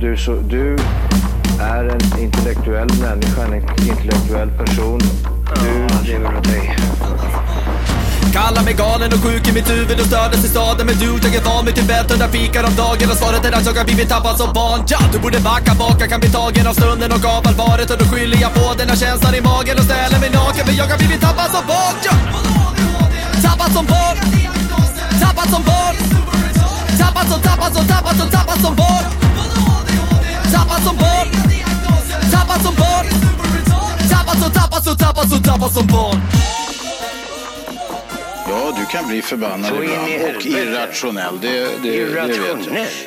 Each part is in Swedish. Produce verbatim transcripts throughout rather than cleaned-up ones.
du, så, du är en intellektuell människa, en intellektuell person. Du lever åt dig. Kallar mig galen och sjuk i mitt huvud och stördes i staden. Men du, jag är van vid Tibet under fikar om dagen. Och svaret är att jag har blivit tappad som barn. Ja, du borde backa bak, jag kan bli tagen av stunden och av allvaret. Och då skyller jag på den här känslan i magen och ställer mig naken. För jag har blivit tappad som barn. Ja. Tappad som barn. Tappad som barn. Tappad som, tappad som, tappad som, tappad som barn. Tappad som barn. Tappad som barn. Tappad som, tappad som, tappad som, tappad som barn. Ja, du kan bli förbannad ibland och irrationell. Det, det, irrationell. Det vet jag.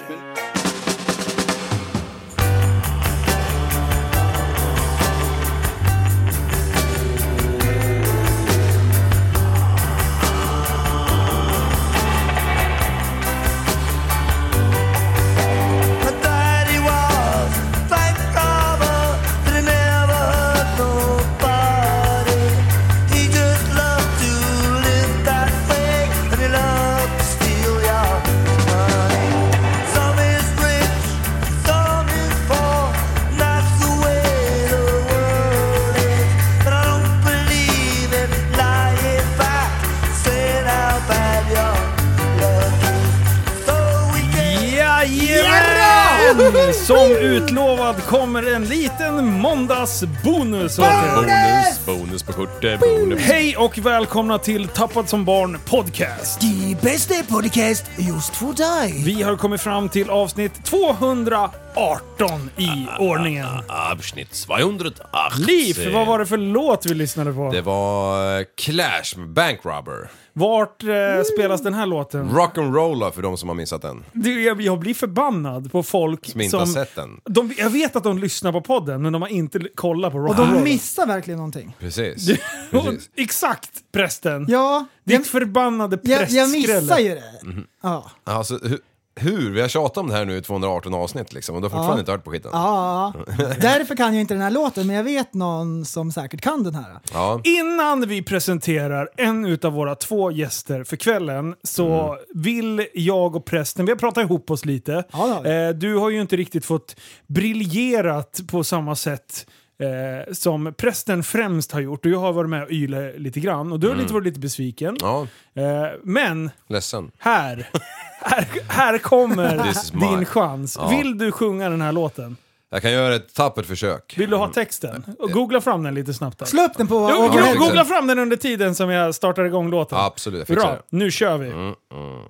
Som utlovad kommer en liten måndagsbonus. Bonus, bonus på kortet, bonus. Hej och välkomna till Tappad som barn podcast. De bästa podcast just för dig. Vi har kommit fram till avsnitt tvåhundraarton i ah, ordningen. Ah, avsnitt tvåhundraarton. Liv, vad var det för låt vi lyssnade på? Det var Clash med Bank Robber. Vart eh, spelas den här låten? Rock'n'rolla för de som har missat den. Det, jag, jag blir förbannad på folk som inte som, har sett den. De, jag vet att de lyssnar på podden, men de har inte kollat på rock'n'rolla. Och de missar verkligen någonting. Precis. Precis. Exakt, prästen. Ja. Ditt jag, förbannade prästskrälle. Jag, jag missar ju det. Mm-hmm. Ja. Alltså, hu- hur? Vi har tjatat om det här nu i tvåhundraarton avsnitt liksom, och du har fortfarande ja. inte hört på skiten. Ja, därför kan jag inte den här låten, men jag vet någon som säkert kan den här. Ja. Innan vi presenterar en utav våra två gäster för kvällen så mm. vill jag och prästen, vi har pratat ihop oss lite. Ja, eh, du har ju inte riktigt fått briljerat på samma sätt Eh, som prästen främst har gjort, och jag har varit med och yle lite grann och du har mm. lite varit lite besviken. Ja. Eh, men ledsen. Här, här, här kommer din chans. Ja. Vill du sjunga den här låten? Jag kan göra ett tappert försök. Vill du ha texten? Och googla fram den lite snabbt. Där. Slå upp den på... Jo, ja, googla fram den under tiden som jag startar igång låten. Ja, absolut, jag fixar Bra, det. nu kör vi. Mm, mm.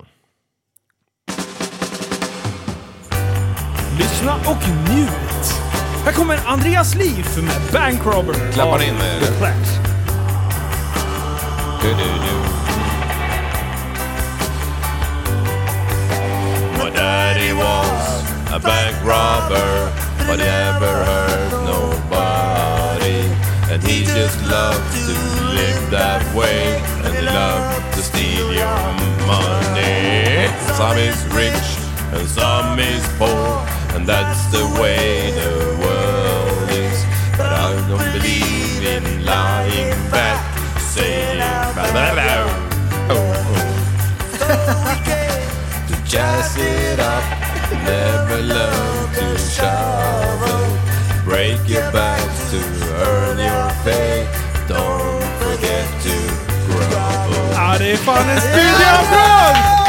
Lyssna och njut. Här kommer Andreas Liv med Bank Robber. Klappar in med det. Du, du, du. My daddy was a bank robber, but he never hurt nobody. And he just loved to live that way, and he loved to steal your money. Some is rich and some is poor, and that's the way the world is. But I don't believe in lying back, saying blah, blah, blah. Oh, oh. To jazz it up, never learn to shovel. Break your back to earn your pay. Don't forget to grovel. Ja, det är fan en studieapplåd!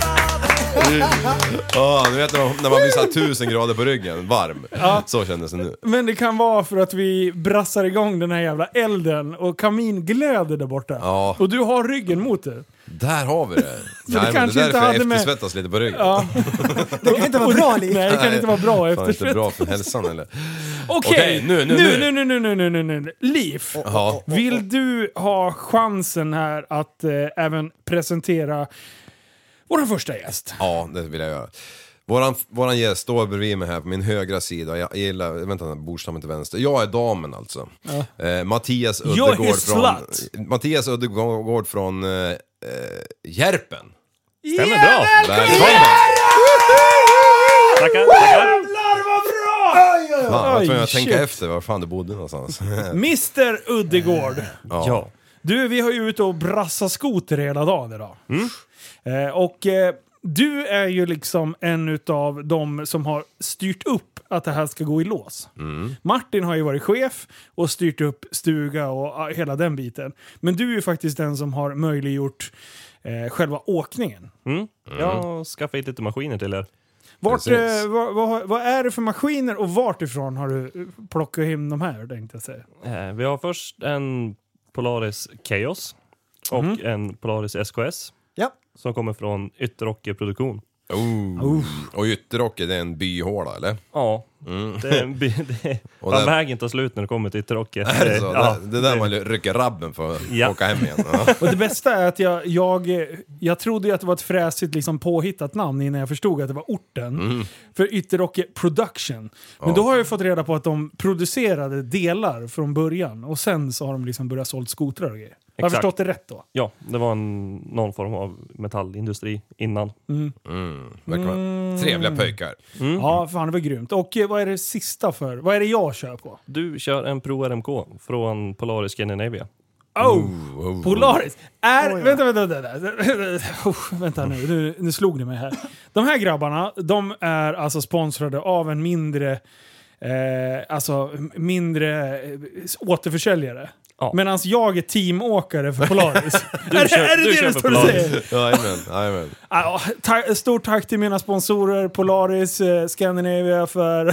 Ja, du vet när man blir så här tusen grader på ryggen, varm. Ja. Så kändes det nu. Men det kan vara för att vi brassar igång den här jävla elden och kaminglöder där borta. Ja. Och du har ryggen mot det. Där har vi det. Så Nej, det kanske det inte därför hade jag med... eftersvettas lite på ryggen. Ja. Det kan inte vara bra, Liv. Nej, det kan inte vara bra eftersvettas. Inte bra för hälsan eller. Okej, okay, nu, nu, nu, nu, nu, nu, nu, nu, nu, nu. Liv, ja. Vill du ha chansen här att eh, även presentera vår första gäst? Ja, det vill jag göra. Våran, våran gäst står bredvid mig här på min högra sida. Jag gillar, vänta, bordstammen till vänster. Jag är damen alltså. Ja. Eh, Mattias Uddegård från Mattias Uddegård från eh, Järpen. Stämmer bra. Välkommen. Tackar, tackar. Jävlar vad bra! Fan, jag tror jag tänka efter var fan du bodde någonstans. mister Uddegård. Ja. Ja. Du, vi har ju ute och brassa skoter hela dagen idag. Mm. Eh, och eh, du är ju liksom en utav de som har styrt upp att det här ska gå i lås. Mm. Martin har ju varit chef och styrt upp stuga och hela den biten. Men du är ju faktiskt den som har möjliggjort eh, själva åkningen. Mm. Jag har skaffat lite maskiner till er. Vart, eh, vad, vad, vad är det för maskiner och vart ifrån har du plockat hem de här, tänkte jag säga? Eh, vi har först en Polaris Chaos och Mm. en Polaris S K S Ja. som kommer från Ytterocke produktion. Oh. Och Ytterocke, det är en byhåla, eller? Ja, Mm. det är, en by- det är Och vad den- vägen tar slut när det kommer till Ytterocke. Är det så? Ja, det, det där man rycker rabben för att Ja. åka hem igen. Ja. Och det bästa är att jag, jag, jag trodde ju att det var ett fräsigt liksom påhittat namn innan jag förstod att det var orten. Mm. För Ytterocke Production. Men Ja. då har jag fått reda på att de producerade delar från början. Och sen så har de liksom börjat sålt skotrar och grejer. Har jag Exakt. förstått det rätt då? Ja, det var en, någon form av metallindustri innan. Mm. Mm. Mm. Trevliga pöjkar. Mm. Ja, fan det var grymt. Och eh, vad är det sista för? Vad är det jag kör på? Du kör en Pro R M K från Polaris Scandinavia. Oh! Oh, oh. Polaris! Är... Oj, ja. vänta, vänta, vänta. Oh, vänta nu. nu, nu slog ni mig här. De här grabbarna, de är alltså sponsrade av en mindre, eh, alltså mindre eh, återförsäljare. Ja. Medan jag är teamåkare för Polaris. Du är, det- kör- är det du det kör du för står och Polaris. säger? Jajamän, jajamän. Ja, ta- stort tack till mina sponsorer Polaris, eh, Scandinavia för...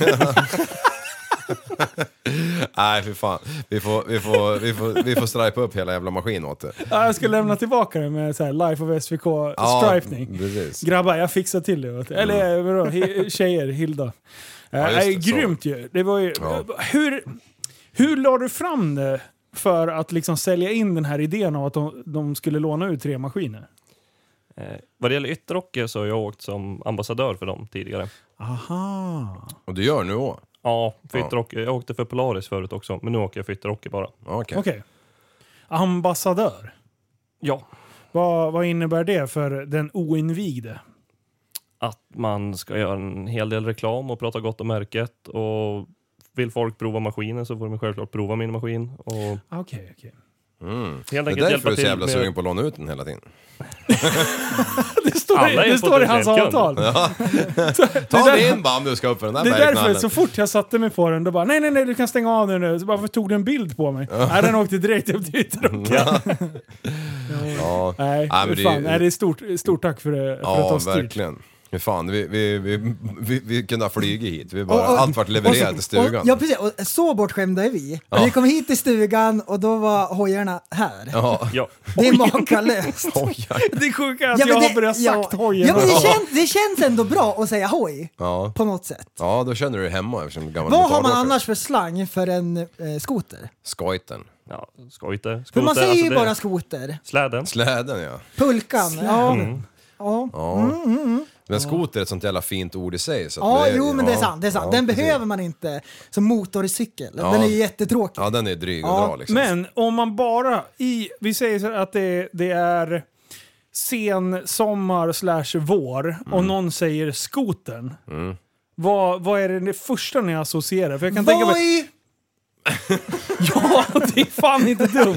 Nej, för fan. Vi får, vi får, vi får, vi får stripa upp hela jävla maskin åt det. Ja, jag ska lämna tillbaka det med så här Life of S V K stripning. precis. Grabbar, jag fixar till det. Vet du. Eller vadå, hi- tjejer, Hilda. Ja, Ja, just äh, det, så. grymt ju. Det var ju Ja. hur, hur la du fram det för att liksom sälja in den här idén av att de, de skulle låna ut tre maskiner? Eh, vad det gäller Ytterocke så har jag åkt som ambassadör för dem tidigare. Aha. Och du gör nu också? Ja, för Ja. Ytterocke. Jag åkte för Polaris förut också, men nu åker jag för Ytterocke bara. Okej. Okej. Ambassadör. Ja, Vad, vad innebär det för den oinvigde? att man ska göra en hel del reklam och prata gott om märket. Och vill folk prova maskinen så får de självklart prova min maskin. Och Okej, okej. Mm. helt Det är enkelt därför hjälpa du är så till jävla med... sugen på att låna ut den hela tiden. Det står, Alla är det en står i hans potentiell kund. avtal. Ta där- dig in bara om du ska upp för den där Det är därför bergknallen. så fort jag satte mig på den, då bara nej, nej, nej, du kan stänga av den nu. Så bara tog du en bild på mig. Nej, den åkte direkt upp till Ytterocke. Ja. Nej, Ja, men det är fan, ju- nej, det är stort, stort tack för, det, för att Ja, ha styrt. verkligen. Hur fan, vi, vi, vi, vi, vi kunde ha flugit hit. Vi bara, Och- och- allt vart levererat till stugan. Och, ja, precis. Och så bortskämda är vi. Ja. Vi kom hit till stugan och då var hojarna här. Ja. Ja, Det är makalöst. Oj, oj. Det är sjuka att Ja, men jag det- har börjat ja, sagt hojen. Ja, men det, känns, det känns ändå bra att säga hoj Ja. på något sätt. Ja, då känner du dig hemma eftersom du är gammal Vad har man motoråkare. annars för slang för en eh, skoter? Skojten. ja skojte. För man Skoter, säger ju alltså det- bara skoter. Släden. Släden, ja. Pulkan. Ja. Mm. Ja. Ja. Men skoter är ett sånt jävla fint ord i sig. Så att Ja, det är- jo men det är ja, sant. Det är sant. ja, Den precis. behöver man inte som motorcykel. Ja. Den är ju jättetråkig. Ja, den är dryg att Ja, dra liksom. Men om man bara i, vi säger så att det, det är sen sommar slash vår och någon säger skotern. Mm. Vad, vad är det, det första ni associerar? För jag kan tänka mig, Voi! ja, det är fan inte dumt.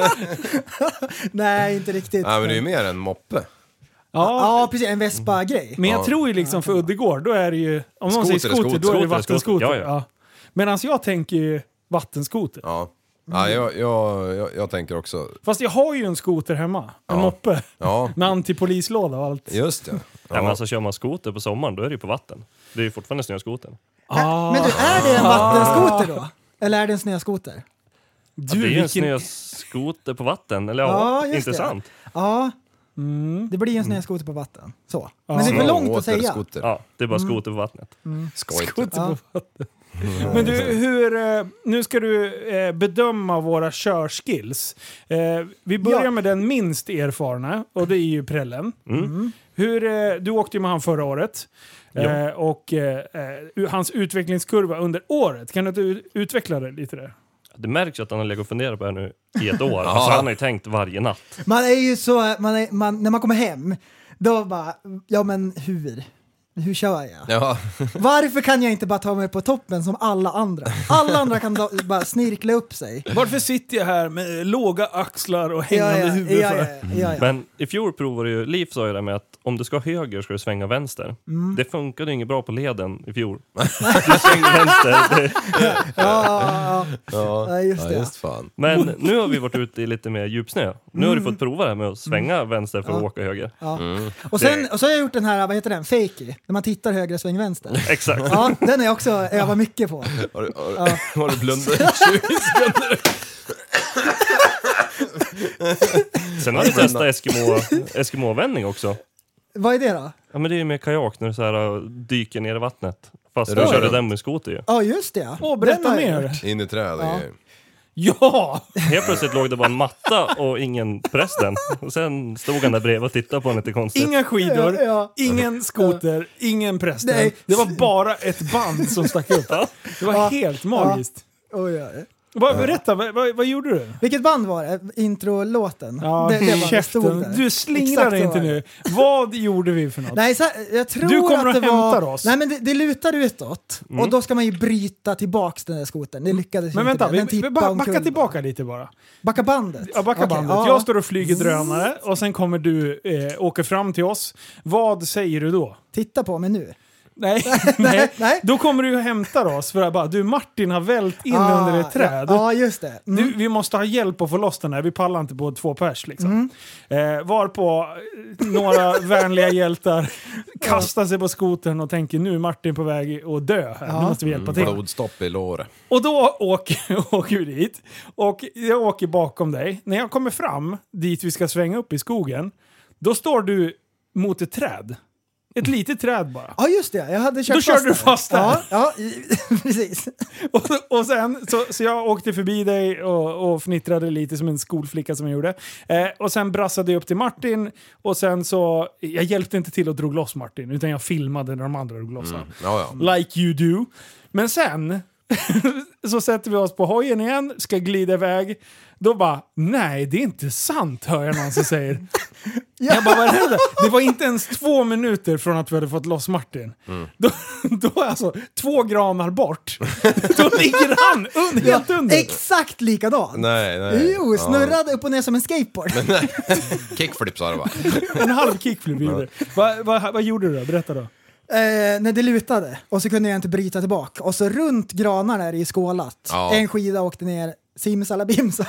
Nej, inte riktigt. Nej, men det är ju mer än moppe. Ja, Ja, precis. En Vespa-grej. men jag Ja. tror ju liksom för Uddegård, då är det ju, om någon säger Skoter är skoter, skoter. då är det Skoter är vattenskoter. skoter. Ja, ja. Ja. Medan jag tänker ju vattenskoter. Ja. Ja, jag, jag, jag, jag tänker också... Fast jag har ju en skoter hemma, en Ja. moppe. Ja, Med antipolislåda och allt. just det. Ja. Men Ja. alltså kör man skoter på sommaren, då är det ju på vatten. Det är ju fortfarande snöskoten. Ah. Men du, är det en vattenskoter då? Eller är det en snöskoter? Du, Ja, det är ju en vilken... snöskoter på vatten. Eller ja, Ja, just det. intressant. Ja, Mm. det blir en snöskoter på vatten. Så. Ja. Men det är för långt att säga. Återskoter. Ja, det är bara skoter på vattnet. Skojt. Skoter Ja. på vatten. Men du, hur, eh, nu ska du eh, bedöma våra körskills. Eh, vi börjar Ja. med den minst erfarna, och det är ju Prellen. Mm. Hur, eh, du åkte ju med han förra året. Ja. Eh, och eh, eh, hans utvecklingskurva under året. Kan du inte ut- utveckla det lite där? Det märks ju att han har legat och funderat på det här nu i ett år. Alltså, han har ju tänkt varje natt. Man är ju så, man är, man, när man kommer hem, då bara, ja men hur? hur kör jag? Ja. Varför kan jag inte bara ta mig på toppen som alla andra? Alla andra kan då, bara snirkla upp sig. Varför sitter jag här med låga axlar och hängande Ja, ja, huvud? ja, för? ja, ja, ja. Men i fjol provade ju Liv sa ju det med att om du ska höger ska du svänga vänster. Mm. Det funkade inget bra på leden i fjol. Du svängde vänster. Det, ja, ja, ja. Ja, just ja, det. just fan. men nu har vi varit ute i lite mer djupsnö. Nu har du fått prova det här med att svänga vänster för att Ja. åka höger. Ja. Mm. Och, sen, och så har jag gjort den här, vad heter den? Fakey. När man tittar höger, sväng vänster. Exakt. Ja, den är jag också övar mycket på. Har du, har, Ja. har du blundat tjugo sekunder? Sen har vi testat Eskimo, Eskimo-vändning också. Vad är det då? Ja, men det är ju med kajak när du så här, uh, dyker ner i vattnet. Fast Det du rör körde runt. den med skoter ju. Ja, just det. Åh, berätta Den har jag mer. gjort. In i träd och Ja. grejer. Ja! Helt plötsligt låg det bara en matta och ingen prästen. Och sen stod han där bredvid och tittade på henne lite konstigt. Inga skidor, Ja, ja. ingen skoter, ingen prästen. Nej. Det var bara ett band som stack upp. Det var Ja. helt magiskt. Oj, oj. Vad, berätta, vad, vad, vad gjorde du? Vilket band var det? Intro-låten? Ja, det, det var det stod käften. där. Du slingrar Exakt dig så inte var det. nu. Vad gjorde vi för något? Nej, så, jag tror Du kommer att det och hämtar var... oss. Nej, men det, det lutar utåt. Mm. Och då ska man ju bryta tillbaks den där skotern. Det lyckades Men ju inte. vänta, Den vi, vi tippade bara omkull backa bara. tillbaka lite bara. Backa bandet? Ja, backa Okej, bandet. ja. Jag står och flyger drönare och sen kommer du, eh, åker fram till oss. Vad säger du då? Titta på mig nu. Nej, nej. nej. Då kommer du och hämtar oss för att bara, du Martin har vält in Ah, under ett träd. Ja, ja just det. Mm. Du, vi måste ha hjälp att få loss den här. Vi pallar inte på två pers liksom. Eh, varpå eh, några vänliga hjältar kastar sig på skotern och tänker nu är Martin på väg att dö här. Nu måste vi hjälpa till. Blodstopp i låret. Och då åker, åker vi dit. Och jag åker bakom dig. När jag kommer fram dit vi ska svänga upp i skogen, då står du mot ett träd. Ett litet träd bara. Ja, just det. Jag hade kört Då fast körde du där. fast där. Ja, ja i- precis. Och, och sen, så, så jag åkte förbi dig och, och fnittrade lite som en skolflicka som jag gjorde. Eh, och sen brassade jag upp till Martin. Och sen så, jag hjälpte inte till att drog loss Martin, utan jag filmade när de andra drog loss honom. Ja, ja. Like you do. Men sen så sätter vi oss på hojen igen, ska glida iväg. Då bara, nej det är inte sant, hör jag någon som säger. Jag bara, vad är det? Det var inte ens två minuter från att vi hade fått loss Martin. Mm. Då, då alltså, två granar bort. Då ligger han un, helt under. Exakt likadant. Nej, nej. Jo, snurrade upp och ner som en skateboard. Kickflip sa det va? En halv kickflip gjorde det. Vad va, vad gjorde du då? Berätta då. Eh, när det lutade och så kunde jag inte bryta tillbaka. Och så runt granar där i skålat. Ja. En skida åkte ner. Simsalabimsar.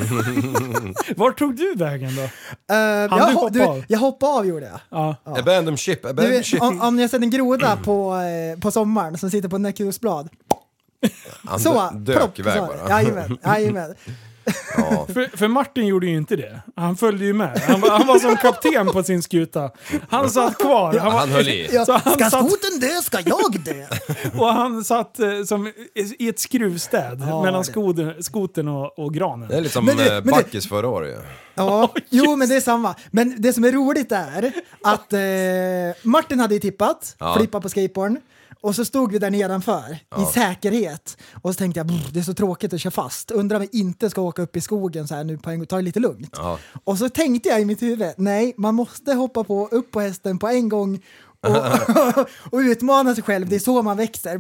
Var tog du vägen då? Uh, Han jag, du ho- hoppa du, av? jag hoppade av gjorde jag. Ja. Abandon ship, Du abandon vet, ship. om, om ni har sett en groda på, eh, på sommaren som sitter på ett näckrosblad. Han Så, dö- dök plopp, iväg så. bara. Jajamän, jajamän. Ja. För, för Martin gjorde ju inte det. Han följde ju med. Han, var- han var som kapten på sin skuta. Han satt kvar. Han, var, Han höll i. Ja, Så han ska satt- skoten dö ska jag dö. och han satt eh, som i- i ett skruvstäd Ja, mellan det- skoten, skoten och, och granen. Det är lite som Men det- eh, men det- Backis förra året ju. Ja, jo men det är samma. Men det som är roligt är att eh, Martin hade ju tippat, Ja. flippat på skateboarden. Och så stod vi där nedanför i säkerhet. Och så tänkte jag, det är så tråkigt att köra fast. Undrar om vi inte ska åka upp i skogen så här nu på en gång, ta det lite lugnt. Ja. Och så tänkte jag i mitt huvud, nej, man måste hoppa på, upp på hästen på en gång och, och utmana sig själv. Det är så man växer.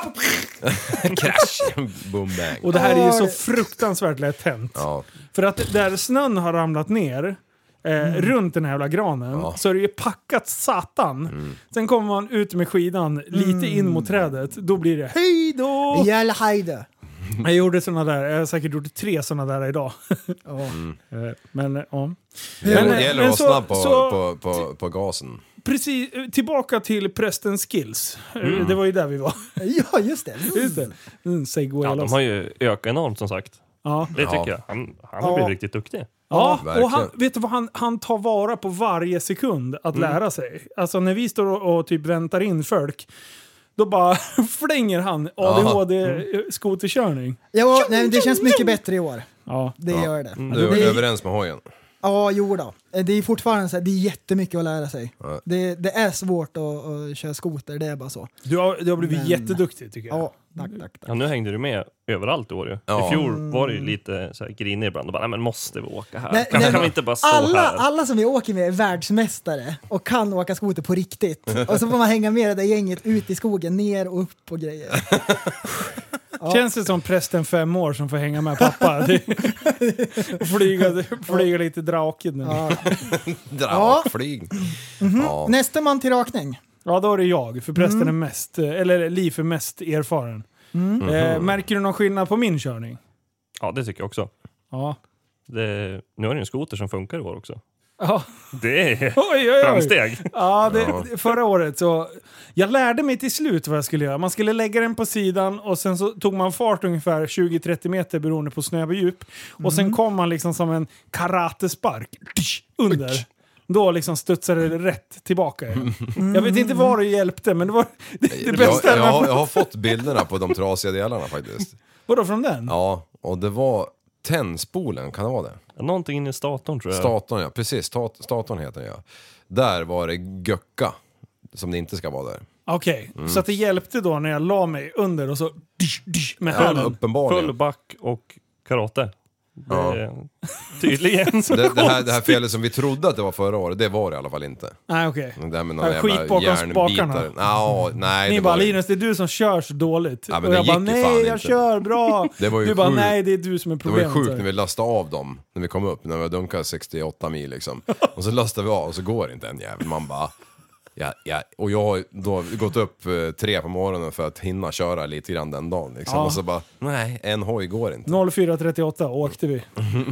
Crash! Boom bang. Och det här är ju Ja, så det- fruktansvärt lätt hänt. Ja. För att där snön har ramlat ner eh, runt den här jävla granen Ja. så är det ju packat satan. Mm. Sen kommer man ut med skidan lite in mot trädet. Då blir det hej då! Jävla hajde. Jag gjorde såna där, jag har säkert gjort tre såna där idag. Eh, Men eh, ja. Det Men, gäller, eh, det gäller men att vara så- snabb på, så- på, på, på gasen. Precis, eh, tillbaka till prästens skills. Eh, Mm. Det var ju där vi var. Ja, just det. Just det. Mm, segway Ja, de loss. har ju ökat enormt som sagt. Ja. Det tycker Ja. jag. Han, han har Ja. blivit riktigt duktig. Ja, verkligen. och han, vet du vad, han, han tar vara på varje sekund att lära sig. Alltså när vi står och, och typ väntar in folk, då bara flänger han A D H D-skoterkörning. Ja, nej, det känns mycket bättre i år. Ja. Det gör det. Du är det är, överens med hojen. Ja, jo då. Det är fortfarande så här, det är jättemycket att lära sig. Ja. Det, det är svårt att, att köra skoter, det är bara så. Du har, du har blivit Men, jätteduktig tycker jag. Ja, tack, tack, tack. Ja, nu hängde du med överallt i år ju. Ja. I fjol var det ju lite så här grinig ibland och bara, nej men måste vi åka här? Nej, kan, nej, kan vi inte bara stå alla, här? alla som vi åker med är världsmästare och kan åka skoter på riktigt. Och så får man hänga med det där gänget ut i skogen, ner och upp och grejer. Ja. Känns det som prästen fem år som får hänga med pappa? och flyga, flyga lite draken nu. Ja. Drakflyg. Mm-hmm. Ja. Nästa man till rakning. Ja, då är det jag. För prästen är mest, eller Liv är mest erfaren. Mm. Eh, märker du någon skillnad på min körning? Ja, det tycker jag också. Ja. Det, nu är det en skoter som funkar i år också. Ja. Det är Oj, oj, oj. framsteg. Ja, det, Ja. förra året så... Jag lärde mig till slut vad jag skulle göra. Man skulle lägga den på sidan och sen så tog man fart ungefär tjugo till trettio meter beroende på snö och djup. Och sen kom man liksom som en karatespark under. Då liksom studsade det rätt tillbaka igen. Jag vet inte vad det hjälpte, men det var det, det Jag, bästa. jag, har, jag har fått bilderna på de trasiga delarna faktiskt. Vadå från den? Ja, och det var tändspolen, kan det vara det? Någonting in i statorn tror jag. Statorn, ja. Precis, stat, statorn heter det, ja. Där var det göcka, som det inte ska vara där. Okej, okay. Så att det hjälpte då när jag la mig under och så dysch, dysch, med Ja, handen. uppenbarligen. Full back och karate. Det Ja. är tydligen så Det, det, här, konstigt. det här felet som vi trodde att det var förra året, det var det i alla fall inte. Nej, okej. Det där med någon Ja, skit jävla bakom järnbitar. spakarna. Ja, nej, Ni det bara, var det. Linus, det är du som kör så dåligt. Ja, men och det jag bara, gick ju fan nej, jag inte. kör bra. Det var ju du bara, sjukt. nej, det är du som är Det var ju problemet. sjukt när vi lastade av dem, när vi kom upp, när vi dunkade sextioåtta mil liksom. Och så lastade vi av och så går det inte en jävel. Man bara... Ja, ja. Och jag har då gått upp eh, tre på morgonen för att hinna köra lite grann den dagen liksom. Ja. Och så bara, nej, en hoj går inte. noll fyra trettioåtta åkte vi.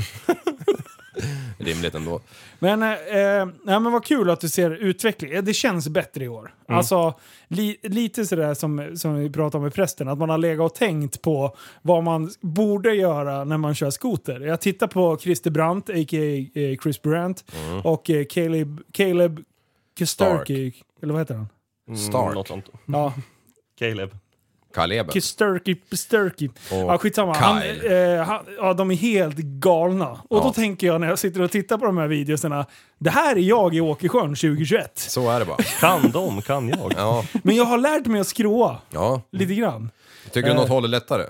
Rimligt ändå. Men, eh, ja, men vad kul att du ser utveckling. Det känns bättre i år. Mm. Alltså, li, lite sådär som, som vi pratade om med prästen. Att man har legat och tänkt på vad man borde göra när man kör skoter. Jag tittar på Christer Brandt, a k a. Eh, Chris Brandt. Mm. Och eh, Caleb, Caleb Kusturki. Eller vad heter han? Mm, Stark. något sånt. Ja, Caleb. Kaleben. Kusturki, Kusturki. Och Ja, skitsamma. Han, Kyle. eh, han, ja, de är helt galna. Och Ja. då tänker jag när jag sitter och tittar på de här videorna. Det här är jag i Åkersjön tjugohundratjugoett. Så är det bara. Kan de, kan jag. Ja, Men jag har lärt mig att skråa. ja. Lite grann. Tycker du något håll är lättare?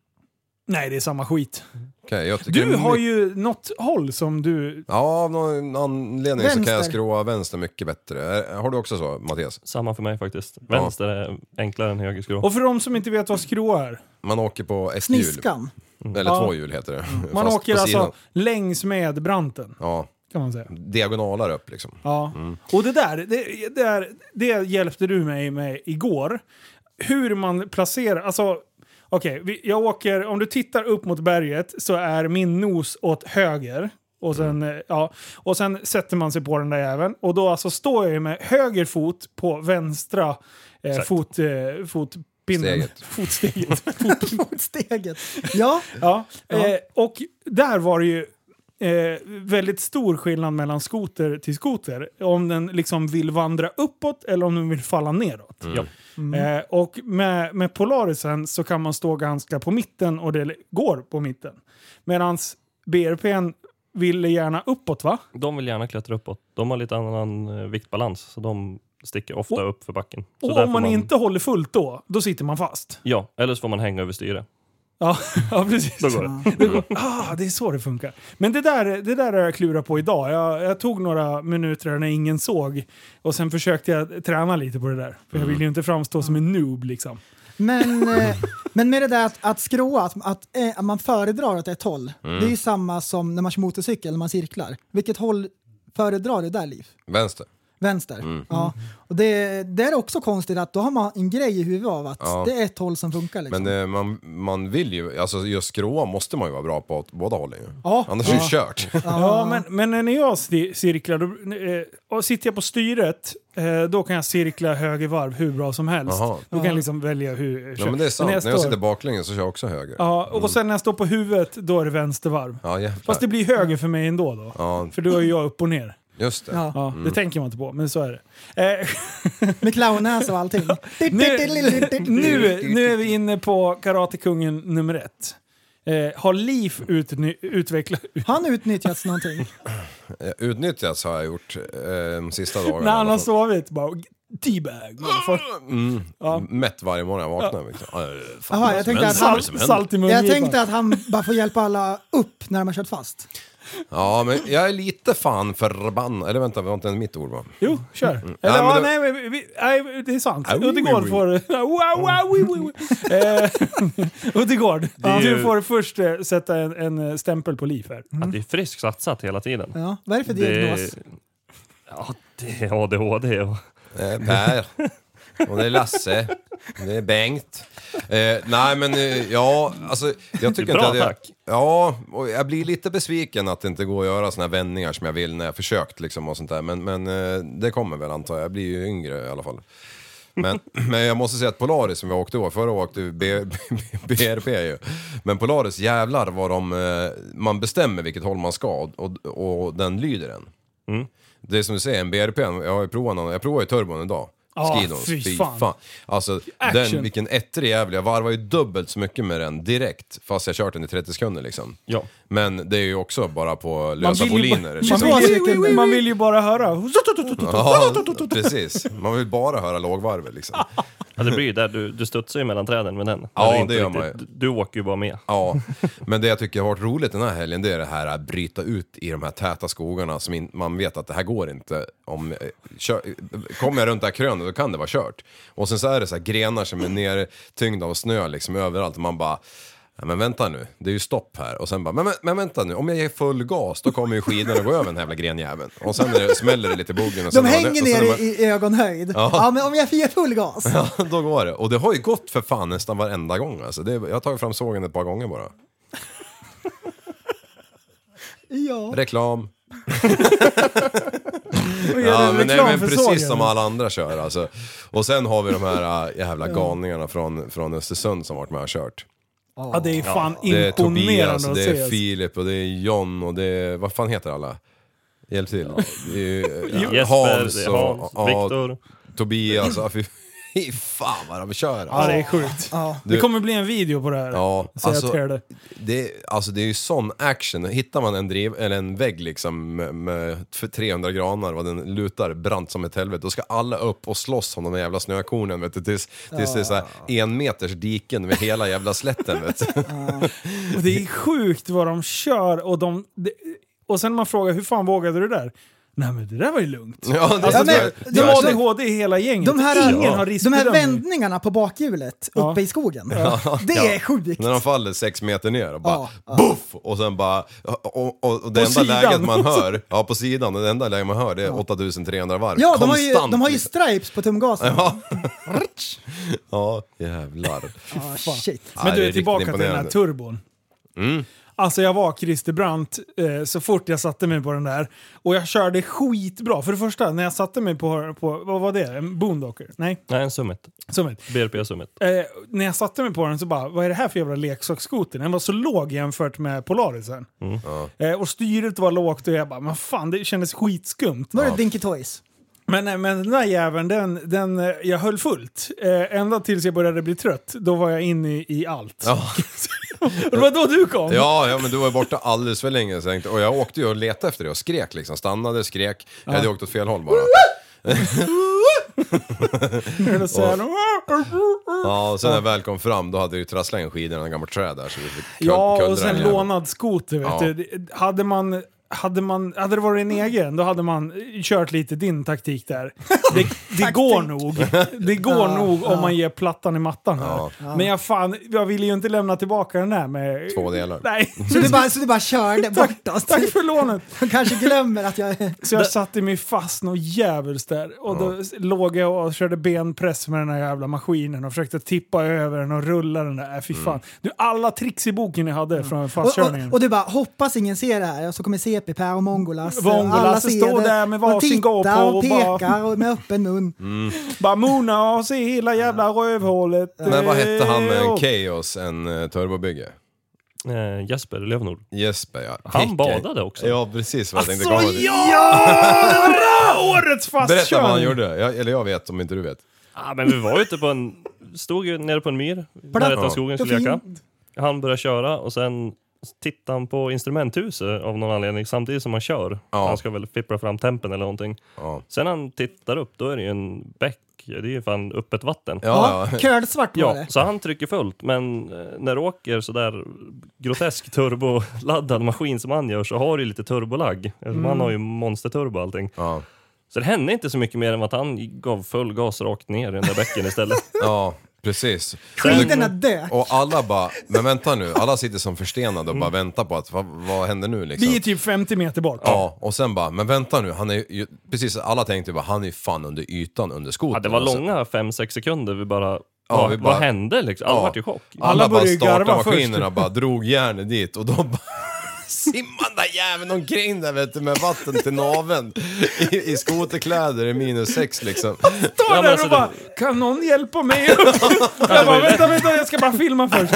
Nej, det är samma skit. Okay, jag tycker Du har my- ju något håll som du... Ja, av någon anledning så kan jag Vänster. skråa vänster mycket bättre. Har du också så, Mattias? Samma för mig faktiskt. Vänster är enklare än höger skrå. Och för de som inte vet vad skrå är. Man åker på ett hjul. Sniskan. Eller Ja. två hjul heter det. Man Fast åker på alltså sidan. längs med branten, Ja, kan man säga. diagonaler upp liksom. Ja. Och det där, det, det, där, det hjälpte du mig med igår. Hur man placerar, alltså... Okej, okay, jag åker, om du tittar upp mot berget så är min nos åt höger. Och sen, mm. ja, och sen sätter man sig på den där jäveln. Och då alltså står jag med höger fot på vänstra eh, fot, eh, fotpinnen. Steget. Fotsteget. Fotsteget. Ja, Ja, Ja. eh, och där var det ju eh, väldigt stor skillnad mellan skoter till skoter. Om den liksom vill vandra uppåt eller om den vill falla neråt. Ja. Eh, och med, med Polarisen så kan man stå ganska på mitten och det går på mitten. Medans B R P:n ville gärna uppåt, va? De vill gärna klättra uppåt. De har lite annan eh, viktbalans, så de sticker ofta Och- upp för backen. Så Och där om får man, inte håller fullt då, då sitter man fast. Ja, eller så får man hänga över styret. Ja, ja precis. Då går det. Det går, ah, det är så det funkar. Men det där, det där har jag klurat på idag. Jag, jag tog några minuter när ingen såg. Och sen försökte jag träna lite på det där. För jag vill ju inte framstå som en noob liksom. men, eh, men med det där att, att skråa, att, att, eh, att man föredrar åt ett håll. Mm. Det är ju samma som när man kör motorcykel, när man cirklar. Vilket håll föredrar du där, Liv? Vänster. Vänster. Mm. Ja. Och det, det är också konstigt att då har man en grej i huvudet av att Ja. det är ett håll som funkar. Liksom. Men eh, man, man vill ju, alltså just skråa måste man ju vara bra på åt båda hållen ju. Ja. Annars är det Ja. ju kört. Ja, men, men när jag sti- cirklar, då, eh, och sitter jag på styret, eh, då kan jag cirkla höger varv hur bra som helst. Jaha. Då kan jag liksom välja hur... Ja men det är sant, när när jag, sitter baklänges så kör jag också höger. Ja, och sen när jag står på huvudet, då är det vänstervarv. Ja jävlar. Fast det blir höger för mig ändå då. Ja, För då är jag upp och ner. just det. Ja. Ja, det tänker man inte på, men så är det. Eh, Med clownnäsa och allting. nu, nu, nu är vi inne på Karatekungen nummer ett. Eh, har Liv utny- utvecklat... Han utnyttjats någonting. Utnyttjas har jag gjort eh, de sista dagarna. När han har sovit, bara teabag. Mm. Ja. Mätt varje morgon jag vaknar. Ja. Ja. Aha, jag, tänkte att han, salt i jag tänkte att han bara får hjälpa alla upp när de har kört fast. Ja, men jag är lite fan förbannad. Eller vänta, vi har inte en mitt ord va? Jo, kör. Mm. Eller, nej, ja, det... nej, vi, vi, nej, det är sant. Utegård får... Utegård, du får först äh, sätta en, en stämpel på liv här. Mm. Ja, det är friskt satsat hela tiden. Ja, vad är det för diagnos? Det... Ja, det är A D H D och... Det är Per. Och det är Lasse. Det är Bengt. Eh, nej men eh, ja, alltså jag tycker bra, att jag, tack. ja, och jag blir lite besviken att det inte går att göra såna här vändningar som jag vill när jag försökt liksom och sånt där. Men, men eh, det kommer väl antar jag. Jag blir ju yngre i alla fall. Men, men jag måste säga att Polaris som vi åkte år, förra åkte vi B R P ju. Men Polaris jävlar vad de, man bestämmer vilket håll man ska och, och den lyder den. Mm. Det är som du säger, en B R P, jag har ju provat någon, jag provade ju turbon idag. Ah, Skidons, fy fy fan. fan. Alltså, den, vilken ettrig jävla. Jag varvar ju dubbelt så mycket med den direkt. Fast jag kört den i trettio sekunder liksom. Ja. Men det är ju också bara på lösa voliner. Man, man, vill, man vill ju bara höra. Ja, precis. Man vill bara höra lågvarvet liksom. Ja, det blir ju där, du, du studsar ju mellan träden med den. Ja, det, det gör man ju. Du, du åker ju bara med. Ja, men det jag tycker har varit roligt den här helgen, det är det här att bryta ut i de här täta skogarna som in, man vet att det här går inte. Om kör, kommer jag runt det här krönet då kan det vara kört. Och sen så är det så här grenar som är nertyngda av snö liksom överallt och man bara... Ja, men vänta nu, det är ju stopp här. Och sen bara, men, men vänta nu, om jag ger full gas då kommer ju skidorna gå över den här jävla grenjäveln. Och sen är det, smäller det lite i boggen. Och De sen hänger och ner man, i, i ögonhöjd. Ja. ja, men om jag ger full gas. Ja, då går det. Och det har ju gått för fan nästan varenda gång. Alltså. Det, jag har tagit fram sågen ett par gånger bara. Ja. Reklam. Ja, men det är precis sågen. Som alla andra kör alltså. Och sen har vi de här äh, jävla galningarna från, från Östersund som varit med och kört. Ja, det är fan ja. Det är imponerande Tobias, att det se. är Filip och det är John och det är, vad fan heter alla? Hjälp till. Ja. Det är, ja, Jesper, Hans, det är Hans, och, Viktor. Tobias, ja, fy, fy fan vad de kör. Alltså. Ja, det är sjukt. Ja. Det kommer bli en video på det här. Ja, så alltså, jag det. Det, alltså det är ju sån action. Hittar man en driv eller en vägg liksom med, med trehundra granar och den lutar brant som ett helvete, då ska alla upp och slåss om de jävla snökornen vet du, tills, tills ja. Det är så här en meters diken med hela jävla slätten vet du. Ja. Och det är sjukt vad de kör och de det, och sen man frågar hur fan vågade du där? Nej men det där var ju lugnt. Ja, det, alltså, ja, det, det var A D H D i hela gänget. De här, Ingen ja. har de här vändningarna på bakhjulet ja. Uppe i skogen. Ja. Det är ja. Sjukt. När de faller sex meter ner och bara ja. buff! Och sen bara och, och, och det enda sidan. Läget man hör ja på sidan och det enda läget man hör det är åttatusen trehundra varv. Ja, de har, ju, de har ju stripes på tumgasen. Ja. Ja, jävlar. Ah, shit. Men du är tillbaka till den här turbon. Mm. Alltså jag var Christer Brandt eh, så fort jag satte mig på den där. Och jag körde skitbra. För det första, när jag satte mig på, på vad var det? En Boondocker? Nej? Nej, en Summit. Summit. B R P Summit. Eh, när jag satte mig på den så bara, vad är det här för jävla leksaksskoter? Den var så låg jämfört med Polarisen. Mm. Ja. Eh, och styret var lågt och jag bara, men fan det kändes skitskumt. Var det ja. Dinky Toys? Men, men den där jäveln, den, den, jag höll fullt. Eh, ända tills jag började bli trött. Då var jag inne i, i allt. Ja. Och det var då du kom. Ja, ja, men du var borta alldeles för länge. Så jag tänkte, och jag åkte ju och letade efter det och skrek liksom. Stannade, skrek. Jag hade åkt åt fel håll bara. och, ja, och sen när jag väl kom fram då hade ju trasslat en skidor och en gammal träd där så vi fick ja, och sen lånad skoter vet ja. Du. Hade man Hade, man, hade det varit en egen, då hade man kört lite din taktik där. Det, det går nog. Det går ja, nog om ja. Man ger plattan i mattan här. Ja. Men jag, fan, jag ville ju inte lämna tillbaka den där med... Två delar. Nej. Så du bara, så du bara körde bortåt? Tack för lånet. Man kanske glömmer att jag... Så jag satte mig fast något jävels där. Och då ja. Låg jag och körde benpress med den här jävla maskinen och försökte tippa över den och rulla den där. Äh, fy fan. Mm. Du, alla tricks i boken jag hade mm. från fastkörningen. Och, och, och du bara, hoppas ingen ser det här. Och så kommer C P, Per och Mongolas. Mongolas står där med varsin GoPro och pekar och med öppen mun. Mm. Bara mona och se hela jävla rövhålet. Men vad hette han med en Chaos, en uh, turbobygge? Eh, Jesper Lövnord. Jesper, ja. Han Picka. badade också. Ja, precis vad jag tänkte alltså, komma till. Ja! Årets fastkörning! Berätta vad han gjorde. Jag, eller jag vet om inte du vet. Ja, men vi var ute på en... Stod ju nere på en myr. Närheten av skogen skulle leka. Han började köra och sen tittar han på instrumenthuset av någon anledning samtidigt som man kör. Ja. Han ska väl fippra fram tempen eller någonting. Ja. Sen han tittar upp, då är det ju en bäck. Det är ju fan öppet vatten. Ja, Ja, kölsvart var Ja, det. så han trycker fullt. Men eh, när du åker sådär grotesk turboladdad maskin som han gör så har du lite turbolag. Mm. Han har ju monsterturbo och allting. ja. Så det hände inte så mycket mer än att han gav full gas rakt ner i den där bäcken istället. Ja, precis. Skidorna dök. Och alla bara, men vänta nu, alla sitter som förstenade och bara väntar på att, vad, vad händer nu liksom? Vi är typ femtio meter bort. Ja, och sen bara, men vänta nu, han är ju, precis, alla tänkte bara, han är ju fan under ytan under skotern. Ja, det var Och så- långa fem sex sekunder vi bara, Ja, vad, vi bara- vad hände liksom? Alla Ja. vart i chock. Alla, Alla bara började startade garva maskinerna, bara drog järnet dit och då bara simmande jäveln omkring där vet du, med vatten till naveln i, i skoterkläder i minus sex liksom. Står Ja, men där alltså och bara, kan någon hjälpa mig? Jag bara, vänta, vänta, jag ska bara filma först.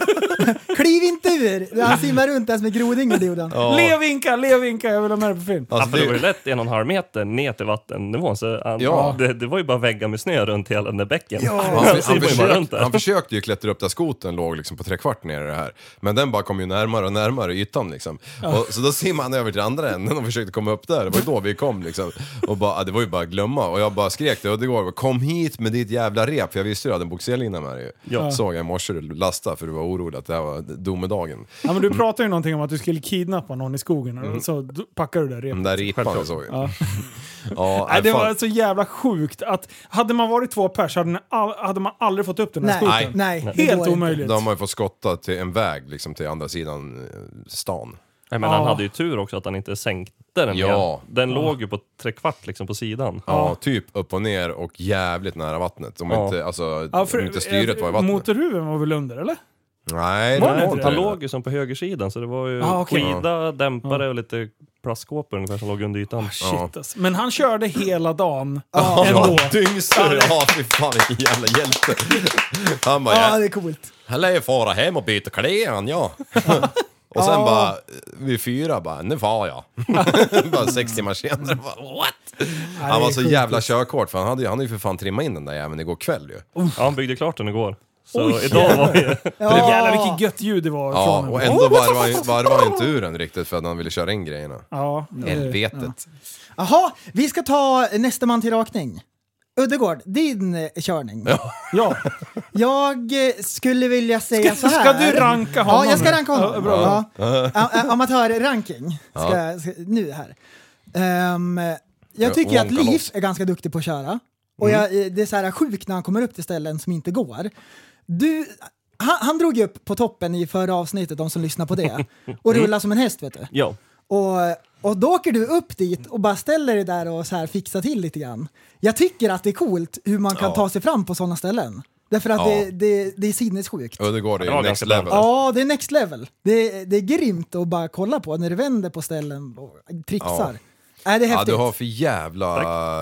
Kliv inte ur! Han simmar runt där som en groding, det gjorde han. Ja. Levinka, levinka, jag vill ha med det på film. Ja, Alltså, för det det- var ju lätt en och en halv meter ner till vattennivån. Så han, Ja. det, det var ju bara väggar med snö runt hela den där bäcken. Han, Han, han, simmar ju bara runt försökte, där. han försökte ju klättra upp där skoten låg liksom på tre kvart ner i det här. Men den bara kom ju närmare och närmare ytan liksom. Och, så då simmade han över till andra änden och försökte komma upp där. Det var ju då vi kom liksom. Och bara, det var ju bara att glömma. Och jag bara skrek det och det går, kom hit med ditt jävla rep. För jag visste ju att en bogserlina med dig. Ja. Såg jag i morse du lasta för du var orolig att det här var domedagen. Ja, men du pratade ju någonting om att du skulle kidnappa någon i skogen. Mm. Så d- packar du det repet. Den där ripan jag såg. Ja. Ja, Nej, det fan. var så jävla sjukt att hade man varit två pers hade, all, hade man aldrig fått upp den här Nej, skotern. nej, det Helt går inte. omöjligt. Då har man ju fått skotta till en väg liksom till andra sidan eh, stan. Nej, men Ja. han hade ju tur också att han inte sänkte den. Ja. Ja. Den låg ju på tre kvart liksom på sidan. Ja, typ upp och ner och jävligt nära vattnet. Om Ja. inte, alltså, Ja, för, om inte styret var i vattnet. motorhuven var väl under, eller? Nej, Var det det var inte inte Han det. låg ju som på högersidan så det var ju Ah, okej. skida, dämpare och lite plastskåpor ungefär som låg under ytan. Shit Ja. alltså. Men han körde hela dagen Ja. ändå. Dyngsur, ja fy fan vilken jävla hjälte. Han bara, Ja, ja, det är coolt. han lär ju fara hem och byta kläder, ja. Och sen Ja. bara, vid fyra bara, nu far jag. Bara sex timmar senare, bara, what? Han var så sjukt. jävla körkort, för han hade ju, han hade ju för fan trimmat in den där jäveln igår kväll ju. Ja, han byggde klart den igår. Så Oj, idag var ju... Ja. Jävlar vilket gött ljud det var Ja, från och den. ändå varvade han ju- varvade han inte ur den riktigt för att han ville köra in grejerna. Ja, det- Helvetet. Jaha, vi ska ta nästa man till rakning. Uddegård, din eh, körning. ja. Jag eh, skulle vilja säga så här. Ska du ranka honom? Ja, jag ska ranka honom. Ja, bra. Ja. A- a- Amatörranking ska, Ja. ska, nu här. Ehm, jag Ja, tycker att wonka Liv loss. är ganska duktig på att köra. Och jag, eh, det är så här sjukt när han kommer upp till ställen som inte går. Du, han, han drog ju upp på toppen i förra avsnittet, de som lyssnar på det. Och rullar som en häst, vet du. Ja. Och, och då åker du upp dit och bara ställer dig där och så här fixar till lite grann. Jag tycker att det är coolt hur man kan Ja. ta sig fram på sådana ställen. Därför att Ja. det, det, det är sinnessjukt. Och det går det Ja, ju next ganska bra. level. Ja, det är next level. Det, det är grymt att bara kolla på när du vänder på ställen och trixar. Nej, det är Ja, häftigt. du har för jävla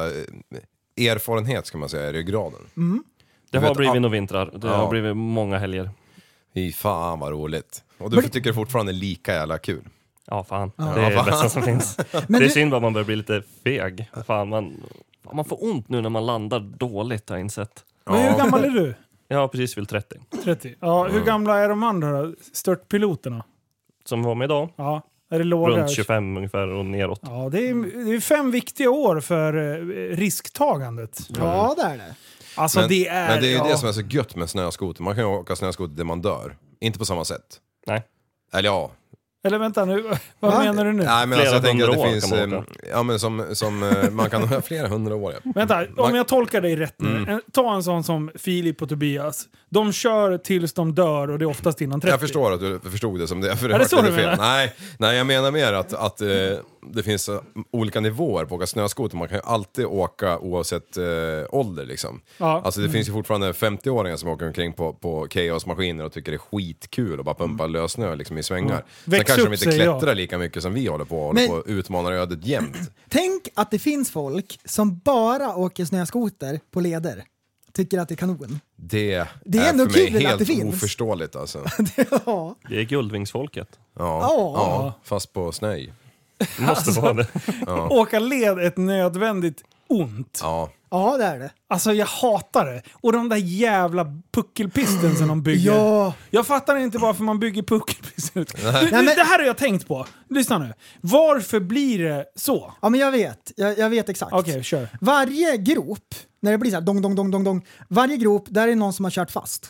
eh, erfarenhet ska man säga i ryggraden. Det Du har vet, blivit all- några vintrar. Det Ja. har blivit många helger. Fy fan vad roligt. Och du tycker det fortfarande är lika jävla kul. Ja, fan. Ja. Det är Ja, det bästa som finns. Men det är du- synd att man börjar bli lite feg. Fan, man, man får ont nu när man landar dåligt, har jag insett. Men hur gammal är du? Jag har precis fyllt trettio. trettio. Ja, hur gamla är de andra då? Störtpiloterna? Som var med idag. Ja, är det låga? Runt tjugofem ungefär och neråt. Ja, det är, det är fem viktiga år för eh, risktagandet. Ja, det är det. Alltså Men det är... men det är ju ja. det som är så gött med snöskoter. Man kan ju åka snöskoter där man dör. Inte på samma sätt. Nej. Eller ja. Eller vänta nu, vad Va? menar du nu? Nej men Flera alltså jag tänker att hundra det år finns... kan man eh, Ja men som, som eh, man kan ha flera hundra år. Ja. Vänta, om Man- jag tolkar dig rätt nu. Mm. En- Ta en sån som Filip och Tobias. De kör tills de dör och det är oftast innan trettio. Jag förstår att du förstod det som det. För Är det hörde så du fel. menar? Nej, nej, jag menar mer att, att eh, det finns eh, olika nivåer på att åka snöskoter. Man kan ju alltid åka oavsett eh, ålder liksom. Ja. Alltså det finns ju fortfarande femtio-åringar som åker omkring på, på Chaos-maskiner och tycker det är skitkul att bara pumpa lössnö liksom, i svängar. Mm. Sen Väx kanske upp, de inte säger jag. klättrar lika mycket som vi håller på och håller Men- på och utmanar ödet jämt. Tänk att det finns folk som bara åker snöskoter på leder. Tycker att det är kanon. Det, Det är är ändå för mig kul att helt det finns. oförståeligt alltså. Ja. Det är guldvingsfolket. Ja, Ja. ja, fast på snö. Det måste vara det. Åka led är ett nödvändigt ont. Ja. Ja, det är det. Alltså jag hatar det. Och de där jävla puckelpisten som de bygger. Ja. Jag fattar inte varför man bygger puckelpisten. Du, Nej, men- det här har jag tänkt på. Lyssna nu. Varför blir det så? Ja, men jag vet. Jag, jag vet exakt. Okej, kör. Varje grop, när det blir så här dong, dong, dong, dong, dong. Varje grop, där är någon som har kört fast.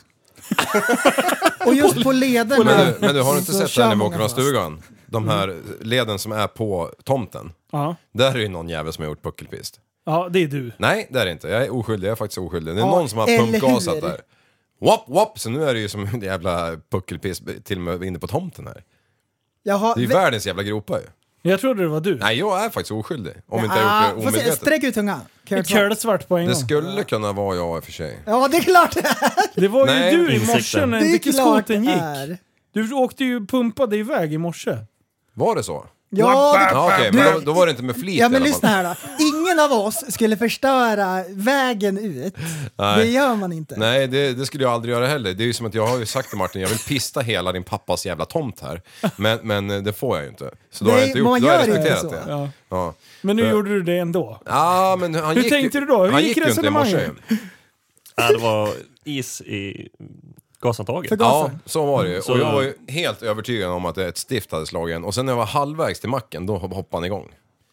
Och just på lederna... Men du, men du har inte så sett kör det när vi många åker från fast. stugan? De här leden som är på tomten. Ja. Där är ju någon jävel som har gjort puckelpist. Ja, det är du. Nej, det är det inte. Jag är oskyldig, jag är faktiskt oskyldig. Det är Ja, någon som har eller pumpgasat hur? där. Wop, wop! Så nu är det ju som en jävla puckelpist till och med inne på tomten här. Jaha, Det är ju ve- världens jävla gropar ju. Jag trodde det var du. Nej, jag är faktiskt oskyldig. Om inte Ah, jag gjort det får se, omedvetet. sträck ut tungan. Det är kölsvart på en Det gång. skulle kunna vara jag i och för sig. Ja, det är klart det är. Det var ju Nej, du i insikten. morse när Det är klart det skotern gick. är. Du åkte ju pumpade iväg i morse. Var det så? Ja, det, Ja, okej, Du- men då, då var det inte med flit ja, i men alla lyssna fall. här då. Ingen av oss skulle förstöra vägen ut. Nej. Det gör man inte. Nej, det, det skulle jag aldrig göra heller. Det är ju som att jag har ju sagt till Martin, jag vill pista hela din pappas jävla tomt här. Men, men det får jag ju inte. Så då har jag Nej, inte gjort, man då har jag gör inte respekterat så. det. Ja. Ja. Men nu För- gjorde du det ändå. Ja, men han Hur gick tänkte ju, du då? Hur han gick gick ju inte i morse. resonemanget? Ja, det var is i gashandtaget. För Ja, gasen. så var det ju. Så- Och jag var ju helt övertygad om att ett stift hade slagit en. Och sen när jag var halvvägs till macken, då hoppade han igång.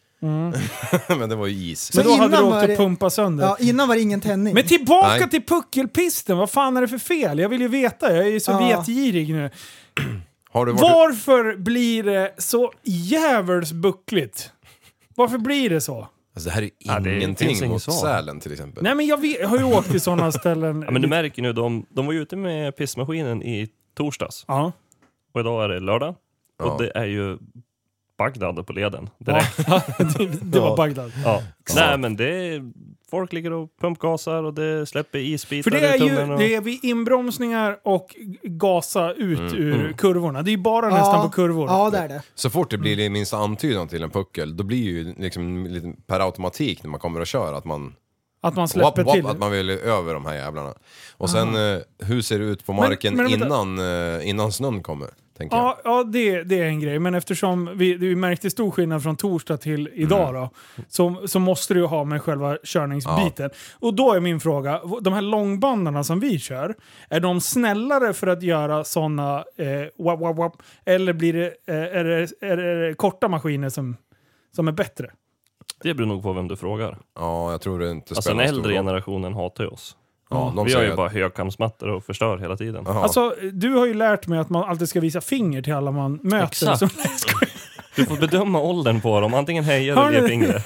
Men det var ju is. Men Så då hade du innan åkt var och det- pumpat sönder. Ja, innan var det ingen tändning. Men tillbaka Nej. till puckelpisten. Vad fan är det för fel? Jag vill ju veta. Jag är ju så Ja. vetgirig nu. Har du varit... Varför blir det så jävligt buckligt? Varför blir det så? Alltså, det här är Ja, det ingenting finns inget mot svar. Sälen till exempel. Nej men jag, vet, jag har ju åkt till sådana ställen. Ja, men du märker nu, de, de var ju ute med pissmaskinen i torsdags. Ja. Och idag är det lördag. Ja. Och det är ju Bagdad på leden direkt. Ja, det, det var Ja. Bagdad. Ja. Nej men det är, folk ligger och pumpgasar och det släpper isbitar För det är i tunneln. ju Och... det är vid inbromsningar och gasa ut ur kurvorna. Det är ju bara ja, nästan på kurvor. Ja, det är det. Så fort det blir det minsta antydan till en puckel, då blir ju liksom lite per automatik när man kommer och kör att man... Att man Wap, släpper wap, till. att man vill över de här jävlarna. Och sen eh, hur ser det ut på marken men vänta. innan, eh, innan snön kommer? Tänker jag. Ja, ja det, det är en grej. Men eftersom vi, vi märkte stor skillnad från torsdag till idag Mm. då, så, så måste du ju ha med själva körningsbiten. Och då är min fråga, de här långbandarna som vi kör, är de snällare för att göra sådana eh, wap, wap, wap, eller blir det, eh, är, det, är det korta maskiner som, som är bättre? Det beror nog på vem du frågar. Ja, jag tror det inte Alltså spelar den någon stor äldre roll. generationen hatar ju oss. Ja, de Vi har säger ju att- bara högkamsmattor och förstör hela tiden. Jaha. Alltså, du har ju lärt mig att man alltid ska visa finger till alla man möter. Exakt. Som, Du får bedöma åldern på dem, antingen hejar Har eller ger ni- fingret.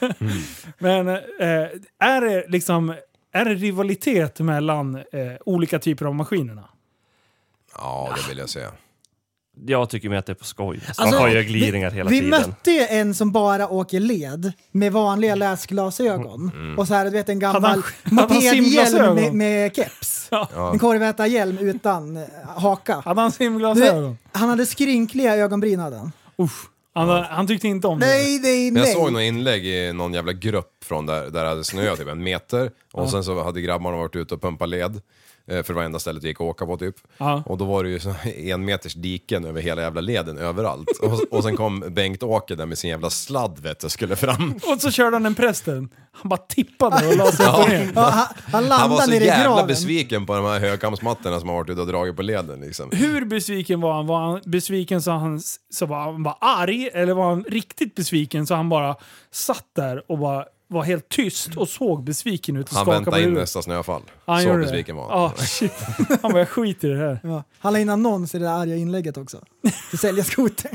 Men eh, är det liksom är det rivalitet mellan eh, olika typer av maskinerna? Ja, det vill jag säga. Jag tycker mer att det är på skoj. Alltså, Man har ju gliringar vi, hela vi tiden. mötte ju en som bara åker led med vanliga läsglasögon. Och så här, du vet en gammal Hade han- hade han mopedhjälm simglasögon? med, med keps. En korvätarhjälm utan eh, haka. Hade han Du, simglasögon? han hade skrynkliga ögonbryn hade han. Uff, han, han tyckte inte om det. Nej, nej, Men jag nej. såg något inlägg i någon jävla grupp från där, där det hade snöat typ en meter. Och sen så hade grabbarna varit ute och pumpat led. eh, För det var enda stället det gick att åka på typ. Ja. Och då var det ju så en meters diken över hela jävla leden överallt. Och, och sen kom Bengt-Åke där med sin jävla sladd vet du, skulle fram. Och så körde han en prästen. Han bara tippade och la sig upp och ner. Ja, han, han landade Han var så nere i jävla graven. besviken på de här högkamsmattorna som har varit ute och dragit på leden liksom. Hur besviken var han? Var han besviken så han så var han bara arg? Eller var han riktigt besviken så han bara satt där och bara var helt tyst och såg besviken ut och Han skakade väntade på in huvudet? nästa snöfall. Han Så gjorde besviken det. var han. Ah, shit. Han bara, jag skiter i det här. Ja, han la in annons i det där arga inlägget också. Till sälja skotern.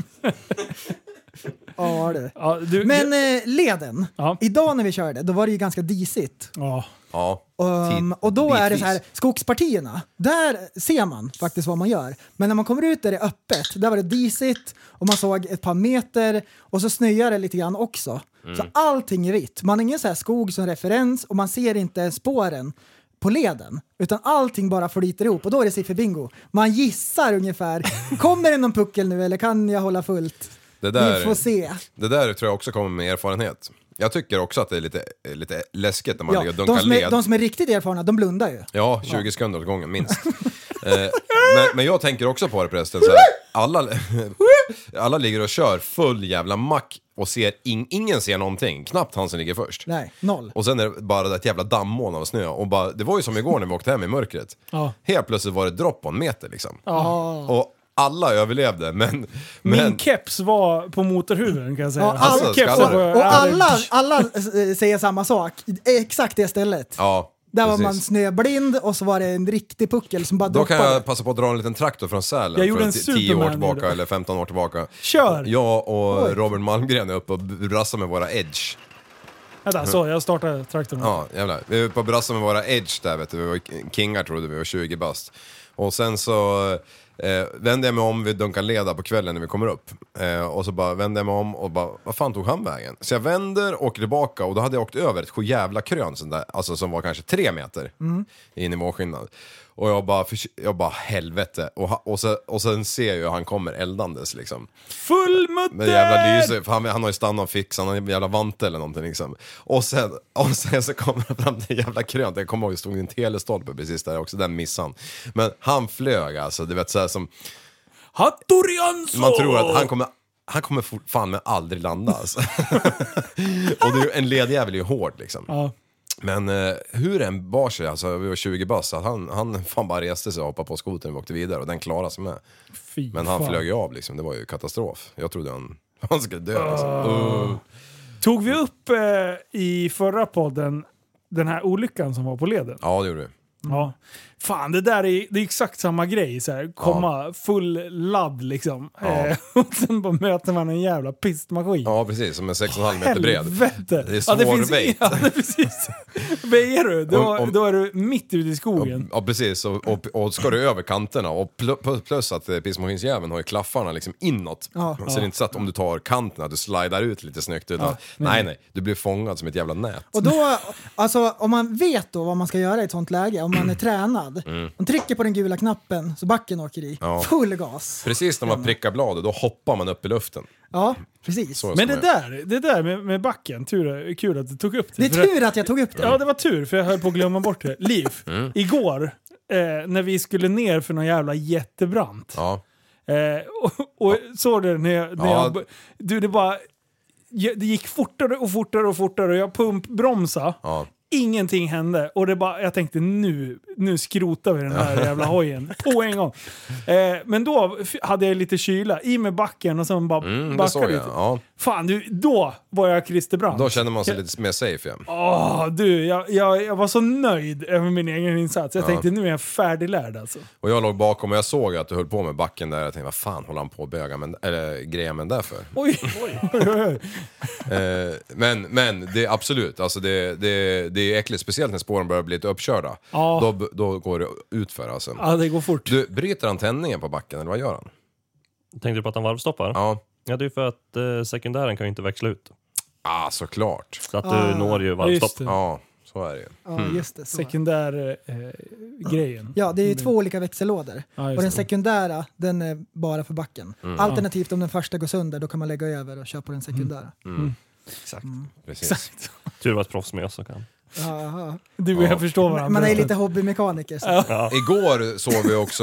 Ja, det. Ja, du, Men eh, leden. Ja. Idag när vi körde, då var det ju ganska disigt. ja. Ja. Um, Tid- och då är det bitvis. så här, skogspartierna, där ser man faktiskt vad man gör. Men när man kommer ut där det är öppet, där var det disigt och man såg ett par meter och så snöar det lite grann också. Så allting är vitt. Man har ingen så här skog som referens och man ser inte spåren på leden. Utan allting bara flyter ihop och då är det sifferbingo. Man gissar ungefär, kommer det någon puckel nu eller kan jag hålla fullt? Det där, Vi får se. det där tror jag också kommer med erfarenhet. Jag tycker också att det är lite, lite läskigt när man Ja, ligger och de, dunkar som är, led. de som är riktigt erfarna, de blundar ju. Ja, tjugo sekunder åt gången minst. eh, men, men jag tänker också på det prästen så här, alla, alla ligger och kör full jävla mack och ser in, ingen ser någonting, knappt han som ligger först. Nej, noll. Och sen är det bara ett jävla dammoln av snö. Och bara, det var ju som igår när vi åkte hem i mörkret. Ja. Helt plötsligt var det dropp på en meter liksom. Ja. Och alla överlevde, men... Min men keps var på motorhuven kan jag säga. Ja, all- Alltså, Kepsen skallar var- du? Och ja, alla, det- alla eh, säger samma sak. Exakt det stället. Ja, Där var precis. man snöblind och så var det en riktig puckel som bara Då kan droppade. jag passa på att dra en liten traktor från Sälen. Jag gjorde för en t- tio år Superman tillbaka gjorde. eller femton år tillbaka. Kör! Jag och Oj. Robert Malmgren är uppe och brassar med våra Edge. Vänta, så jag startar traktorn. Ja, jävlar. Vi är uppe och brassar med våra Edge där, vet du. Vi var kingar, trodde vi var tjugo bast. Och sen så eh, vände jag mig om vid Duncanleda på kvällen när vi kommer upp. Eh, och så bara vände jag mig om och bara, vad fan tog han vägen? Så jag vänder, åker tillbaka och då hade jag åkt över ett jävla krön sån där, alltså som var kanske tre meter i nivåskillnad. Och jag bara, för, jag bara helvete. Och, ha- och, så, och sen ser jag hur han kommer eldandes liksom. Full Med mutter! jävla lyse, för han, han har ju stannat och fixat, han har en jävla vante eller någonting liksom. Och sen, och sen så kommer han fram till jävla krönt. Jag kommer ihåg, det stod en telestolpe precis där också, den missade han. Men han flög alltså, du vet såhär som... Hattorianso! Man tror att han kommer... Han kommer fort, fan med aldrig landa alltså. Och det, är ju- en ledjävel är ju hård liksom. Ja. Men eh, hur den bar sig, alltså vi var tjugo bast, att han, han fan bara reste sig och hoppade på skotern och åkte vidare och den klarade sig med. Fy Men han fan. flög ju av liksom, det var ju katastrof. Jag trodde han, han skulle dö alltså. Ah. Uh. Tog vi upp eh, i förra podden den här olyckan som var på leden? Ja, det gjorde du. Ja. Fan, det där är, det är exakt samma grej. Så här, komma full ladd liksom. Ja. Eh, och sen bara möter man en jävla pistmaskin. Ja, precis, som är sex komma fem meter bred. Helvete! Det är Ja, det finns- svårväjt. Ja, det är precis. Väjer du, då, Om- om- då är du mitt ute i skogen. Ja, precis. Och, och, och ska du över kanterna. Och pl- plus att eh, pistmaskinsjäveln har ju klaffarna liksom inåt. Ja. Så det är inte så att om du tar kanten att du slidar ut lite snyggt. Utan, nej, nej. Du blir fångad som ett jävla nät. Och då, alltså om man vet då vad man ska göra i ett sånt läge, om man är tränad, man trycker på den gula knappen så backen åker i, Ja. full gas. Precis när man prickar bladet, då hoppar man upp i luften. Ja, precis. Så Men ska det man där, det där med, med backen, tur, kul att du tog upp det. Det är För tur att jag tog upp det. Ja, det var tur, för jag höll på att glömma bort det. Liv, igår, eh, när vi skulle ner för någon jävla jättebrant. Ja. Eh, och, och såg du när jag... När Ja. jag du, det bara... Det gick fortare och fortare och fortare och jag pumpbromsade. Ja. Ingenting hände. Och det bara, jag tänkte nu, nu skrotar vi den här jävla hojen på en gång. Eh, men då f- hade jag lite kyla i med backen och sen bara Mm, det backade såg jag. lite. Ja. Fan, du, då var jag Christer Brandt. Då känner man sig lite mer safe igen. Åh, du, jag, jag, jag var så nöjd över min egen insats. Jag tänkte, nu är jag färdiglärd alltså. Och jag låg bakom och jag såg att du höll på med backen där. Jag tänkte, vad fan håller han på att böga med, eller greja med den där för? Oj, oj, oj, oj. Eh, men, men det är absolut, alltså det, det, det är äckligt, speciellt när spåren börjar bli lite uppkörda. Ja. Då, då går det ut för alltså. Ja, det går fort. Du, bryter han tändningen på backen eller vad gör han? Tänkte du på att han varvstoppar? Ja, Ja, det är för att eh, sekundären kan ju inte växla ut. ah, såklart. Så att du Ah. når ju Ja, varvstopp. just det. Ja, så är det ju. Ja, just det. Så. Sekundär eh, grejen. Ja, det är ju två olika växellådor. Ja, just och den det. sekundära, den är bara för backen. Alternativt om den första går sönder, då kan man lägga över och köra på den sekundära. Exakt. Precis. Tur var ett proffs med oss så kan. Jaha. Du och jag förstår varandra. Man är lite hobbymekaniker. Så. Igår såg vi också,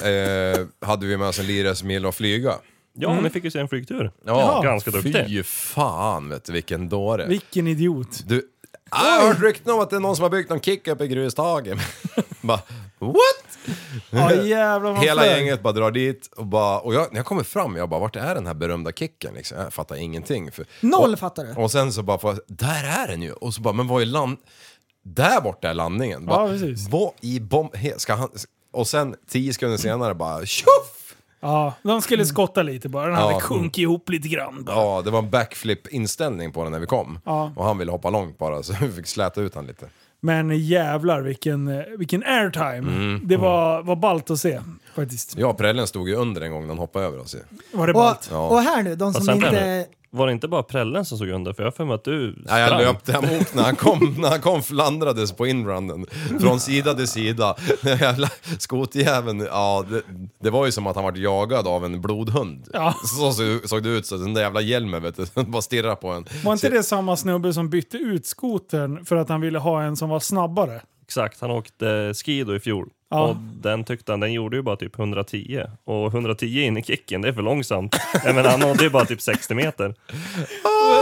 eh, hade vi med oss en lirare som gillar att flyga. Ja, ni fick ju se en flygtur. Ja, Ganska duktig. fy fan vet du, vilken dåre. Vilken idiot. Du, jag har hört rykten om att det är någon som har byggt någon kick upp i grushagen. Bara, what? Ja, jävlar vad Hela flög. gänget bara drar dit och bara, och jag, när jag kommer fram, jag bara, vart är den här berömda kicken liksom? Jag fattar ingenting. För, Noll och, fattar du. och sen så bara, får- där är den ju. Och så bara, men vad är land... Där borta är landningen. Bara, Ja, precis. vad i bomb... he- Ska han... Och sen tio sekunder senare bara, tjoff! Ja, de skulle skotta lite bara. Den hade Ja. sjunkit ihop lite grann. Bara. Ja, det var en backflip-inställning på den när vi kom. Ja. Och han ville hoppa långt bara, så vi fick släta ut han lite. Men jävlar vilken, eh, vilken airtime. Mm. Det var, var ballt att se faktiskt. Ja, prällen stod ju under en gång när han hoppade över oss. ju. Var det Och, ballt? Ja. och här nu, de Fast som sen inte... Var det inte bara prällen som såg under? För jag har för mig att du Ja, jag sprang. löpte emot när han kom, när han kom flandrades på inrunnen. Från sida till sida. Jävla skotjäveln, ja, det, det var ju som att han var jagad av en blodhund. Ja. Så såg, såg det ut, så den där jävla hjälmen vet du, bara stirrar på en. Var inte det samma snubbe som bytte ut skotern för att han ville ha en som var snabbare? Exakt, han åkte skido i fjol. Ja. Och den tyckte han, den gjorde ju bara typ hundratio. Och hundratio in i kicken, det är för långsamt. Jag menar, han nådde ju bara typ sextio meter.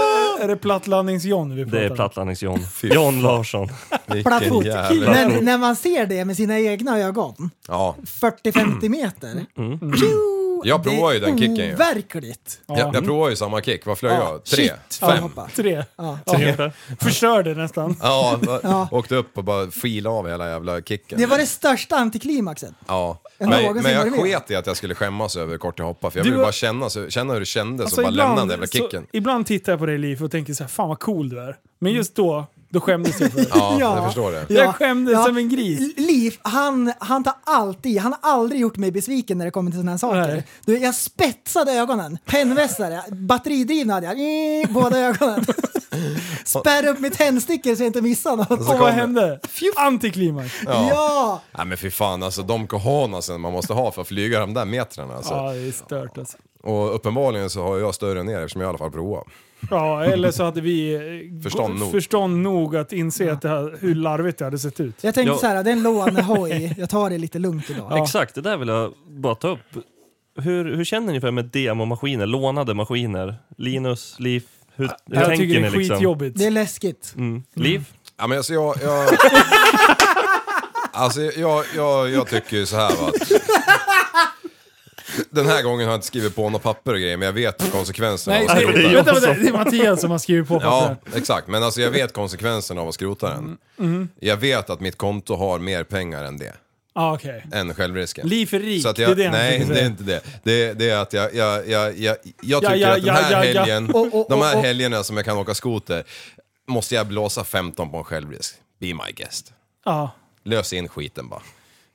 är det plattlandnings-John vi pratar Det är om? plattlandnings-John. John Larsson. Plattfot. jävla- Men när man ser det med sina egna ögon, Ja, fyrtio femtio meter. Mm. Tjo! Jag provar ju Det är den kicken ju. overkligt. Ja. jag, jag provar ju samma kick. Vad flög Ja, jag? Tre? shit. Ja, Fem? hoppa. Tre. Ja. Ja. Förstörde nästan. Ja, Ja. åkte upp och bara filade av hela jävla kicken. Det var det största antiklimaxet. Ja, Jag men, någonsin men jag varit med. sket i att jag skulle skämmas över kort och hoppa, för jag Du ville har- bara känna, så, känna hur det kändes Alltså, och bara lämna ibland, den jävla så, kicken. ibland tittar jag på dig, Liv, och tänker så här, fan vad cool du är. Men just då, då skämdes jag för det. Ja, Ja. jag förstår det. Jag skämdes som en gris. Liv, han, han tar alltid, han har aldrig gjort mig besviken när det kommer till såna här saker. Nej. Du, jag spetsade ögonen, pennvässare, batteridrivna hade jag, i båda ögonen. Spärrade upp mitt tändstickor så jag inte missade något. så Och vad kom- hände? Antiklimax. Ja. Ja! Nej men fy fan, alltså de cojonasen man måste ha för att flyga de där metrarna alltså. Ja, det är stört alltså. Och uppenbarligen så har jag större än er eftersom jag i alla fall provar. Ja, eller så hade vi eh, Förstånd nog. förstånd nog att inse att det här, hur larvigt det hade sett ut. Jag tänkte Ja. så här, det är en lånehoj, jag tar det lite lugnt idag. Ja. Exakt, det där vill jag bara ta upp. Hur, hur känner ni för med demomaskiner, lånade maskiner? Linus, Liv, hur, hur Jag tänker tycker det ni är liksom? skitjobbigt. Det är läskigt. Mm. Liv? Ja men alltså jag... jag... alltså jag, jag, jag tycker ju så här va. Att... Den här gången har jag inte skrivit på några papper och grejer, men jag vet konsekvenserna Nej, av att nej, skrota nej, den. vänta, vänta, det är Mattias som har skrivit på Ja, papper. exakt. Men alltså jag vet konsekvenserna av att skrota den. Mm. Jag vet att mitt konto har mer pengar än det. Ah, okej. Än självrisken. Liv är rik, Så att det jag, är det han nej, försöker det är säga. inte det. Det, det är att jag, jag, jag, jag, jag tycker ja, att den ja, här ja, ja. helgen, Och- och- de här och- och- helgerna som jag kan åka skoter, måste jag blåsa femton på en självrisk. Be my guest. Ja. Lös in skiten bara.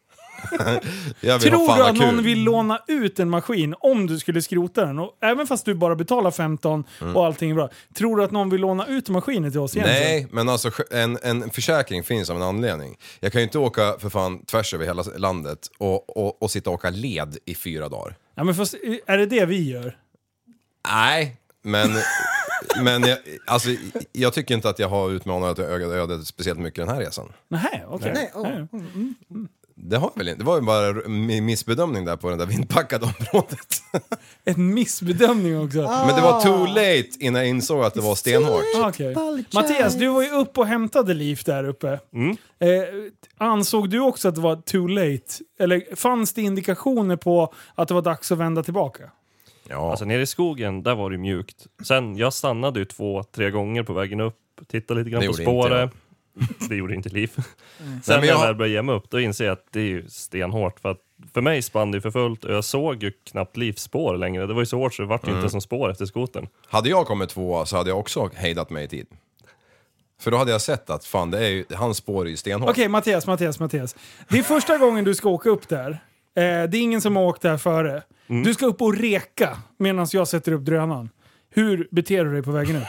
Jag vill ha Tror fan du ha att kul. någon vill låna ut en maskin om du skulle skrota den? Och även fast du bara betalar femton och allting är bra. Tror du att någon vill låna ut maskinen till oss egentligen? Nej, men alltså en, en försäkring finns av en anledning. Jag kan ju inte åka för fan tvärs över hela landet och, och, och sitta och åka led i fyra dagar. Ja, men fast, är det det vi gör? Nej, men, men jag, alltså, jag tycker inte att jag har utmanat ögat ödet speciellt mycket den här resan. Nej, okej. Nej, åh. Nej. Det har jag väl inte. Det var ju bara en missbedömning där på den där vindpackade området. En missbedömning också. Men det var too late innan jag insåg att det var stenhårt. Ah, okej. Mattias, du var ju upp och hämtade Liv där uppe. Mm. Eh, ansåg du också att det var too late? Eller fanns det indikationer på att det var dags att vända tillbaka? Ja, Alltså nere i skogen, där var det mjukt. Sen, jag stannade ju två, tre gånger på vägen upp. Tittade lite grann Det på gjorde inte spåret. Det gjorde inte Liv. Sen men när jag jag har- väl började ge mig upp, då inser jag att det är ju stenhårt. För att för mig spann det ju för fullt och jag såg ju knappt Livs spår längre. Det var ju så hårt så det var ju inte som spår efter skoten. hade jag kommit tvåa så hade jag också hejdat mig i tid. För då hade jag sett att fan, det är ju, hans spår är ju stenhårt. Okej, Mattias, Mattias, Mattias. Det är första gången du ska åka upp där. Eh, det är ingen som har åkt där före. Du ska upp och reka medan jag sätter upp drönaren. Hur beter du dig på vägen upp?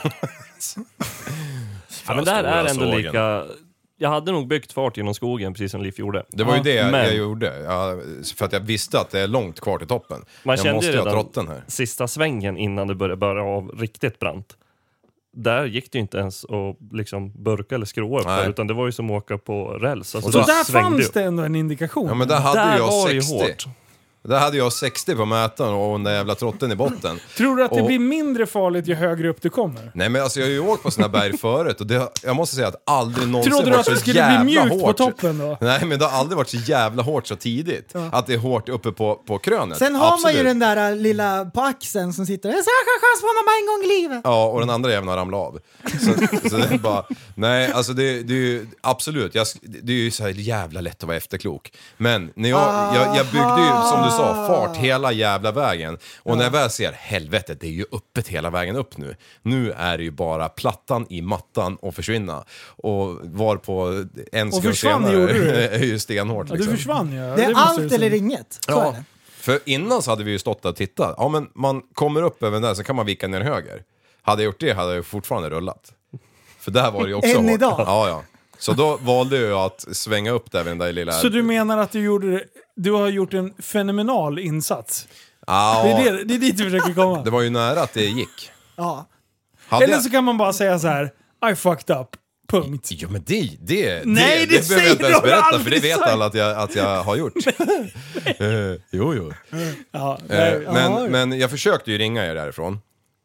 Ja, men där är ändå sågen. lika... Jag hade nog byggt fart genom skogen precis som Liv gjorde. Det var ju Ja, det jag, men- jag gjorde. Jag, för att jag visste att det är långt kvar till toppen. Man jag kände måste ju ha redan trotten här. sista svängen innan det började börja av riktigt brant. Där gick det ju inte ens att liksom burka eller skrå upp Nej. där, utan det var ju som att åka på räls. Alltså, Och Så då det där svängde fanns ju. det ändå en indikation. Ja men där hade Där jag var det ju sextio. hårt. Där hade jag sextio på mätaren och den där jävla trotten i botten. Tror du att det Och- blir mindre farligt ju högre upp du kommer? Nej men alltså jag har ju åkt på såna här berg förut och det, jag måste säga att aldrig någonsin Trodde du varit att så det skulle jävla bli mjukt hårt. på toppen då? Nej men det har aldrig varit så jävla hårt så tidigt. Att det är hårt uppe på, på krönet. Sen har man ju Absolut. den där lilla på axeln som sitter, en säker chans får man bara en gång i livet. Ja, och den andra jäveln har ramlat av. Så, så det är bara, nej alltså det, det är ju, absolut, jag, det är ju så här jävla lätt att vara efterklok. Men när jag, jag, jag byggde ju, som du sa, fart hela jävla vägen. Och när jag väl ser, helvete, det är ju öppet hela vägen upp nu. Nu är det ju bara plattan i mattan och försvinna. Och var på en sekund försvann senare gjorde du. är ju stenhårt Ja, liksom. du försvann ju. Ja, Det är måste allt du säga. eller inget. Så är Ja, det. för innan så hade vi ju stått där och tittat. Ja men man kommer upp över den där så kan man vika ner höger. Hade jag gjort det hade jag ju fortfarande rullat. För där var det ju också Än hårt. idag. Ja, ja. Så då valde jag att svänga upp där vid den där lilla... Så du menar att du, gjorde, du har gjort en fenomenal insats? Ja, Det är, det, det är dit du försöker komma. det var ju nära att det gick. Ja. Hade Eller jag... så kan man bara säga så här: I fucked up. Punkt. Jo men det, det, Nej, det, det behöver jag inte säger ens du berätta för aldrig det vet sagt. alla att jag, att jag har gjort. Eh, jo, jo. Ja, Eh, nej, men, ja. men jag försökte ju ringa er därifrån.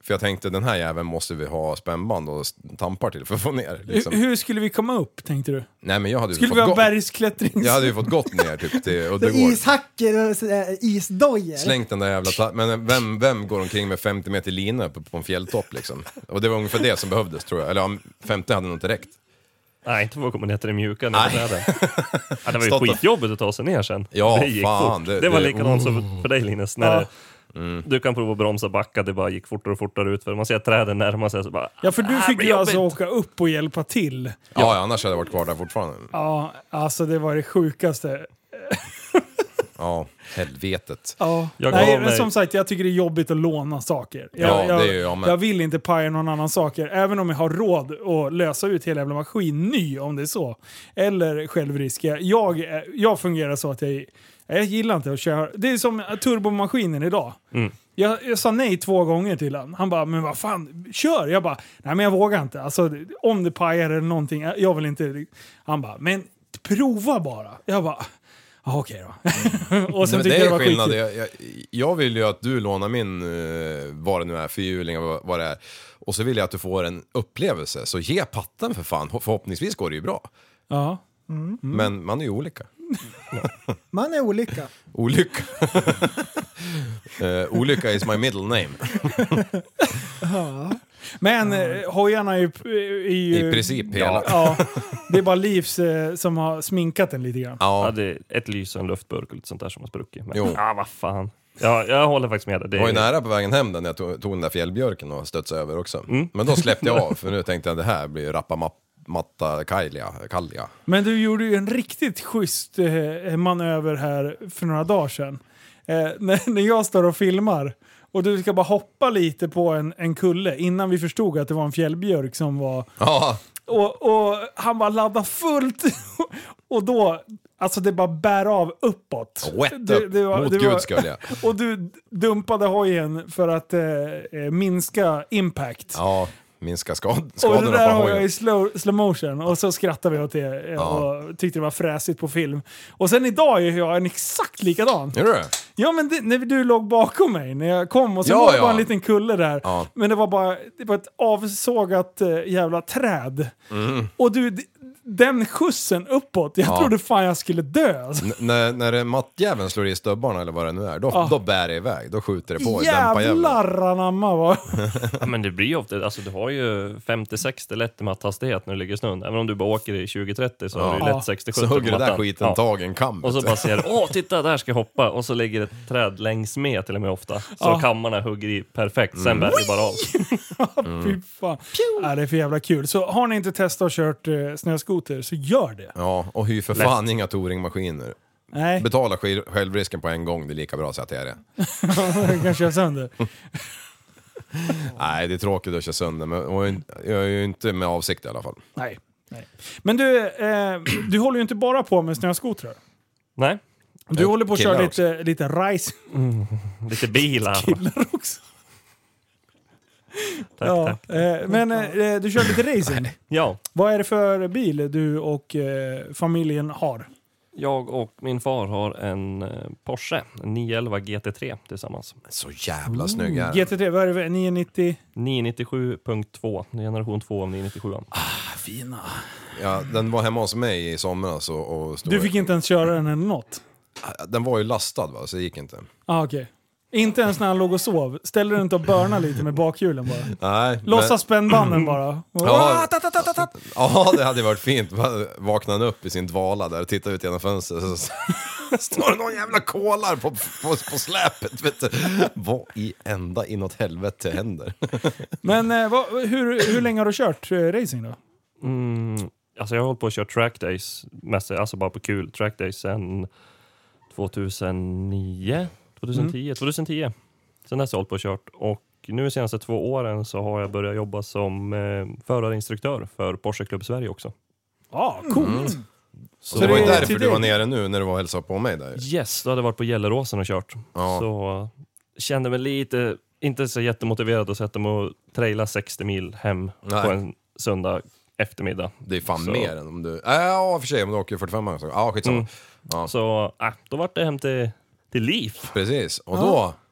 För jag tänkte, den här jäveln måste vi ha spännband och tampar till för att få ner. Liksom. Hur, hur skulle vi komma upp, tänkte du? Nej, men jag hade ju Skulle fått vi ha gå- bergsklättring? Jag hade ju fått gått ner typ till Uddegård. Ishacker och äh, isdojor. Slängt den där jävla... Ta- men vem, vem går omkring med femtio meter lina på, på en fjälltopp liksom? Och det var ungefär det som behövdes, tror jag. Eller om femtio hade nog inte räckt. Nej, inte för att komma ner till det mjuka. Ner på trädet. Ja, det var ju Stått och- skitjobbigt att ta sig ner sen. Ja, det gick fan, fort. det- Det, var det- likadant som för dig, Linus. När Ja. det, Du kan prova att bromsa backa, det bara gick fortare och fortare ut. För man ser att träden närmar sig så bara... Ja, för du "Ah, fick blir ju alltså jobbigt." åka upp och hjälpa till. Ja, annars hade jag varit kvar där fortfarande. Ja, alltså det var det sjukaste. Ja, helvetet. Ja. Jag Nej, gav men mig- som sagt, jag tycker det är jobbigt att låna saker. Jag, Ja, jag, det är jag med. jag vill inte paja någon annan saker, även om jag har råd att lösa ut hela jävla maskin ny, om det är så. Eller självrisk. Jag, jag, jag fungerar så att jag, jag gillar inte att köra. Det är som turbomaskinen idag. Mm. Jag, jag sa nej två gånger till han. Han bara, men vad fan, kör! Jag bara, nej men jag vågar inte. Alltså, om det pajar eller någonting, jag vill inte. Han bara, men prova bara. Jag bara, ah, okej då. Och sen Men tyckte det jag är var skillnad. skitkul. Jag, jag, jag vill ju att du lånar min, uh, vad det nu är, fyrhjuling vad, vad det är. Och så vill jag att du får en upplevelse. Så ge patten för fan. Förhoppningsvis går det ju bra. Ja. Mm. Men man är ju olika. Man är olika. Olycka. uh, olycka is my middle name. Men eh, hojarna är ju... Är ju I princip hela. Ja, ja, det är bara Livs eh, som har sminkat den lite grann. Ja, Ja, det är ett lys och en luftburk och lite sånt där som har spruckit. Men, Jo. ja, vad fan. Ja, jag håller faktiskt med dig. Det jag var ju är- nära på vägen hem där när jag tog, tog den där fjällbjörken och stötsade över också. Men då släppte jag av, för nu tänkte jag det här blir rappa ma- matta kajlia, kalja. Men du gjorde ju en riktigt schysst eh, manöver här för några dagar sedan. Eh, när, när jag står och filmar och du ska bara hoppa lite på en, en kulle innan vi förstod att det var en fjällbjörk som var... Ja, Och, och han bara laddar fullt och då, alltså det bara bär av uppåt. wet Det- upp det var- mot det var- Guds skull, ja. Och du dumpade hojen för att eh, eh, minska impact. Ja, minska skad, Och det skadorna där på har jag hojen. i slow, slow motion. Och så skrattade vi åt det eh, Ja. och tyckte det var fräsigt på film. Och sen idag är jag en exakt likadan. Gör du det? Ja, men det, när du låg bakom mig när jag kom och så Ja, var det ja. bara en liten kulle där. Ja. Men det var bara det var ett avsågat eh, jävla träd. Och du, d- den skjutsen uppåt, jag Ja. trodde fan jag skulle dö. Alltså. N- när, när det mattjäveln slår i stubbarna eller vad det nu är, då, Ja. då bär det iväg. Då skjuter det på. dämpar jäveln. Jävlar anamma vad... Ja, men det blir ju ofta, alltså du har ju femtio sextio lätt i matthastighet när du ligger i snön. Även om du bara åker i tjugo trettio så Ja. har du ju lätt sextio sjuttio Så hugger det på där mattan. skiten Ja. tag i en kam. Och så vet du. bara ser du, åh titta där ska jag hoppa. Och så ligger ett träd längs med till och med ofta. Så Ja. kammarna hugger i perfekt, Mm. sen bär det bara av. Fy fan. Ja, det är för jävla kul. Så har ni inte testat och kört eh, snöskoter så gör det. Ja, och hyr för Lätt. fan inga touringmaskiner. Nej, Betala sk- självrisken på en gång, det är lika bra så att det är det. jag kan köra sönder. Nej, det är tråkigt att köra sönder, men och jag är ju inte med avsikt i alla fall. Nej. Nej. Men du, eh, du håller ju inte bara på med snöskotrar. Nej, Du Eh, håller på att killar köra också. lite, lite rice lite bilar. killar också. Tack, Ja, tack. eh, men eh, du kör lite racing. Ja, Vad är det för bil du och eh, familjen har? jag och min far har en eh, Porsche, en nio elva G T tre tillsammans. Så jävla snygg är den. G T tre, vad är det? niohundranittio? niohundranittio punkt två, generation två av niohundranittio. Fina. Ja, den var hemma hos mig i somras och, och stod... Du fick inte ens köra den eller något? Den var ju lastad va, så det gick inte. Ah, okej. Inte ens när han låg och sov? Ställer du inte och börna lite med bakhjulen bara? Nej. Lossa spännbanden bara? Ja. Ja, det hade varit fint. Vaknade han upp i sin dvala där och tittade ut genom fönstret så står det någon jävla kolar på, på, på släpet. Vet du. Vad i ända inåt helvete händer? Men eh, vad, hur, hur länge har du kört eh, racing då? Mm, alltså jag har hållit på att köra track days, mest, alltså bara på kul, track days sen tjugohundranio, tjugohundratio, tjugohundratio. Sen dess har jag hållit på och kört. Och nu de senaste två åren så har jag börjat jobba som eh, förarinstruktör för Porsche Club Sverige också. Ja, ah, coolt. Så det var ju det är därför till du var dig. nere nu när du var och hälsade på mig där. Yes, då hade jag varit på Gelleråsen och kört. Ja. Så uh, kände mig lite, inte så jättemotiverad att sätta mig och traila sextio mil hem Nej. på en söndag eftermiddag. Det är fan Så. mer än om du... Äh, ja, för sig, om du åker fyrtiofem så. Ja, skitsamma. Mm. Ja, Så äh, då var det hem till, till liv. precis. Och då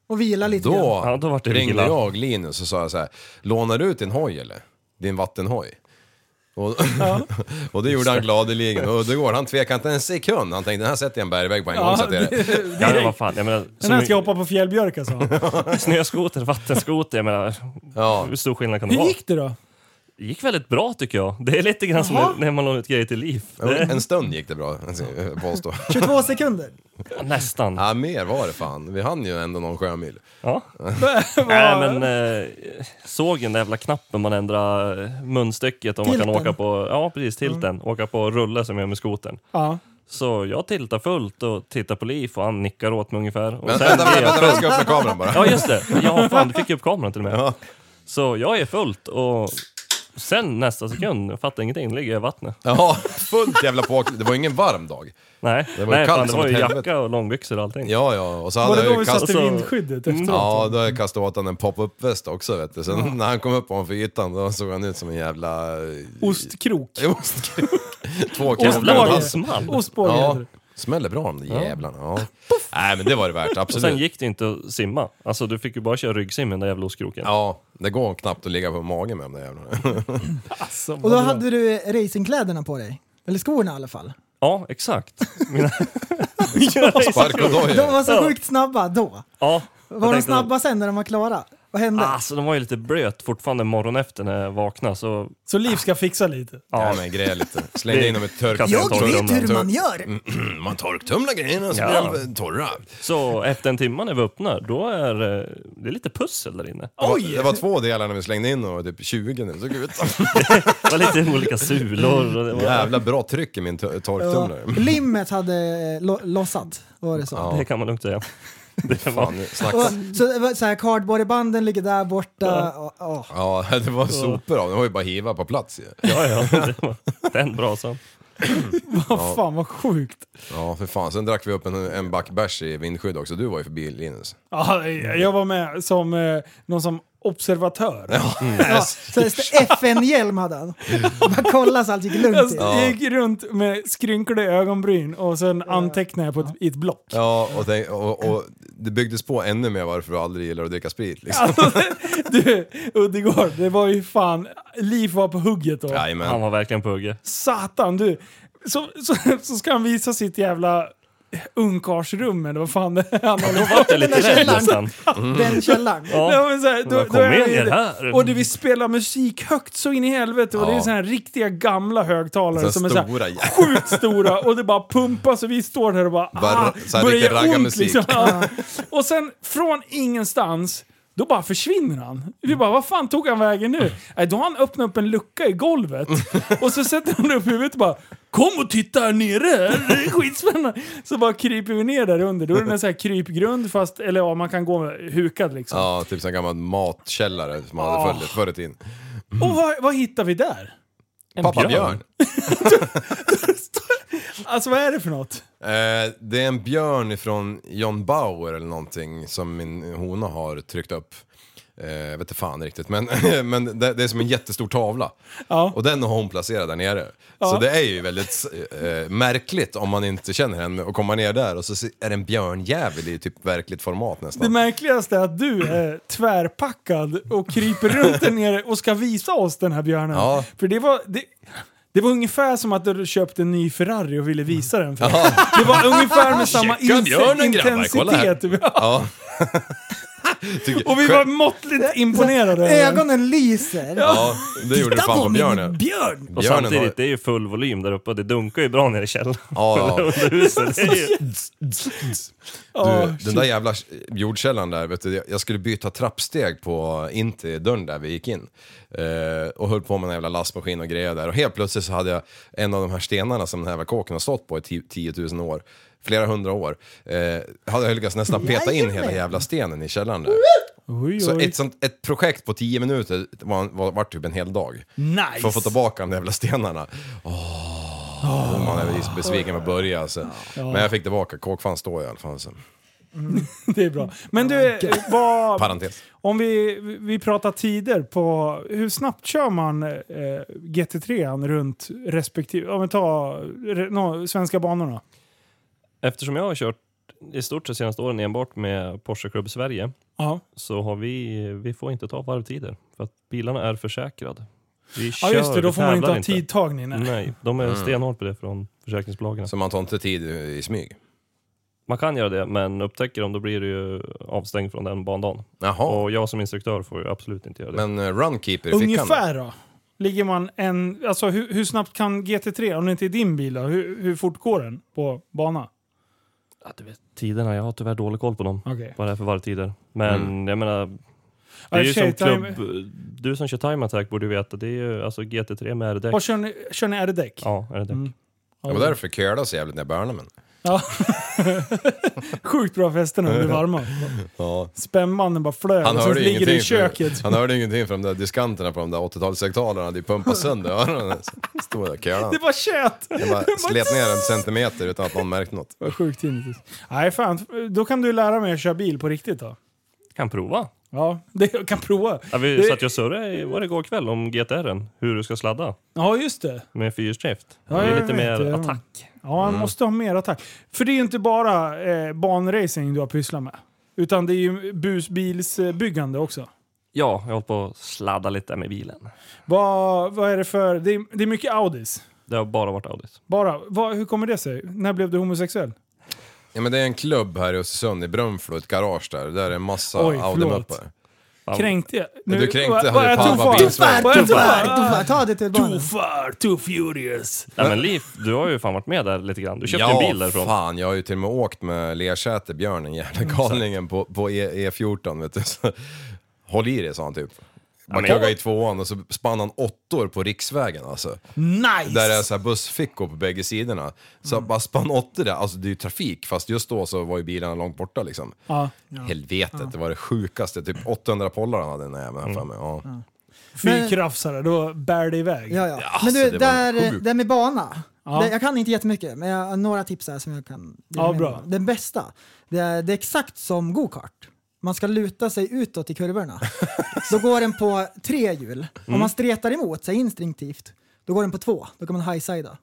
Och vila lite Då, grann. Ja, då var det ringde vila. jag Linus och sa så här: lånar du ut din hoj eller? Din vattenhoj? Och, och det gjorde han gladeligen. Och det går, han tvekade inte en sekund. Han tänkte, den här sätter jag en bergvägg på en gång. Så att det, Ja, men vad fan. Jag menar, Den här ska jag hoppa på fjällbjörk alltså. snöskoter, vattenskoter, jag menar, ja. hur stor skillnad kan det Hur vara? gick det då? Det gick väldigt bra tycker jag. Det är lite grann Jaha. som när man lånar ut grejer till liv. Det, En stund gick det bra, påstå. tjugotvå sekunder. nästan. Ja, mer var det fan. Vi hann ju ändå någon sjömil. Ja. Nej men eh, såg den där jävla knappen man ändrar eh, munstycket om man kan Tilten. åka på, ja precis, tilten, åka på rulle som jag gör med skotern. Ja. Så jag tiltar fullt och tittar på Liv och han nickar åt mig ungefär. Och Vänta, sen vänta, är jag vänta, jag fullt. ska öppna kameran bara. Ja just det, ja fan du fick upp kameran till och med. Ja. Så jag är fullt och sen nästa sekund, jag fattar ingenting, ligger jag i vattnet. Ja, fullt jävla på. Det var ingen varm dag. Nej, Det var ju nej kallt fan, det som var ju ett helvete. jacka och långbyxor och allting. Ja, ja. Och så Var hade det då jag vi ju kastat... satte så- vindskyddet efteråt? Ja, då har jag kastat åt han en pop-up-väst också, vet du. Sen när han kom upp ovanför ytan, då såg han ut som en jävla... Ostkrok. Ostkrok. Två Jävlar killar. vad Ostbåge. han small. Ostbåge Ja, heter det. smäller bra de där jävlarna. Ja. Nej, men det var det värt, Och absolut. sen gick det inte att simma. Alltså du fick ju bara köra ryggsim i den där jävla ostkroken. Ja, det går knappt att ligga på magen med de där jävlarna. Alltså, Och då hade du racingkläderna på dig. Eller skorna i alla fall. Ja, exakt. Mina... Spark och De dojor. var så Ja. sjukt snabba då. Ja. Var de tänkte- snabba sen när de var klara? Vad hände? Alltså de var ju lite blöt fortfarande morgon efter när jag vaknade. Så Så Liv ska fixa lite. Ja, men grejer lite. Släng Det- in dem i törk. Jag Jag torktumlar. vet hur man gör! Man torktumlar grejerna så Ja. blir de torra. Så efter en timme när vi öppnar, då är eh, det är lite pussel där inne. Det var, det var två delar när vi slängde in och typ tjugo nu. Så gud, Det var lite olika sulor. Och det, var, jävla bra tryck i min to- torktumlare. Limmet hade eh, lo- lossat, var det så? Ja. det kan man lugnt säga. Det var, Fan, snacka. Och, så det var så här, cardboardbanden ligger där borta. Och, och. Ja, det var sopor av. Det var ju bara hiva på plats. Ja, ja, ja, det var den brasan. Vad fan vad sjukt. ja för fan. Sen drack vi upp en, en back bärs i vindskydd också. Du var ju förbi, Linus. Ja, jag var med som eh, någon som observatör. Ja, så det F N-hjälm hade han. Bara kolla så allt gick lugnt till. Jag gick runt med skrynkliga ögonbryn och sen antecknade jag på ett, i ett block. Ja, och, tänk, och, och det byggdes på ännu mer varför du aldrig gillar att dricka sprit. Liksom. Du, Uddegård, det var ju fan, Liv var på hugget då. Han Jajamän. var verkligen på hugget. Satan du. Så, så, så ska han visa sitt jävla ungkarsrum eller vad fan det är. Han håller Då var jag lite rädd nästan. Den källaren. Ja. Ja, men så här, då, Men kom då är igen, vi- er här. Och det vi spelar musik högt så in i helvete. Och Ja. det är så här riktiga gamla högtalare Så som är så här stora jävlar. sjukt stora. Och det bara pumpas och vi står där och bara, Bara ah, så här börjar riktig göra ont, raggarmusik. liksom. Ja. Och sen från ingenstans då bara försvinner han. Vi bara, vad fan tog han vägen nu? Nej, då har han öppnat upp en lucka i golvet. Och så sätter han upp huvudet och bara, kom och titta här nere, det är skitspännande. Så bara kryper vi ner där under. Då är det en sån här krypgrund, fast, eller ja, man kan gå hukad liksom. Ja, typ en gammal matkällare som man hade följt förr i tiden. Och vad, vad hittar vi där? Pappa Björn. Alltså vad är det för något? Eh, det är en björn ifrån John Bauer eller någonting som min hona har tryckt upp. Eh, jag vet inte fan riktigt, men, men det, det är som en jättestor tavla. Ja. Och den har hon placerat där nere. Ja. Så det är ju väldigt eh, märkligt om man inte känner henne och komma ner där och så är det en björnjävel i typ verkligt format Det nästan. märkligaste är att du är tvärpackad och kryper runt där nere och ska visa oss den här björnen. Ja. För det var... Det, det var ungefär som att du köpte en ny Ferrari och ville visa den. För. Det var ungefär med samma Checka björnen, grabbar, kolla här. intensitet. Ja. Tycker- Och vi var måttligt imponerade. Ögonen lyser. Ja, det gjorde du fan på björnen. björn! Och Björnen samtidigt, har- det är ju full volym där uppe och det dunkar ju bra ner i källaren. Ja, ja. Under huset. Det är ju... Ja, Du, den där jävla jordkällan där, vet du, jag- jag skulle byta trappsteg på in till dörren där vi gick in. Eh, och höll på med en jävla lastmaskin och grejer där. Och helt plötsligt så hade jag en av de här stenarna som den här jävla kåken har stått på i tio- tiotusen år. Flera hundra år. Eh, hade jag lyckats nästan peta in hela jävla stenen i källaren där. Oj, Så oj. ett, sånt, ett projekt på tio minuter var, var, var typ en hel dag. Nice. För att få tillbaka de jävla stenarna. Åh, man är ju besviken med att börja alltså. Men jag fick tillbaka, kåkfan står i alla fall. Så. Det är bra. Men du, vad... Parentes. Om vi, vi pratar tider på hur snabbt kör man eh, G T tre runt respektive, om vi tar re, no, svenska banorna. Eftersom jag har kört i stort sett senaste åren enbart med Porsche Club Sverige. Ja. Så har vi, vi får inte ta varvtider. För att bilarna är försäkrade. Vi Ja just det, då får man inte ha inte. tidtagning. Nej. Nej, de är stenhårt på det från försäkringsbolagen. Så man tar inte tid i smyg? Man kan göra det, men upptäcker de då blir det ju avstängd från den bandagen. Jaha. Och jag som instruktör får ju absolut inte göra det. Men uh, runkeeper i fickan? Ungefär då? Ligger man en... Alltså hur, hur snabbt kan G T tre, om det inte är din bil då, hur, hur fort går den på bana? Ja, du vet, tiderna, jag har tyvärr dålig koll på dem. Okay. Vad det är för varvtider. Men Mm. jag menar... Det är ju tjej, som klubb... time... Du som kör Time Attack borde ju veta. Det är ju alltså G T tre med R-däck. Vad kör ni? Kör ni R-däck? Ja, R-däck. Mm. Det var därför curla så jävligt när jag började, men... Ja. Sjukt bra fester när de blir varma. Ja. Spännbanden bara flög Han och så hörde, ligger det i ingenting köket. för, han hörde ingenting från de där diskanterna på de där åttiotalshögtalarna. De pumpade sönder öronen. Stod där curlan. Det var kött! Jag bara slet ner en centimeter utan att någon märkte något. Det var sjukt tinnitus. Nej fan, då kan du lära mig att köra bil på riktigt då. Kan prova. Ja, det jag kan prova. Ja, vi det... satt ju och surrade var det igår kväll om G T R:en. Hur du ska sladda. Ja, just det. Med fyrhjulsdrift. Ja, det är jag lite vet mer det. attack. Ja, man måste ha mer attack. För det är ju inte bara eh, banracing du har pysslat med. Utan det är ju busbilsbyggande också. Ja, jag håller på att sladda lite med bilen. Vad, vad är det för... Det är, det är mycket Audis. Det har bara varit Audis. Bara. Vad, hur kommer det sig? När blev du homosexuell? Ja, men det är en klubb här i Östersund i Brunflo, ett garage där. Där är en massa Oj, Audi-muppar. Kränkte jag? Nu, du kränkte, vad är hade too Palma far? bilsväg. Vad är too Too far? far, too far. Ta det till Too barnen. far, too furious. Ja, men Liv, du har ju fan varit med där lite grann. Du köpte Ja, en bil därifrån. fan, jag har ju till och med åkt med Lersäter, björnen, jävla galningen på, på E fjorton, vet du. Så, håll i det, sa han typ. Man men- kuggade i tvåan och så spann han åttor på riksvägen alltså. Nice! Där är så här bussfickor på bägge sidorna. Så bara spann åttor där, alltså det är ju trafik. Fast just då så var ju bilarna långt borta liksom. Ja. Helvetet, det var det sjukaste. Typ åttahundra pollar han hade den här jäveln för mig. Ja. Fyrkrafsare, då bär det iväg. Ja, ja. alltså, Men du, det var där, sjukt. där med bana. Ja. Det, jag kan inte jättemycket, men jag har några tips här som jag kan... Ja, bra. Den bästa, det är, det är exakt som go-kart. Man ska luta sig utåt i kurvorna. Då går den på tre hjul. Om man stretar emot sig instinktivt, då går den på två. Då kan man high-sida.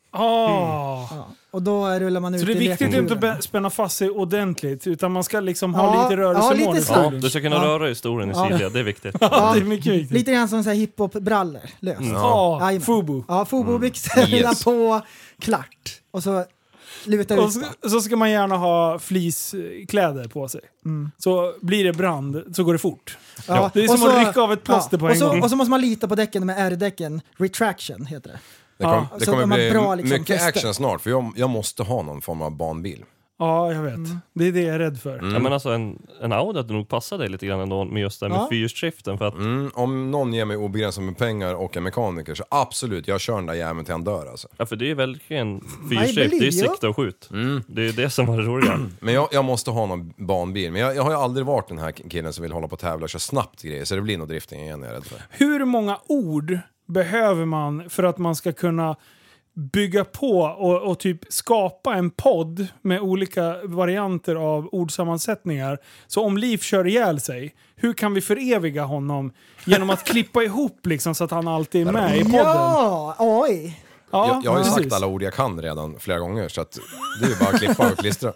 Ah. Ja. Och då rullar man ut Så det är i viktigt att inte lekkurvorna. bä- spänna fast sig ordentligt, utan man ska liksom ha Ja, lite ja, rörelsemål. lite i snabbt. stolen. Du ska kunna Ja. röra historien i Ja. sidled, det är viktigt. Ja, det är mycket viktigt. Lite grann som så här hiphop-brallor, löst. Ja, Jajamän. Fubu. Ja, Fubu-byxorna Yes. på, klart. Och så luta ut. Och så, så ska man gärna ha fleecekläder på sig. Så blir det brand så går det fort. Ja. Det är Och som så- att rycka av ett plåster på och en så, gång. Och så måste man lita på däcken med R-däcken. Retraction heter det. Det, kom, Ja, det så kommer de har bli bra, liksom, mycket fäste. action snart, för jag, jag måste ha någon form av banbil. Ja, jag vet. Det är det jag är rädd för. Ja, men alltså en, en Audi hade nog passat dig lite grann ändå med just det här med Ja. fyrhjulsdriften. För att Mm, om någon ger mig obegränsat med pengar och en mekaniker så absolut, jag kör den där jäveln till han dör alltså. Ja, för det är verkligen fyrhjulsdrift, det är believe you. sikta och skjut. Det är det som var det roliga. Men jag, jag måste ha någon banbil. Men jag, jag har ju aldrig varit den här killen som vill hålla på och tävla och köra snabbt grejer. Så det blir nog drifting igen, jag är rädd för. Hur många ord behöver man för att man ska kunna bygga på och, och typ skapa en podd med olika varianter av ordsammansättningar? Så om Liv kör ihjäl sig, hur kan vi föreviga honom genom att klippa ihop liksom så att han alltid är med i podden? Ja, oj. Ja, Jag, jag har ju precis. sagt alla ord jag kan redan flera gånger. Så att det är ju bara att klippa och klistra.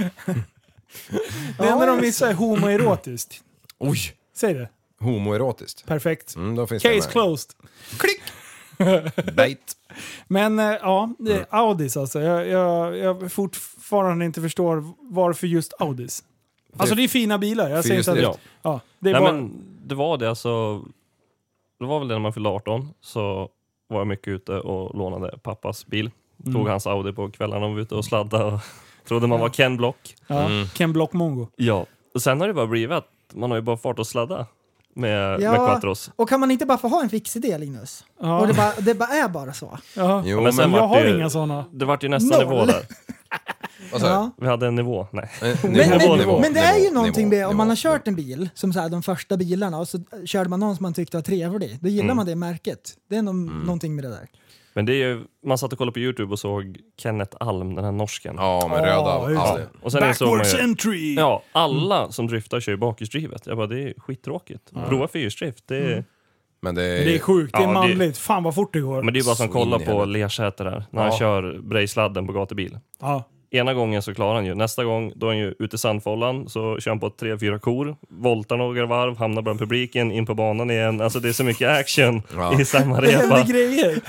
Det enda de missar är homoerotiskt. Oj! Säg det. Homoerotiskt. Perfekt. Mm, då finns det Case med. closed. Klick! Bait. Men eh, ja, det är Audis alltså. Jag, jag, jag fortfarande inte förstår varför just Audis. Alltså det är fina bilar. Jag säger inte att, Fyrhjulsdrift. ja, det är Nej, bara, men det var det alltså. Det var väl det när man fyllde arton, så var jag mycket ute och lånade pappas bil. Tog hans Audi på kvällarna och var ute och sladdade och trodde man var Ken Block. ja, Ken Block Mongo. Ja, och sen har det bara blivit att man har ju bara fart att sladda med, Ja. med Quattros. Och kan man inte bara få ha en fix idé, Linus? Ja. Och det bara, det bara är bara så. Ja. Jo, men men, sen Jag vart har det ju- inga sådana. Det vart ju nästa Noll. nivå där. vad sa du? Ja. Vi hade en nivå, nej. Eh, Men, nivå, men, nivå, men det är ju nivå, någonting nivå, med, om nivå. man har kört en bil, som så här, de första bilarna, och så körde man någon som man tyckte var trevlig. Då gillar man det märket. Det är någon, någonting med det där. Men det är ju, man satt och kollade på YouTube och såg Kenneth Alm, den här norsken. Ja, med Ja, röda just Audi. Och sen insåg man Backwards ju, entry! ja, alla som driftar kör ju bakhjulsdrivet. Jag bara, det är skittråkigt. Prova fyrhjulsdrift, det är... Men det är, Det är sjukt, det är Ja, det- manligt. Fan vad fort det går. Men det är bara som Så kolla in i på helvete. Lersäter där, när han Ja. kör brejsladden på gatubil. Ja. ena gången så klarar han ju. Nästa gång då är han ju ute i sandfållan, så kör han på tre, fyra kor, voltar några varv, hamnar bland publiken, in på banan igen. Alltså det är så mycket action Ja. i samma Det händer repa. grejer.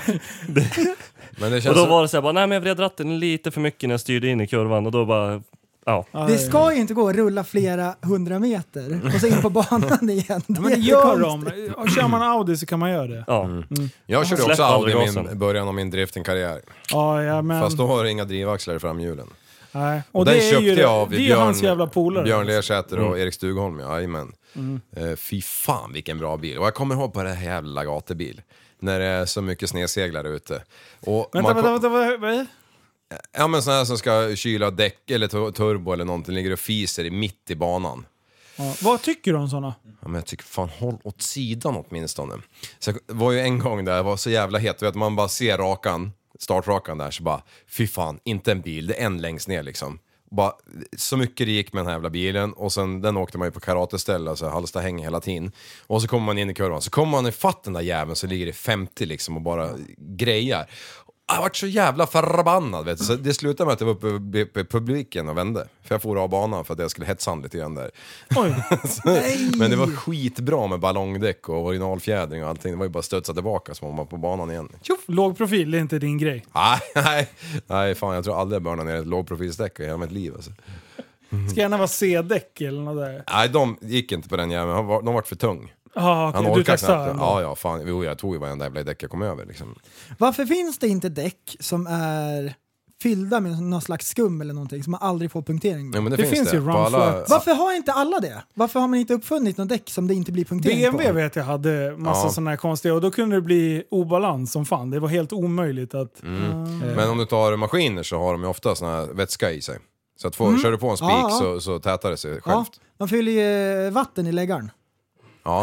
Men det Och känns då så... var det så här, bara, nej men jag vred ratten lite för mycket när jag styrde in i kurvan, och då bara, ja. Det ska ju inte gå att rulla flera hundra meter och så in på banan igen. Ja, men det gör de. Och kör man Audi så kan man göra det. ja. Mm. Jag körde Släpp också Audi aldrig i min gasen. början av min driftingkarriär. Ja, ja, men... Fast då har det inga drivaxlar i framhjulen. Nej. Och Och den det är köpte ju jag av det är ju Björn, hans jävla polare. Björn Lersäter och Mm. Erik Stugholm, ja, jajamän. Mm. Eh, fy fan vilken bra bil. Och jag kommer ihåg på det här jävla gatubil. När det är så mycket snedseglare ute. Och Vänta, man vänta, kom- vänta, vad? vad- Ja men sådana här som ska kyla däck eller tu- turbo eller någonting, ligger och fiser i mitt i banan. Ja. Vad tycker du om såna? Ja, men jag tycker fan håll åt sidan åtminstone. Så det var ju en gång där jag var så jävla het, vet, man bara ser rakan, startrakan där, så bara fy fan, inte en bil, det är en längst ner liksom. Bara, så mycket det gick med den här jävla bilen, och sen den åkte man ju på karateställe, alltså halsta hänger hela tiden. Och så kommer man in i kurvan, så kommer man i fatt den där jäveln, så ligger det femtio liksom och bara grejar. Jag varit så jävla förbannad, vet du. Så det slutade med att jag var uppe på publiken och vände. För jag får av banan för att jag skulle hetsa lite grann där. Oj. Men det var skitbra med ballongdäck och originalfjädring och allting. Det var ju bara studsa tillbaka som om man var på banan igen. Tjoff, låg profil, det är inte din grej. Nej, nej, nej fan, jag tror aldrig jag började ner ett lågprofilsdäck i hela mitt liv alltså. Ska gärna vara C-däck eller något där. Nej, de gick inte på den jäveln. De var, de var för tung. Ah, okay. Han Du orkar testade knappt. ändå. Ja, ja, fan. Jo, jag tog ju varenda jävla däck jag kom över liksom. Varför finns det inte däck som är fyllda med någon slags skum eller någonting som man aldrig får punktering med? Ja, men det, Det finns, finns det. ju På run alla... flat. Varför har inte alla det? Varför har man inte uppfunnit någon däck som det inte blir punktering B M W på? vet jag hade massa Ja. sådana här konstiga, och då kunde det bli obalans som fan. Det var helt omöjligt att... Mm. Eh, Men om du tar maskiner så har de ju ofta såna här vätska i sig. Så att få, Mm. kör du på en spik Ja, ja. så, så tätar det sig Ja, självt. man fyller ju vatten i läggaren. Ja.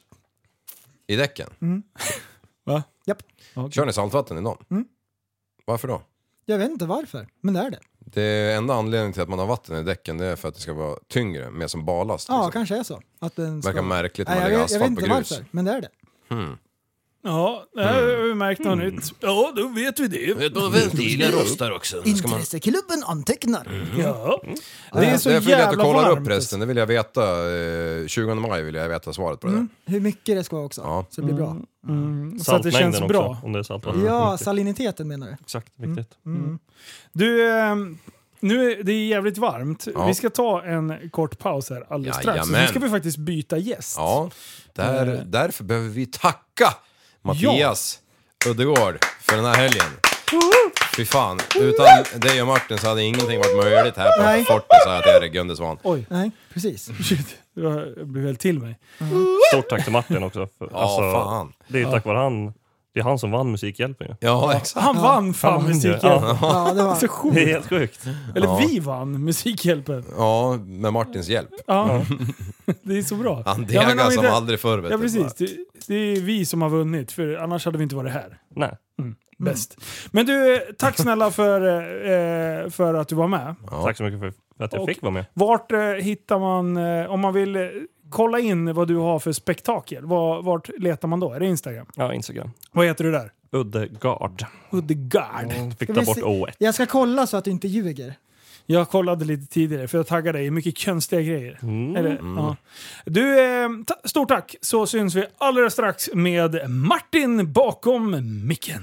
I däcken. Va? Japp. Kör ni saltvatten i dem? Mm. Varför då? Jag vet inte varför, men det är det. Det är enda anledningen till att man har vatten i däcken, det är för att det ska vara tyngre, mer som ballast. Ja, liksom. kanske är så. Att den ska... Verkar märkligt när Nej, man jag, lägger vet, jag vet asfalt på inte grus. varför, men det är det. Hmm. Ja, det här har vi märkt något nytt. Ja, då vet vi det. Ventilen rostar också. Intresseklubben antecknar. Ja. Det Det är så Därför vill jag att du jävla kollar varmt. upp resten. Det vill jag veta. Eh, tjugonde maj vill jag veta svaret på det där. Mm. Hur mycket det ska vara också, Ja. så det blir bra. Mm, så att det Saltmängden känns också, bra. om det är saltvatten. Ja, saliniteten menar du? Exakt, viktigt. Mm. Du, eh, nu är det jävligt varmt. Ja. Vi ska ta en kort paus här alldeles strax. Jajamän. Nu ska vi faktiskt byta gäst. Ja, där, Eh. därför behöver vi tacka Mattias Uddegård för den här helgen. Fy fan, utan dig och Martin så hade ingenting varit möjligt här på Nej. Forte, så att det är Gundesvan. Oj, Nej, precis. shit. Jag blev helt till mig. Stort tack till Martin också. För, Ja, alltså, fan. det är tack vare han. Det är han som vann Musikhjälpen ju. Ja, exakt. Han vann fan Han vann ju. Musikhjälpen. Ja, det var... Så sjukt. Det är helt sjukt. Eller Ja. vi vann Musikhjälpen. Ja, med Martins hjälp. Ja. Det är så bra. Han Ja, men degar om som inte- aldrig förr, vet Ja, du. precis. Det, det är vi som har vunnit, för annars hade vi inte varit här. Nej. Bäst. Men du, tack snälla för, eh, för att du var med. Ja. Tack så mycket för, för att jag Och- fick vara med. Vart eh, hittar man, eh, om man vill eh, kolla in vad du har för spektakel, var, vart letar man då? Är det Instagram? Ja, Instagram. Vad heter du där? Uddegard. Uddegard. Fick Ska ta vi bort se- O ett. Jag ska kolla så att du inte ljuger. Jag kollade lite tidigare för jag taggade dig i mycket konstiga grejer. Mm. Eller, ja. Du, eh, ta- stort tack, så syns vi alldeles strax med Martin bakom micken.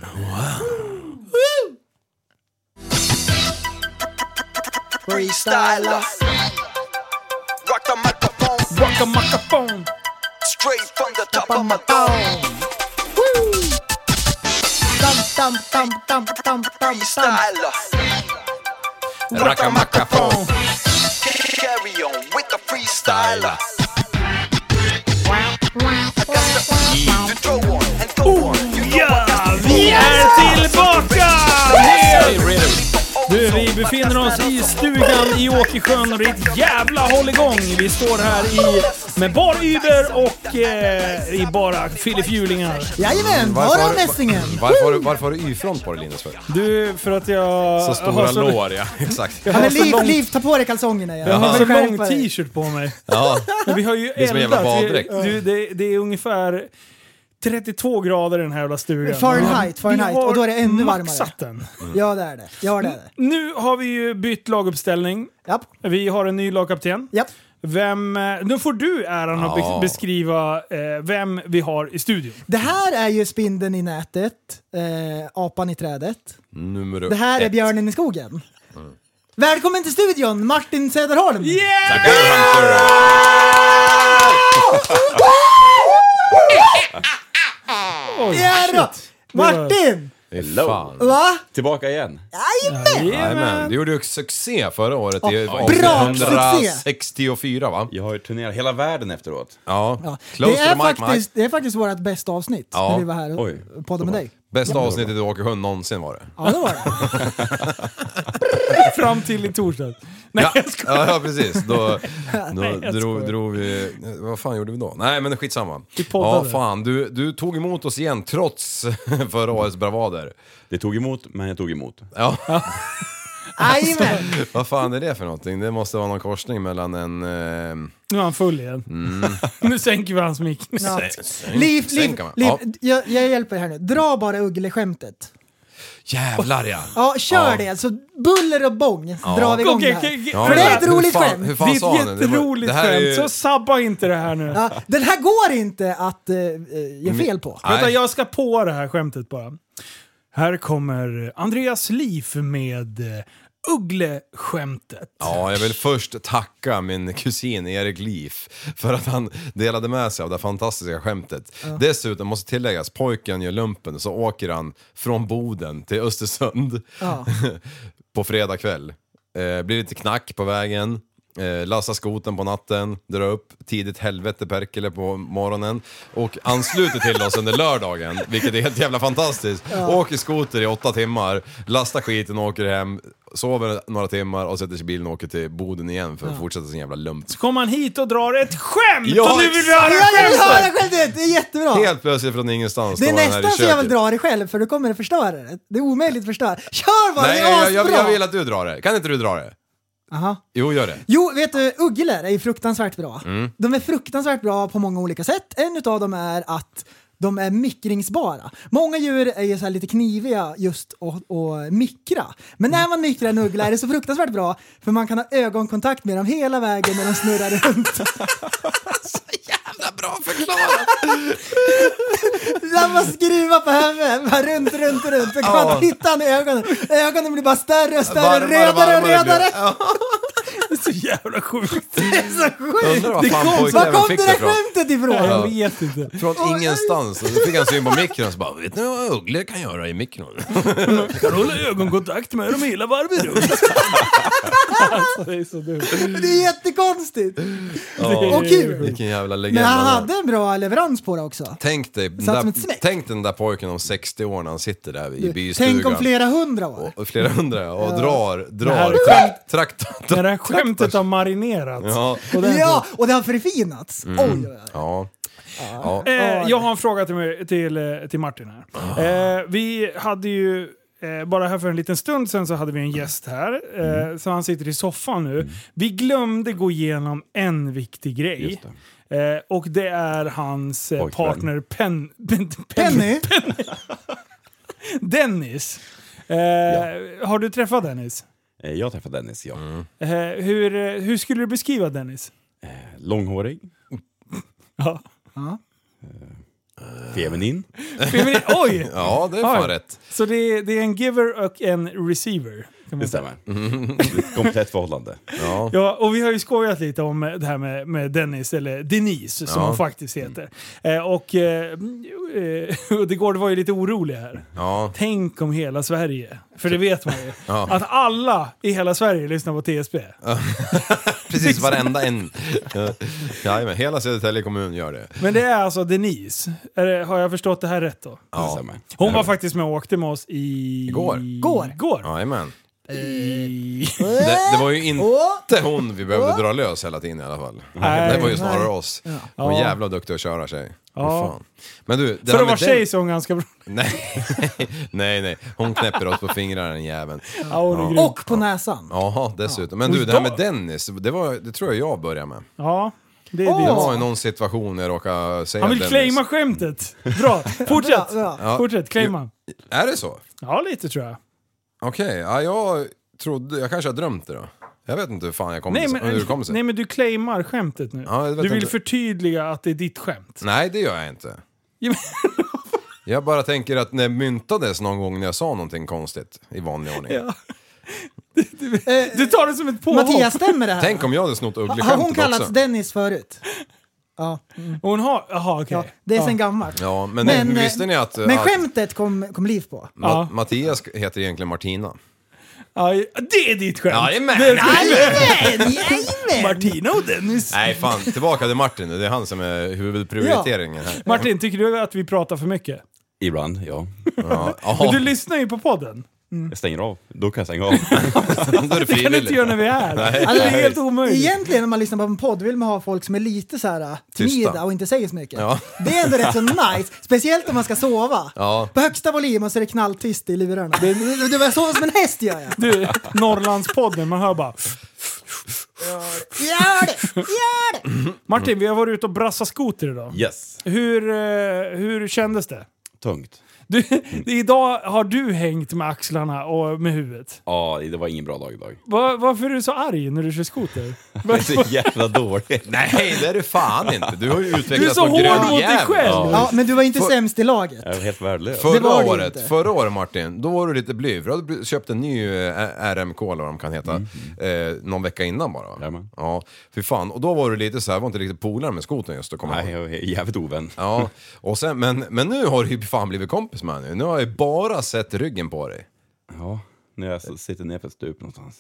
Freestyler. Rock the microphone Rock a microphone. straight from the top of my dome. Tam, tam, tam, tam, tam, tam, tam. Freestyler. Rock a microphone. Carry on with the freestyler. I got the heat to throw on and go on. You know I Ja, got the vi är tillbaka! Hey, rhythm. Du, vi befinner oss i stugan i Åkersjön och det är ett jävla hålligång. Vi står här i, med bar Uber och eh, i bara fillefjulingar. Jajamän, Varför bara har du- mässingen. Varför har du, varför har du Y-front på dig, Linus? För? Du, för att jag... Så jag stora har så, lår, ja. Exakt. Jag Ja, har men så liv, lång, liv, ta på dig kalsongerna igen. jag har så Skärpa lång dig. t-shirt på mig. Ja. Men vi har ju Det är som en jävla eldat. Vi, baddräkt. du, det, det är ungefär trettiotvå grader i den här jävla stugan. Fahrenheit, Fahrenheit. Vi har Och då är det ännu varmare. maxat den. Ja, det är det. Ja, det är det. Nu har vi ju bytt laguppställning. Japp. Vi har en ny lagkapten. Japp. Vem, eh, nu får du äran att Ja. be- beskriva eh, vem vi har i studion. Det här är ju spindeln i nätet, eh, apan i trädet. Nummer Det här är ett. björnen i skogen. Välkommen till studion, Martin Söderholm! Yeah! Oj, Ja då! shit. Det var- Martin! Hello! Fan. Va? Tillbaka igen. Jajamän, du gjorde ju succé förra året i bra hundrasextiofyra va? Jag har ju turnerat hela världen efteråt. Ja, Ja. close Det, to är the mic, Mike. faktiskt, det är faktiskt vårt bästa avsnitt Ja. när vi var här och Oj. poddade med dig. Bästa avsnittet i Åker hund någonsin var det. Ja, det var det. Fram till i torsdag. Nej, Ja, jag skojar. ja, ja precis. Då, då Nej, jag drog, skojar. drog vi... Vad fan gjorde vi då? Nej, men skitsamma. Vi poddade. Ja, fan. Du, du tog emot oss igen trots förra årets bravader. Det tog emot, men jag tog emot. Ja, Jajamän! vad fan är det för någonting? Det måste vara någon korsning mellan en... Eh, Nu är han full igen. Nu sänker vi hans mick. Ja. Liv, Liv, sänka mig. Liv Ja. jag, jag hjälper dig här nu. Dra bara uggleskämtet. jävlar ja! Ja, kör Ja. det. Så buller och bång drar vi igång Okej, det här. okej, Ja, För det är ett hur roligt fan- skämt. Hur Det fan är sa ett han? Det var- jätteroligt det här är skämt, ju- så sabba inte det här nu. Ja, den här går inte att uh, ge fel på. Nej. Vänta, jag ska på det här skämtet bara. Här kommer Andreas Liv med eh, Uggleskämtet. Ja, jag vill först tacka min kusin Erik Liv för att han delade med sig av det fantastiska skämtet. Dessutom måste tilläggas, pojken gör lumpen så åker han från Boden till Östersund Ja. på fredag kväll. Eh, blir lite knack på vägen. Eh, lassar skoten på natten, drar upp tidigt helvete Perkele på morgonen och ansluter till oss under lördagen, vilket är helt jävla fantastiskt. Åker skoter i åtta timmar, lastar skiten och åker hem, sover några timmar och sätter sig i bilen och åker till Boden igen för att fortsätta sin jävla lump. Så kommer han hit och drar ett skämt! Ja, och nu vill du exakt. höra Ja, jag vill höra skämtet! skämtet! Det är jättebra! Helt plötsligt från ingenstans Det är står han här i nästan så jag vill köket. dra det själv, för då kommer det förstöra det. Det är omöjligt att förstöra. Kör bara, Nej, det är jag, jag, asbra! jag vill att du drar det. Kan inte du dra det? Aha. Jo, gör det. Jo, vet du, ugglor är ju fruktansvärt bra. Mm. De är fruktansvärt bra på många olika sätt. En utav dem är att de är mikringsbara. Många djur är ju så här lite kniviga just att att mikra. Men när man mikrar en uggla är det så fruktansvärt bra, för man kan ha ögonkontakt med dem hela vägen när de snurrar runt. Jävla bra förklarat! När man skruvar på huvudet, bara runt, runt, runt. Så kan man inte hitta han i ögonen. Ögonen blir bara större och större, Varmare, rödare och varmare blir rödare. det. Ja. Det är så jävla sjukt. Det är så sjukt! Undrar vad Det fan kom- pojkjäveln Var kom fick det det där ifrån. skämtet ifrån? Nej, jag vet inte. Från ingenstans. Och så fick han syn på mikron och så bara, vet ni vad ugglor kan göra i mikron? Kan hålla ögonkontakt med dem hela varvet runt. Alltså, det är så dumt. Det är jättekonstigt. Ja. Och kul. Vilken jävla legend. Men han han är. hade en bra leverans på det också. Tänk dig, den Satt som ett där, smäck. tänk den där pojken om sextio år när han sitter där i bystugan. Tänk om flera hundra år. och, och flera hundra och Ja. drar, Det här drar, är trakt, trakt, När det här skämtet har marinerats. Ja. Och den- Ja, och det har förfinats. Mm. Oj, oj, oj. Ja. Ja. Eh, jag har en fråga till, mig, till, eh, till Martin här. Eh, vi hade ju, eh, bara här för en liten stund sedan så hade vi en gäst här. Eh, Mm. Så han sitter i soffan nu. Vi glömde gå igenom en viktig grej. Just det. Eh, och det är hans eh, Pojkvän. partner Pen, Pen, Penny? Dennis. Eh, Har du träffat Dennis? Eh, Jag träffade Dennis, ja. Eh, hur, eh, hur skulle du beskriva Dennis? Eh, Långhårig, Ja. feminin. Feminin- Oj! Ja, det är fan Oj. rätt. Så det är, det är en giver och en receiver. Kan man Det säga. stämmer. Ett komplett förhållande. Ja. Ja, och vi har ju skojat lite om det här med, med Dennis, eller Denise som Ja. hon faktiskt heter. Eh, och, eh, eh, och det går, det var ju lite orolig här. Ja. Tänk om hela Sverige, för det vet man ju, Ja. att alla i hela Sverige lyssnar på T S B. Precis, varenda en. Ja, men hela Södertälje kommun gör det. Men det är alltså Denise. Är det, har jag förstått det här rätt då? Det Ja. stämmer. Hon var faktiskt med och åkte med oss i... Igår. Går. Går. Jajamän. I... Det, det var ju inte Åh! hon vi behövde dra lös hela tiden i alla fall. Nej. Det var ju snarare oss. Hon Ja. jävla duktig att köra sig. Ja. Ja. Fan. Men du, det För här att vara med tjej den... så är hon ganska bra. Nej, nej, nej. Hon knäpper oss på fingrarna den jäveln. Ja, hon är grym. Och på näsan. Jaha, dessutom. Men du, det här med Dennis, det, var, det tror jag jag började med. Ja. Det är Åh. det. Det var i någon situation när jag råkade säga Han vill Dennis. claima skämtet. Bra, fortsätt. Bra, Ja. Fortsätt, claima. Är det så? Ja, lite tror jag. Okej, ja, jag trodde, jag kanske har drömt det då. Jag vet inte hur fan jag kommer Nej sig, men, hur det kommer sig. nej men du claimar skämtet nu. Ja, jag vet du vill inte. förtydliga att det är ditt skämt. Nej, det gör jag inte. Ja, men- Jag bara tänker att när det myntades någon gång när jag sa någonting konstigt i vanlig ordning. Ja. Du tar det som ett påhopp. Mattias, stämmer det här? Tänk om jag hade snott Har hon uggleskämtet kallats också. Dennis förut? Ja, Hon har, jaha okej. ja det är Ja. sen gammalt. Ja, men, Men, men eh, visste ni att, Men att skämtet kom, kom liv på. Ma- Ja. Mattias heter egentligen Martina? Ja, det är ditt skämt. Jajamän! Det är- Jajamän, jajamän! Martina och Dennis. Nej fan, tillbaka till Martin nu. Det är han som är huvudprioriteringen här. Martin, tycker du att vi pratar för mycket? Ibland, ja. Ja, Men du lyssnar ju på podden. Jag stänger av. Då kan jag stänga av. då är det Det kan du inte frivilligt. göra när vi är här. Nej. Alltså, det är helt omöjligt. Egentligen när man lyssnar på en podd vill man ha folk som är lite så här timida Tysta. och inte säger så mycket. Ja. Det är ändå rätt så nice, speciellt om man ska sova. Ja. På högsta volym och så är det knalltyst i lurarna. Det, det, det var så som en häst gör jag. Du, Norrlandspodden, man hör bara... Gör det! Gör det! Martin, vi har varit ute och brassat skoter idag. Yes. Hur, eh, hur kändes det? Tungt. Du, idag har du hängt med axlarna och med huvudet. Ja, det var ingen bra dag idag. Va, varför är du så arg när du kör skoter? Jag är så jävla dålig. Nej, det är du fan inte. Du har ju Du är utvecklats så som hård grön mot dig jävel. själv. Ja. Ja, men du var inte För- sämst i laget. Jag är helt värdelös. Det var Förra det året, inte. förra året Martin, då var du lite blyg. För du hade köpt en ny eh, R M K eller vad de kan heta, eh, någon vecka innan bara. Jajamän. Ja, för fan. Och då var du lite så här, var inte riktigt polare med skotern just då, kommer jag Nej, ihåg. jag är jävligt ovän. Ja, och sen, men, men nu har du ju fan blivit kompis med nu. Nu har jag ju bara sett ryggen på dig. Ja, när jag så sitter ner för ett stup någonstans.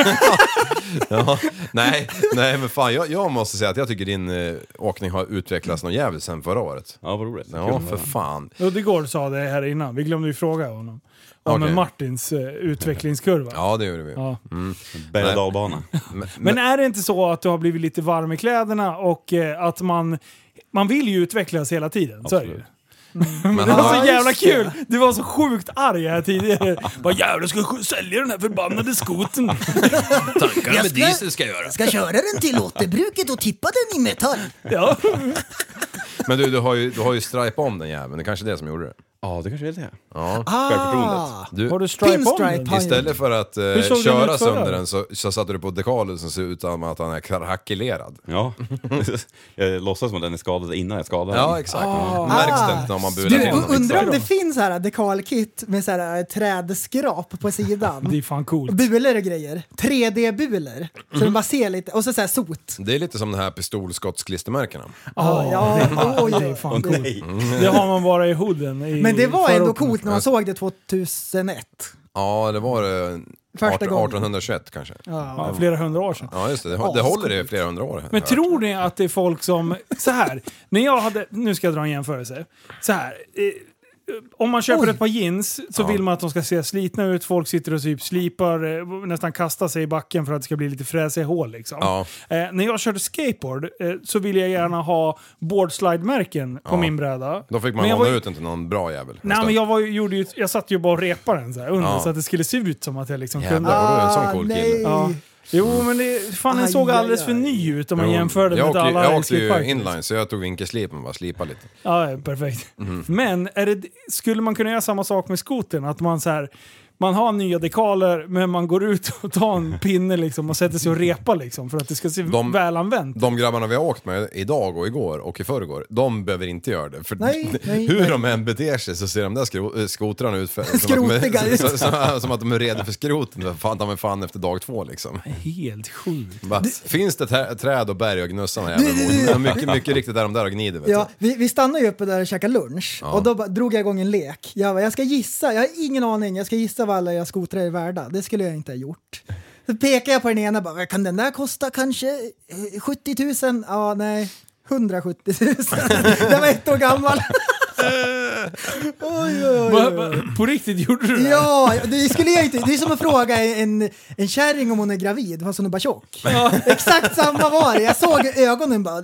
Ja, nej, nej men fan, jag, jag måste säga att jag tycker din eh, åkning har utvecklats någon jävligt sen förra året. Ja, vad roligt. Ja, för fan. Uddegård sa det här innan, vi glömde ju fråga honom. Om Okej. Martins eh, utvecklingskurva. Ja, det gjorde vi. Ja. Berg- och dalbana. Men, Men är det inte så att du har blivit lite varm i kläderna och eh, att man, man vill ju utvecklas hela tiden? Så är det ju. Absolut. men Det var så han, jävla kul! Du var så sjukt arg här tidigare. Vad jävlar, ska jag sälja den här förbannade skoten? tankarna med diesel ska jag göra. Ska köra den till återbruket och tippa den i metall. Ja. Men du, du har ju, du har ju stripat om den jäveln. Det är kanske är det som gjorde det. Ja, det kanske är det. Ja. Ah, Du, Har du stripe on Pinstripe den? har- istället för att eh, såg den köra ut förra? sönder den så, så satte du på dekalen som ser ut som att han är krackelerad. Ja. Jag låtsas som att den är skadad innan jag skadade Ja, den. exakt. Märks det inte när man bular Du, till den? undrar om Exakt. det finns så här dekalkit med så här trädskrap på sidan. Det är fan coolt. Bulor och grejer. tre D-bulor. Så den bara ser lite, och så så här sot. Det är lite som de här pistolskottsklistermärkena. Ja, ja, oj, det är fan oj. coolt. Det har man bara i hooden. I Men det var ändå förorten. coolt när man såg det tjugohundraett. Ja, det var eh, Första gången. artonhundratjugoett kanske. Ja, flera hundra år sedan. Ja, just det. Det, hå- det håller i flera hundra år. har Men jag tror ni att det är folk som... Så här, när jag hade... Nu ska jag dra en jämförelse. Så här. Eh, om man köper Oj. ett par jeans så Ja. vill man att de ska se slitna ut. Folk sitter och typ slipar, eh, nästan kastar sig i backen för att det ska bli lite fräsiga hål. Liksom. Ja. Eh, när jag körde skateboard eh, så ville jag gärna ha boardslide-märken på Ja. min bräda. Då fick man Men jag låna var ju- ut den till någon bra jävel. Nej, men jag, var, ju- gjorde ju, jag satt ju bara och repade den så här under Ja. så att det skulle se ut som att jag liksom Jävlar. kunde. Var du en sån cool nej. kille? Ja. Jo, men det, fan, den Aj, såg aj, alldeles aj. för ny ut om man Jo, jämförde jag med åkte, alla jag åkte ju skateparker. inline så jag tog vinkelslipen och bara slipa lite. Ja, ja, perfekt. Men är det, skulle man kunna göra samma sak med skotern? Att man så här, man har nya dekaler men man går ut och tar en pinne liksom och sätter sig och repar liksom för att det ska se De- väl använt. De grabbarna vi har åkt med idag och igår och i förrgår, de behöver inte göra det. För Nej, nej, hur nej. de än beter sig så ser de där skro- äh, skotrarna ut för, som, att Skrotiga, de, just är- som, som att de är redo för skroten. Fan, de är fan efter dag två liksom. Helt sjukt. Bara, finns det trä, träd och berg och gnussarna jävla mot? Mycket, mycket riktigt där de där och gnider. Vet Ja, du. vi, vi stannade ju uppe där och käkade lunch. Ja. Och då bara, drog jag igång en lek. Jag bara, jag ska gissa, jag har ingen aning, jag ska gissa vad alla jag skotrar är värda. Det skulle jag inte ha gjort. Så pekar jag på den ena, bara, kan den där kosta kanske eh, sjuttio tusen? Ja, nej, hundrasjuttio tusen. Den var ett år gammal. Oj, oj, oj. Va, va, på riktigt gjorde du det? Ja, det skulle jag inte. Det är som att fråga en, en kärring om hon är gravid, fast hon är bara tjock. Ja. Exakt samma var det. Jag såg ögonen bara...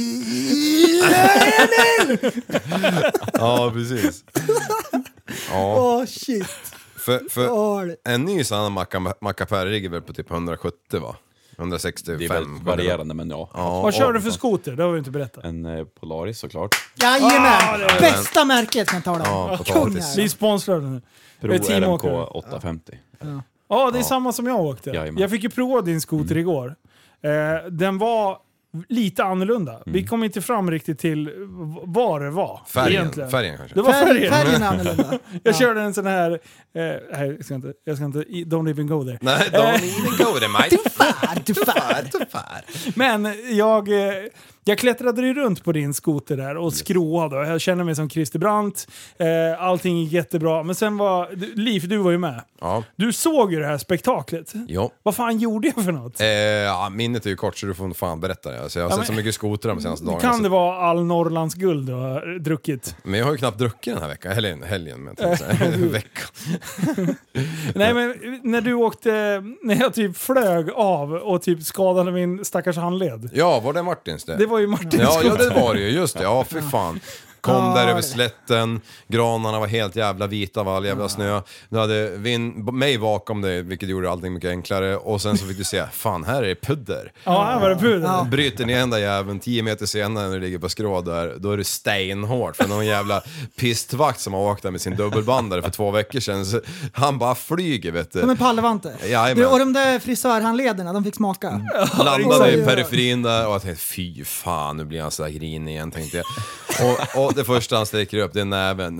Ja, precis. Ja, Åh, shit. för, för Åh, en ny sån här macka, mackapär ligger väl på typ hundrasjuttio va? hundrasextiofem. Det är väldigt varierande, men ja. ja. Vad kör du för skoter? Det har vi inte berättat. En eh, Polaris såklart. Jajamän! Ah, det är- Bästa märket kan jag tala om. Ja, Kung potatis. Vi här. sponsrar nu. Pro Ett R M teamåkare. K åttahundrafemtio. Ja, det är samma som jag åkte. Jajamän. Jag fick ju prova din skoter igår. Eh, den var lite annorlunda. Vi kom inte fram riktigt till v- vad det var. Färgen, egentligen. färgen kanske. Det var Färg, färgen. färgen är annorlunda. Jag Ja. körde en sån här... Eh, nej, jag ska inte... Jag ska inte don't even go there. Nej, don't even go there, mate. Fan, du fan. Men jag, eh, jag klättrade ju runt på din skoter där och skråade. Jag kände mig som Christer Brandt. Eh, allting gick jättebra. Men sen var... du- Liv, du var ju med. Ja, Du såg ju det här spektaklet. jo. Vad fan gjorde jag för något? Eh, ja, minnet är ju kort så du får fan berätta det. Alltså, jag har Ja, sett men- så mycket skotrar de senaste dagarna. Kan så... det vara all Norrlands guld du har druckit? Men jag har ju knappt druckit den här veckan. Helgen, helgen men jag tänkte säga. Veckan. Nej men när du åkte, när jag typ flög av och typ skadade min stackars handled. Ja, var det Martins det? Det var ju Martins Ja, ja, skoter. det var det ju. Just det. Ja, för fan. Kom Ja, där över det. slätten, granarna var helt jävla vita av all jävla snö. Du hade vin, mig bakom dig, vilket gjorde allting mycket enklare. Och sen så fick du se, fan här är det pudder. Ja, här var det puder. Bryter ner den där jäveln, tio meter senare när du ligger på skrå där, då är det stenhårt. För någon jävla pistvakt som har åkt där med sin dubbelbandare för två veckor sedan. Så han bara flyger, vet du. Som en pallevante. Jajamän. Du, och de där frisörhandlederna, de fick smaka. Landade i Oj. periferin där och jag tänkte, fy fan, nu blir han sådär grinig igen, tänkte jag. Och, och det första han sträcker upp, det är näven.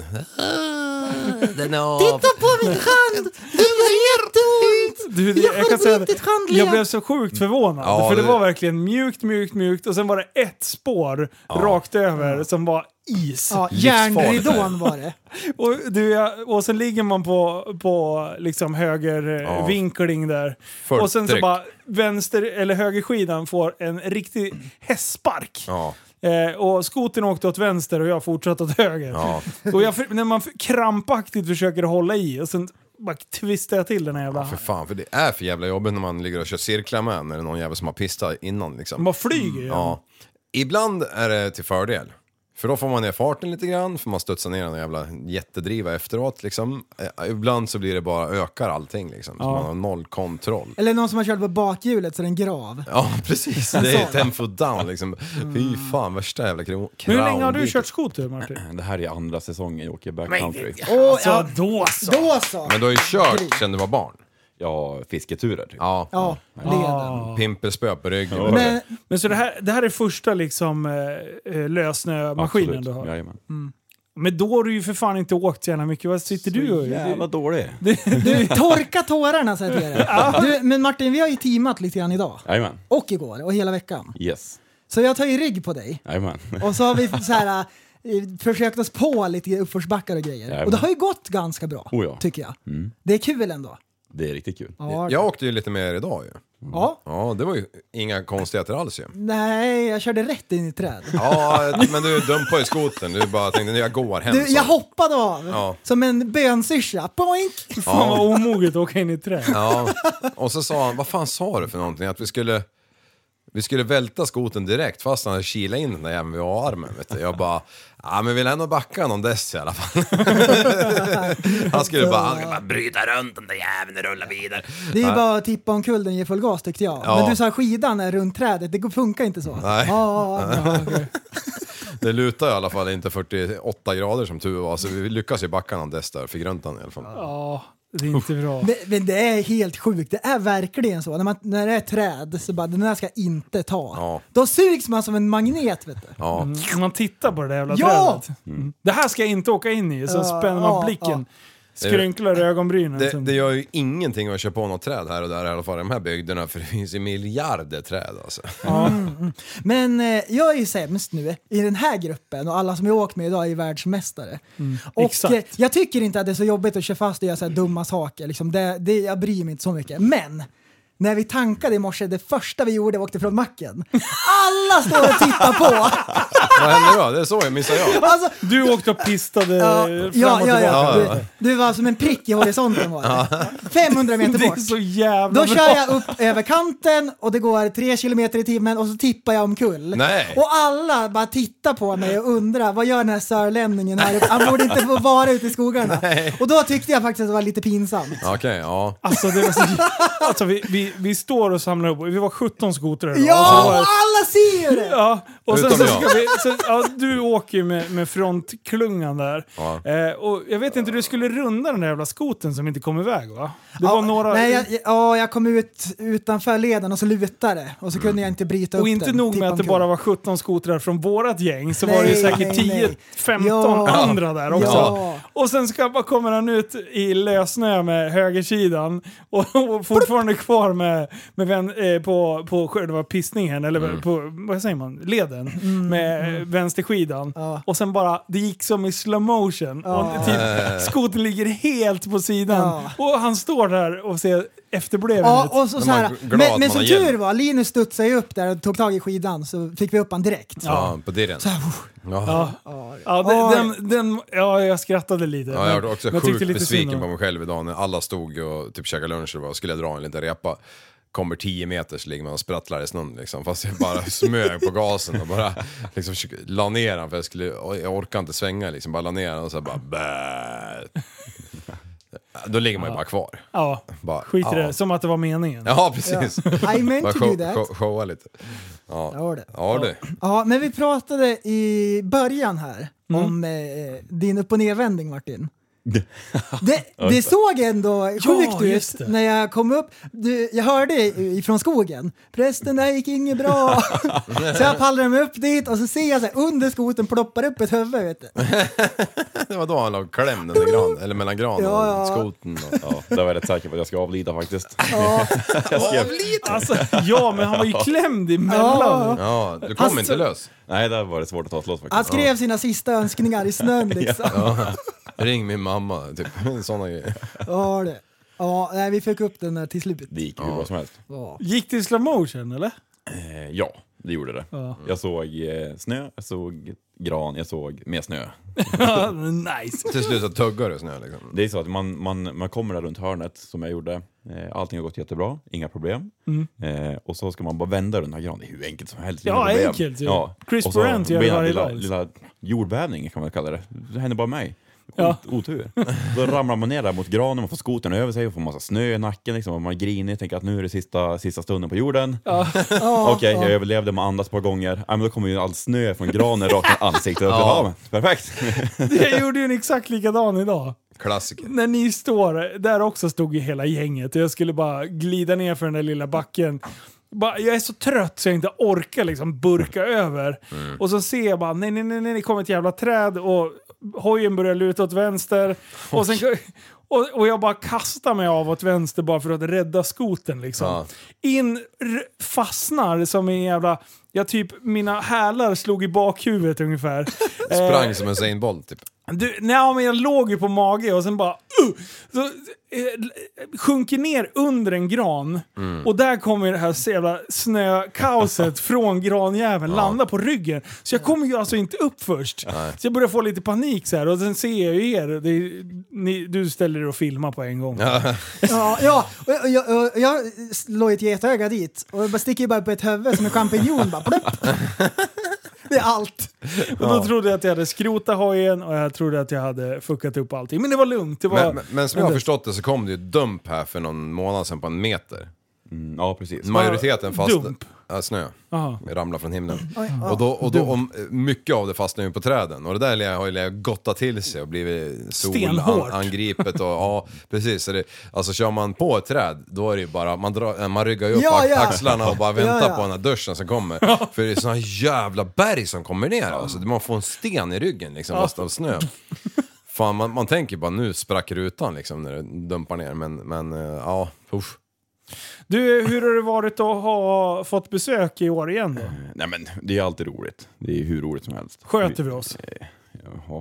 Den är av. Titta på min hand! Det gör jätteont! Du, det, Jag jag, har kan säga brutit att handled. jag blev så sjukt förvånad. Ja, för det det- var verkligen mjukt, mjukt, mjukt. Och sen var det ett spår rakt över som var is. Ja, Livsfarligt. järnridån var det. Och, du, jag, och sen ligger man på, på liksom höger Ja. ja. vinkling där. Fullt och sen så tryck. bara vänster eller högerskidan får en riktig hästspark. Ja. Eh, och skoten åkte åt vänster och jag fortsatte åt höger. Ja. Och jag, när man f- krampaktigt försöker hålla i och sen bara twistar jag till den här jävla... Ja, för fan, för det är för jävla jobbigt när man ligger och kör cirklar med när det är någon jävel som har pistat innan liksom. Man flyger ju. Ja. Ibland är det till fördel. För då får man ner farten lite grann, för man studsar ner en jävla jättedriva efteråt liksom. Eh, ibland så blir det bara, ökar allting liksom. Så Ja. man har noll kontroll. Eller någon som har kört på bakhjulet så det är en grav. Ja, precis. Det är tempo down liksom. Fy fan, värsta jävla kro- Men hur länge har du crown- kört skoter, Martin? Det här är andra säsongen jag åker backcountry. Åh, Alltså, ja, då så. då så! Men du har ju kört sedan du var barn. Ja, fisketurer. Typ. Ja. Ja, leden. Pimpelspö på ryggen. Ja. Men, Men så det här, det här är första liksom eh, eh, lösnömaskinen Absolut. du har. Jajamän. Men då har du ju för fan inte åkt så jävla mycket. Vad sitter du och... Jävla dålig. du, torka tårarna säger jag till dig. Du, men Martin, vi har ju teamat lite grann idag. Jajamän. Och igår, och hela veckan. Yes. Så jag tar ju rygg på dig. Jajamän. Och så har vi så här, eh, försökt oss på lite uppförsbackar och grejer. Jajamän. Och det har ju gått ganska bra, Oh ja. tycker jag. Mm. Det är kul ändå. Det är riktigt kul. Ja. Jag åkte ju lite mer idag ju. ja. Ja, det var ju inga konstigheter alls ju. Nej, jag körde rätt in i träd. Ja, men du dumpade ju skoten. Du bara tänkte, jag går hem. Du, så. jag hoppade av Ja. som en bönsyrsa. Boink! Fan vad omoget att åka in i ett träd. Ja, och så sa han, vad fan sa du för någonting? Att vi skulle, vi skulle välta skoten direkt fast han hade kilat in den där jäveln vid armen. Vet du. Jag bara, ja men vill ändå backa någon dess i alla fall. Han skulle bara, han skulle bara bryta runt den där jäveln och rulla vidare. Det är ju Nej. bara att tippa omkull den ger full gas tyckte jag. Ja. Men du sa skidan är runt trädet, det går- funkar inte så. Nej. Ja, ja, okej. Det lutar i alla fall inte fyrtioåtta grader som tur var, så vi lyckas ju backa någon dess där, fick runt den i alla fall. Ja, det är inte bra. Men, men det är helt sjukt, det är verkligen så. När, man, när det är träd så bara, den här ska inte ta. Ja. Då sugs man som en magnet vet du. Ja. Mm, man tittar på det där jävla Ja! trädet. Mm. Det här ska jag inte åka in i. Så Ja, spänner man ja, blicken. Skrynklar ögonbrynen. Det, sen. det gör ju ingenting att köra på något träd här och där i alla fall i de här bygderna, för det finns ju miljarder träd alltså. Ja. Men eh, jag är ju sämst nu i den här gruppen och alla som jag åkt med idag är världsmästare. Och exakt. eh, jag tycker inte att det är så jobbigt att köra fast och göra så här dumma saker. Liksom det, det, jag bryr mig inte så mycket. Men när vi tankade i morse, det första vi gjorde var åkte från macken. Alla står och tittar på! Vad hände då? Det är så jag missar jag. Alltså, Du åkte och pistade ja, fram och ja, ja, tillbaka. ja. Ja, Du, du var som en prick i horisonten var det. femhundra meter Det är bort. så jävla Då bra. kör jag upp över kanten och det går tre kilometer i timmen och så tippar jag omkull. Nej. Och alla bara tittar på mig och undrar, vad gör den här sörlänningen här uppe? Han borde inte få vara ute i skogarna. Och då tyckte jag faktiskt att det var lite pinsamt. Okej, ja. Alltså, det var så, alltså vi, vi, vi, vi står och samlar upp, vi var sjutton skotrar. Ja, och var, alla ser ju det! Ja, och sen Utom så jag. ska vi, så, ja, du åker ju med, med frontklungan där. Ja. Eh, och jag vet inte, du skulle runda den där jävla skoten som inte kom iväg, va? Det Ja, var några... Nej, jag, ja, jag kom ut utanför leden och så lutade det. Och så kunde jag inte bryta upp och inte den. nog med att det omkull. bara var sjutton skotrar från vårat gäng, så Nej, var det ju säkert nej, tio femton Ja. andra där också. Ja. Och sen ska, bara kommer han ut i lösnö med högersidan och, och fortfarande kvar med, med vän, eh, på, på själva pissningen, eller Mm. på, vad säger man, leden, med mm. vänsterskidan. Ja. Och sen bara, det gick som i slow motion. Ja. Och typ, skoten ligger helt på sidan. Ja. Och han står där och ser efterbliven Ja, ut. och så, Men så här, man är glad men, att men man som har hjälp. tur var, Linus studsade ju upp där och tog tag i skidan så fick vi upp han direkt. Ja, på dirren. Så här, Ja. Ja, ja, den, den, den, ja, jag skrattade lite. Ja, jag var också men jag tyckte sjukt lite synd besviken om- på mig själv idag när alla stod och typ käkade lunch och bara, skulle jag dra en liten repa. Kommer tio meter så ligger man och sprattlar i snön liksom. Fast jag bara smög på gasen och bara liksom försökte- la ner den för jag skulle, jag orkade inte svänga liksom. Bara la ner den och så bara bäh. Då ligger man ju bara kvar. Ja, Bara, skit i ja. det. Som att det var meningen. Ja, precis. I meant Bara to do show, that. show, showa lite. Ja, Ja, det. ja det. Ja, men vi pratade i början här Mm. om eh, din upp- och nedvändning, Martin. Det, det såg ändå sjukt just ut det. när jag kom upp. Du, jag hörde ifrån skogen. Prästen, det här gick inget bra. Så jag pallade mig upp dit och så ser jag så här, under skoten ploppar upp ett huvud. Vet du. Det var då han låg klämd under gran, eller mellan gran Ja, ja. och skoten. Och, Ja, där var jag rätt säker på att jag ska avlida faktiskt. Ja, Jag skrev, Alltså, ja, men han var ju klämd emellan. ja, du kom Alltså- inte lös. nej, där var det svårt att ta ett lås han faktiskt. skrev sina sista önskningar i snön liksom. Ja, Ring min mamma, typ. Sådana grejer. det. Ja, nej, vi fick upp den där till slut. Det gick ju hur bra som helst. Ja. Gick det i slow motion, eller? Eh, ja, det gjorde det. Ja. Jag såg eh, snö, jag såg gran, jag såg mer snö. Nice. Till slut så tuggar du snö liksom. Det är så att man, man, man kommer där runt hörnet som jag gjorde. Eh, allting har gått jättebra, inga problem. Eh, och så ska man bara vända runt den här granen. Det är hur enkelt som helst. Ja, inga problem. enkelt ju. Ja. Chris Och så Brandt gör det blir det varje lilla, dag. lilla jordbävning kan man kalla det. Det händer bara mig. Ja. Otur. Då ramlar man ner där mot granen, man får skotern över sig och får massa snö i nacken liksom, och man griner, tänker att nu är det sista, sista stunden på jorden. Ja, Okej, ja. jag överlevde, man andas ett par gånger. Ja, men då kommer ju all snö från granen rakt i ansiktet. Ja. Ja, perfekt. Jag gjorde ju en exakt likadan idag. Klassiker. När ni står, där också stod ju hela gänget och jag skulle bara glida ner för den där lilla backen. Bara, jag är så trött så jag inte orkar liksom burka över. Mm. Och så ser jag bara, nej nej nej, nej det kommer ett jävla träd och hojen börjar luta åt vänster. Och, sen, och, och jag bara kastar mig av åt vänster bara för att rädda skoten liksom. Ja. In, r- fastnar som en jävla... Jag typ, mina hälar slog i bakhuvudet ungefär. Sprang Eh, som en Usain Bolt typ. Du, nej, men jag låg ju på mage och sen bara uh, så, eh, sjunker ner under en gran och där kommer det här så jävla snökaoset från granjäveln landa på ryggen. Så jag kommer ju alltså inte upp först. Nej. Så jag börjar få lite panik så här och sen ser jag ju er. Det är, ni, du ställer er och filmar på en gång. Ja. Ja, ja. Och jag, jag, jag, jag slår ett getöga dit och jag bara sticker bara på ett huvud som en champinjon. Bara, plupp. Det är allt. Och då trodde jag att jag hade skrotat hojen och jag trodde att jag hade fuckat upp allting. Men det var lugnt. Det var, Men, men, men som jag har förstått det så kom det ju dump här för någon månad sedan på en meter. Mm, ja, precis. Majoriteten fast Dump? Ja, snö. Aha. Ramlar från himlen. Och då, och då om, mycket av det fastnar ju på träden. Och det där har ju gottat till sig och blivit Stenhårt. solangripet. Och, ja, precis. Så det, alltså kör man på ett träd, då är det ju bara, man, drar, man ryggar ju upp Ja, ja. axlarna och bara väntar Ja, ja. på den här duschen som kommer. För det är såna jävla berg som kommer ner. Alltså. Man får en sten i ryggen liksom, fast av snö. Fan, man, man tänker bara nu sprack rutan liksom när det dumpar ner. Men, men uh, ja, puff. Du, hur har det varit att ha fått besök i år igen då? Nej, men det är alltid roligt. Det är hur roligt som helst. Sköter vi oss? Eh, Jaha.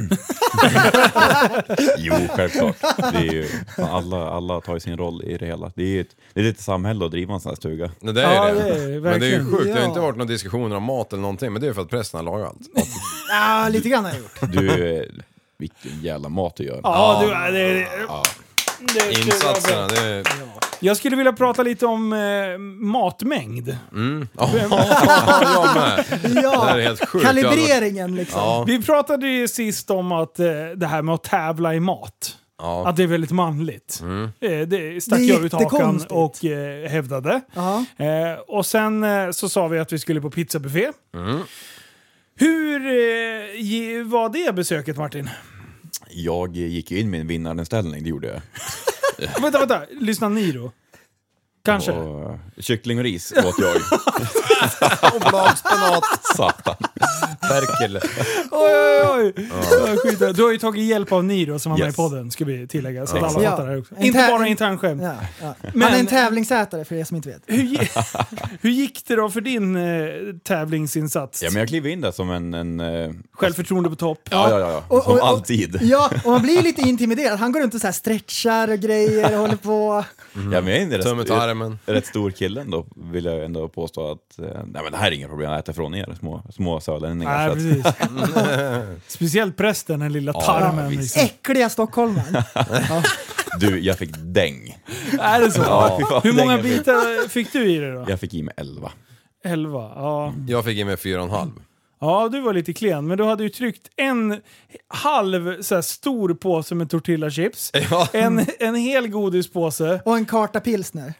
Jo, självklart. Det är ju, alla, alla tar ju sin roll i det hela. Det är ju ett, det är lite samhälle att driva en sån här stuga. Nej, det är Ja, det. det är Men det är ju verkligen. sjukt, det har Ja. inte varit några diskussioner om mat eller någonting. Men det är ju för att prästen har lagat allt. Ja, lite grann har jag gjort. Du, eh, vilken jävla mat du gör. Ja, du, det, det, det, Insatserna, det är... Jag skulle vilja prata lite om eh, matmängd. Mm. Ja, jag med. Det Ja, här är helt sjukt. kalibreringen liksom. Ja. Vi pratade ju sist om att eh, det här med att tävla i mat. Ja. Att det är väldigt manligt. Mm. Eh, det stack Det är jag ut hakan jättekonstigt. och eh, hävdade. Ja. Eh, och sen eh, så sa vi att vi skulle på pizzabuffé. Mm. Hur eh, ge- var det besöket, Martin? Jag gick ju in med en vinnarställning, det gjorde jag. vänta, vänta. Lyssna ni då. Kanske. Och kyckling och ris åt jag. Och bladspenat. Satan. Perkel. Oj, oj, oj. Ja. Skit. Du har ju tagit hjälp av Niro som var med i Yes. podden, ska vi tillägga. Så att Ja. alla Ja. fattar det här också. En Inte tä- bara internskämt. Ja, ja. Men- Han är en tävlingsätare för er som inte vet. Hur, gi- hur gick det då för din eh, tävlingsinsats? Ja, men jag klev in där som en... en eh, Självförtroende på topp. ja, ja, ja, ja. Och- Som och- och- alltid. Ja, och man blir lite intimiderad. Han går runt och så här stretchar och grejer och håller på. Ja, men jag är en Tummen rätt, till armen. rätt stor kille ändå, vill jag ändå påstå att... Eh, nej, men det här är inga problem, jag äter från er, små, små sörlänningar. Nej, så att- precis. Speciellt prästen, den lilla Ja, tarmen. visst. liksom. Äckliga stockholmaren. Du, jag fick däng. Är det så? Ja, fy fan, Hur många däng jag fick. bitar fick du i det då? Jag fick i mig elva. Elva. Ja. Jag fick i mig fyra och en halv. Ja, du var lite klen, men du hade ju tryckt en halv så här, stor påse med tortillachips, Ja. en, en hel godispåse. Och en karta pilsner.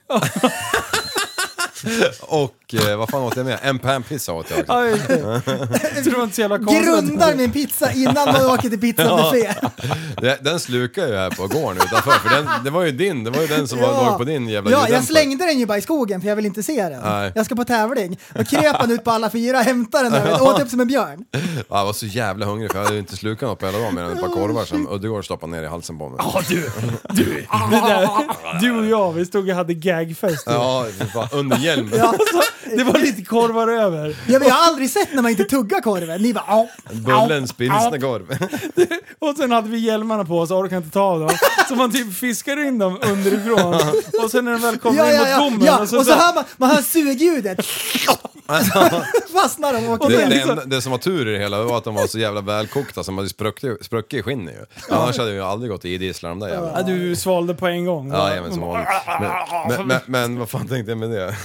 Och eh, vad fan åt jag med? En panpizza åt jag också. Ja, just det. Så det var inte så jävla konstigt. Grundar min pizza innan man åker till pizzabuffé. Det- Den slukar ju här på gården utanför, för den, det var ju din, det var ju den som var, låg på din jävla Ja, ljuddämpare. jag slängde den ju bara i skogen för jag vill inte se den. Nej. Jag ska på tävling. Då kröp han ut på alla fyra, hämtade den där och åt upp som en björn. Ja, jag var så jävla hungrig för jag hade ju inte slukat något på hela dagen mer än ett par korvar som Uddegård stoppade ner i halsen på mig. Ja, du, du, det där, du och jag, vi stod och hade gagfest. Ja, för fan, under hjälm. Ja. Det var lite korvar över. Ja, men jag har aldrig sett när man inte tuggar korven. Ni bara au, Bullens pilsnerkorv. Och sen hade vi hjälmarna på oss och orkade inte ta av dem. Så man typ fiskar in dem underifrån. Och sen när de väl kommer Ja, in ja, mot ja, gommen. ja. Och så, och så hör man, man hör sugljudet. Fastnar de och åker Det, ner. det, enda, det som var tur i det hela var att de var så jävla välkokta som hade spruckit spruckit i skinnet ju. Annars hade jag ju aldrig gått i idissla de där jävlarna. ja, du svalde på en gång. Ja, men, som vanligt. men, men, men, men vad fan tänkte jag med det?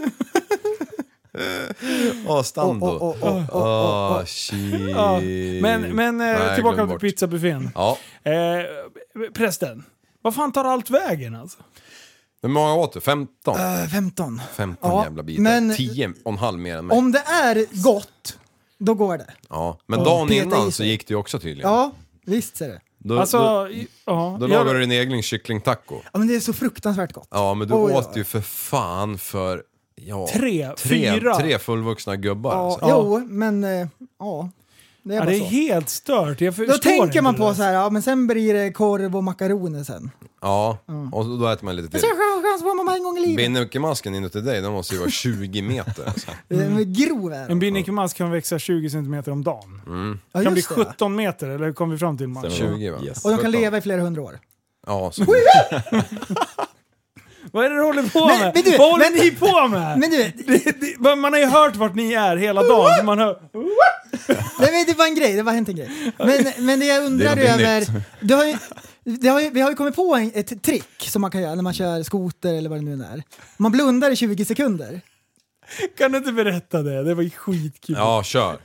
Åh, stando. Åh, åh, åh, åh, åh, åh. Åh, shit. Ja. Men, men eh, Nej, tillbaka glöm till bort. pizzabuffén. Ja. Eh, prästen, vad fan tar allt vägen alltså? Hur många åt du? femton? Uh, femton. femton Ja, jävla bitar. men- tio och en halv mer än mig. Om det är gott, då går det. Ja. Men Ja, dagen peta i innan så sig. gick det ju också tydligen. Ja, visst är det. Då, Alltså, då, i- ja. då jag- lagade du din egen kycklingtaco. Ja, men det är så fruktansvärt gott. Ja, men du Oj, åt oj. ju för fan för... Ja, Tre, tre, fyra. tre fullvuxna gubbar. Ja, Alltså. Jo, men eh, ja. Det är Ja, bara det är så. helt stört. Jag Då förstår tänker inte man det på där. så här, ja men sen blir det korv och makaroner sen. Ja, och då äter man lite Men till. så har chans på man en gång i livet. Binnikemasken inuti dig, den måste ju vara tjugo meter. Alltså. Mm. Grov är En den. binnikemask kan växa tjugo centimeter om dagen. Ja, kan bli just det. sjutton meter, eller kom vi fram till Max? tjugo va? Yes. Och de kan sjutton. leva i flera hundra år. Ja, så. Vad är det du håller på Men- med? men du, Vad håller men- ni på med? Men du, Det- det- man har ju hört vart ni är hela dagen. Man hör... nej, men det var en grej, det var hänt en grej. Men, men det jag undrar Det är någonting över, nytt. du har ju, det har ju, vi har ju kommit på en, ett trick som man kan göra när man kör skoter eller vad det nu är. Man blundar i tjugo sekunder. Kan du inte berätta det? Det var ju skitkul. Ja, kör.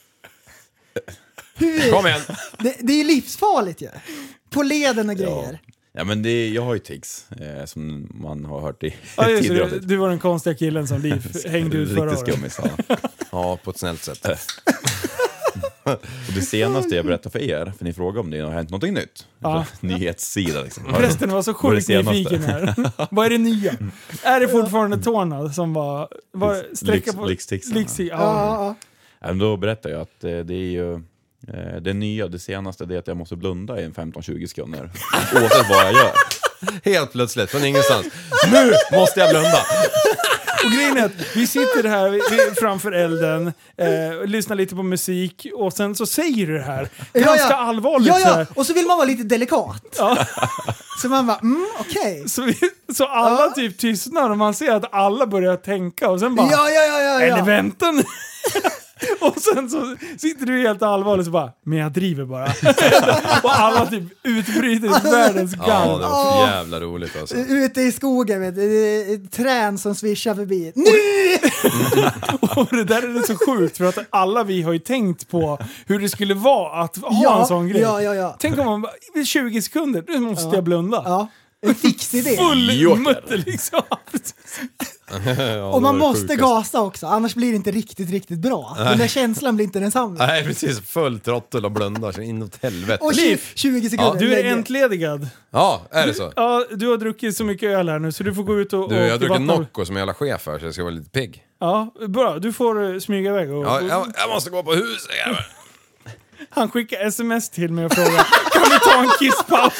Hur? Kom igen. Det, det är ju livsfarligt ju. På leden och grejer. Ja, men det, jag har ju tics eh, som man har hört i Ja, just, tidigare det. avsnitt. Du var den konstiga killen som Liv hängde ut förra Riktigt året. skummis, ja. Ja, på ett snällt sätt. Och det senaste jag berättar för er, för ni frågar om det har hänt någonting nytt. Ja. Nyhetssida liksom. Prästen var så Vad är det sjukt senaste? nyfiken här. Vad är det nya? Är det fortfarande tårna som var... var sträcka på... Lyxtixarna. Lyxi, Ja, ja. ja, Ja, men då berättar jag att eh, det är ju eh, det nya, det senaste, det är att jag måste blunda i en femton tjugo sekunder. Oavsett vad jag gör. Helt plötsligt, från ingenstans. Nu måste jag blunda! Och grejen är att vi sitter här vi, framför elden, eh, lyssnar lite på musik och sen så säger du det här. ja. Ganska ja. allvarligt. Ja, så ja, här. och så vill man vara lite delikat. Ja. Så man bara, mm, okej. Så, vi, så alla Ja. typ tystnar och man ser att alla börjar tänka och sen bara... Ja, ja, ja, ja, Eller ja. vänta nu. Och sen så sitter du helt allvarligt och så bara, men jag driver bara. Och alla typ utbryter i världens gall. Ja, det var för jävla roligt alltså. Ute i skogen, vet du, det är ett trän som svischar förbi. Nu! Och det där är det så sjukt, för att alla vi har ju tänkt på hur det skulle vara att ha Ja, en sån grej. ja, ja, ja. Tänk om man bara, i tjugo sekunder, nu måste Ja. jag blunda. Ja, en fix idé. Full mutter liksom. Ja, Och man det var måste sjukast. gasa också, annars blir det inte riktigt, riktigt bra. Den där känslan blir inte densamma. Nej, precis. Full trottel och blundar så inåt helvete. Och tjugo, tjugo sekunder. Du är lägger. entledigad. Ja, är det så? Ja, du har druckit så mycket öl här nu så du får gå ut och... Du, och jag dricker vattna- Nocco som en jävla chef här så jag ska vara lite pigg. Ja, bra. Du får uh, smyga iväg. Och, Ja, jag, jag måste gå på huset. Han skickar sms till mig och frågar, kan vi ta en kisspaus?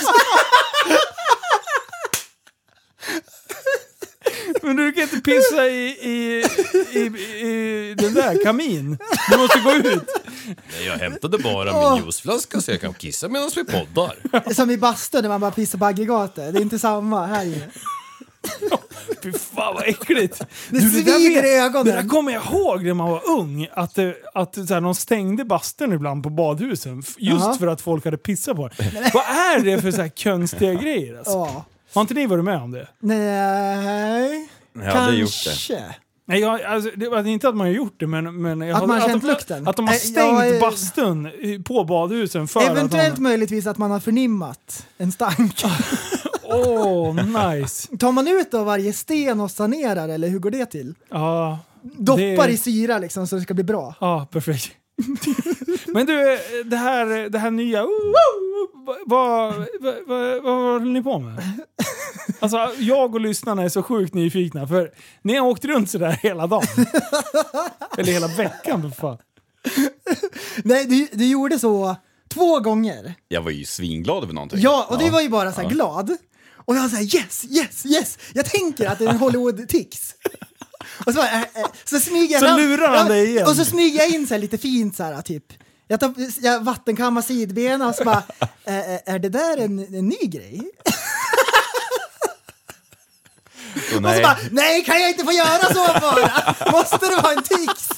Men du kan inte pissa i, i, i, i den där kamin. Du måste gå ut. Nej, jag hämtade bara min juiceflaska så jag kan kissa medan vi poddar. Som i bastun när man bara pissar på aggregatet. Det är inte samma här inne. Fy fan vad äckligt. Det Du, där svider vet- i ögonen. Det där kommer jag ihåg när man var ung. Att, det, att så här, de stängde bastun ibland på badhusen. f- Just Jaha. för att folk hade pissat på det. Vad är det för så här konstiga grejer? Alltså? Ja. Har inte ni varit med om det? Nej. Jag hade gjort det. Kanske. Nej, jag, alltså, det var inte att man har gjort det, men... men jag Att har, man har att känt de, lukten? Att de har Nej, stängt jag är- bastun i- på badhusen för Eventuellt att möjligtvis att man har förnimmat en stank. Åh, oh, nice. Tar man ut av varje sten och sanerar, eller hur går det till? Ja, Doppar det- i syra liksom så det ska bli bra. ja, perfekt. Men du, det här, det här nya... Uh, uh, vad, vad, vad, vad håller ni på med? Alltså, jag och lyssnarna är så sjukt nyfikna, för ni har åkt runt sådär hela dagen. Eller hela veckan, för fan. Nej, du, du gjorde så två gånger. Jag var ju svinglad över någonting. Ja, och det var ju bara så här glad. Och jag var så här yes, yes, yes. Jag tänker att det är en Hollywood-tics. Och så, bara, äh, äh, så smyger jag Så fram- lurar han dig igen. Och så smyger jag in så här lite fint så här typ. Jag, tar, jag vattenkammar sidbenen och så bara, äh, äh, är det där en, en ny grej? Så Och nej. så bara, nej kan jag inte få göra så bara? Måste det vara en tics?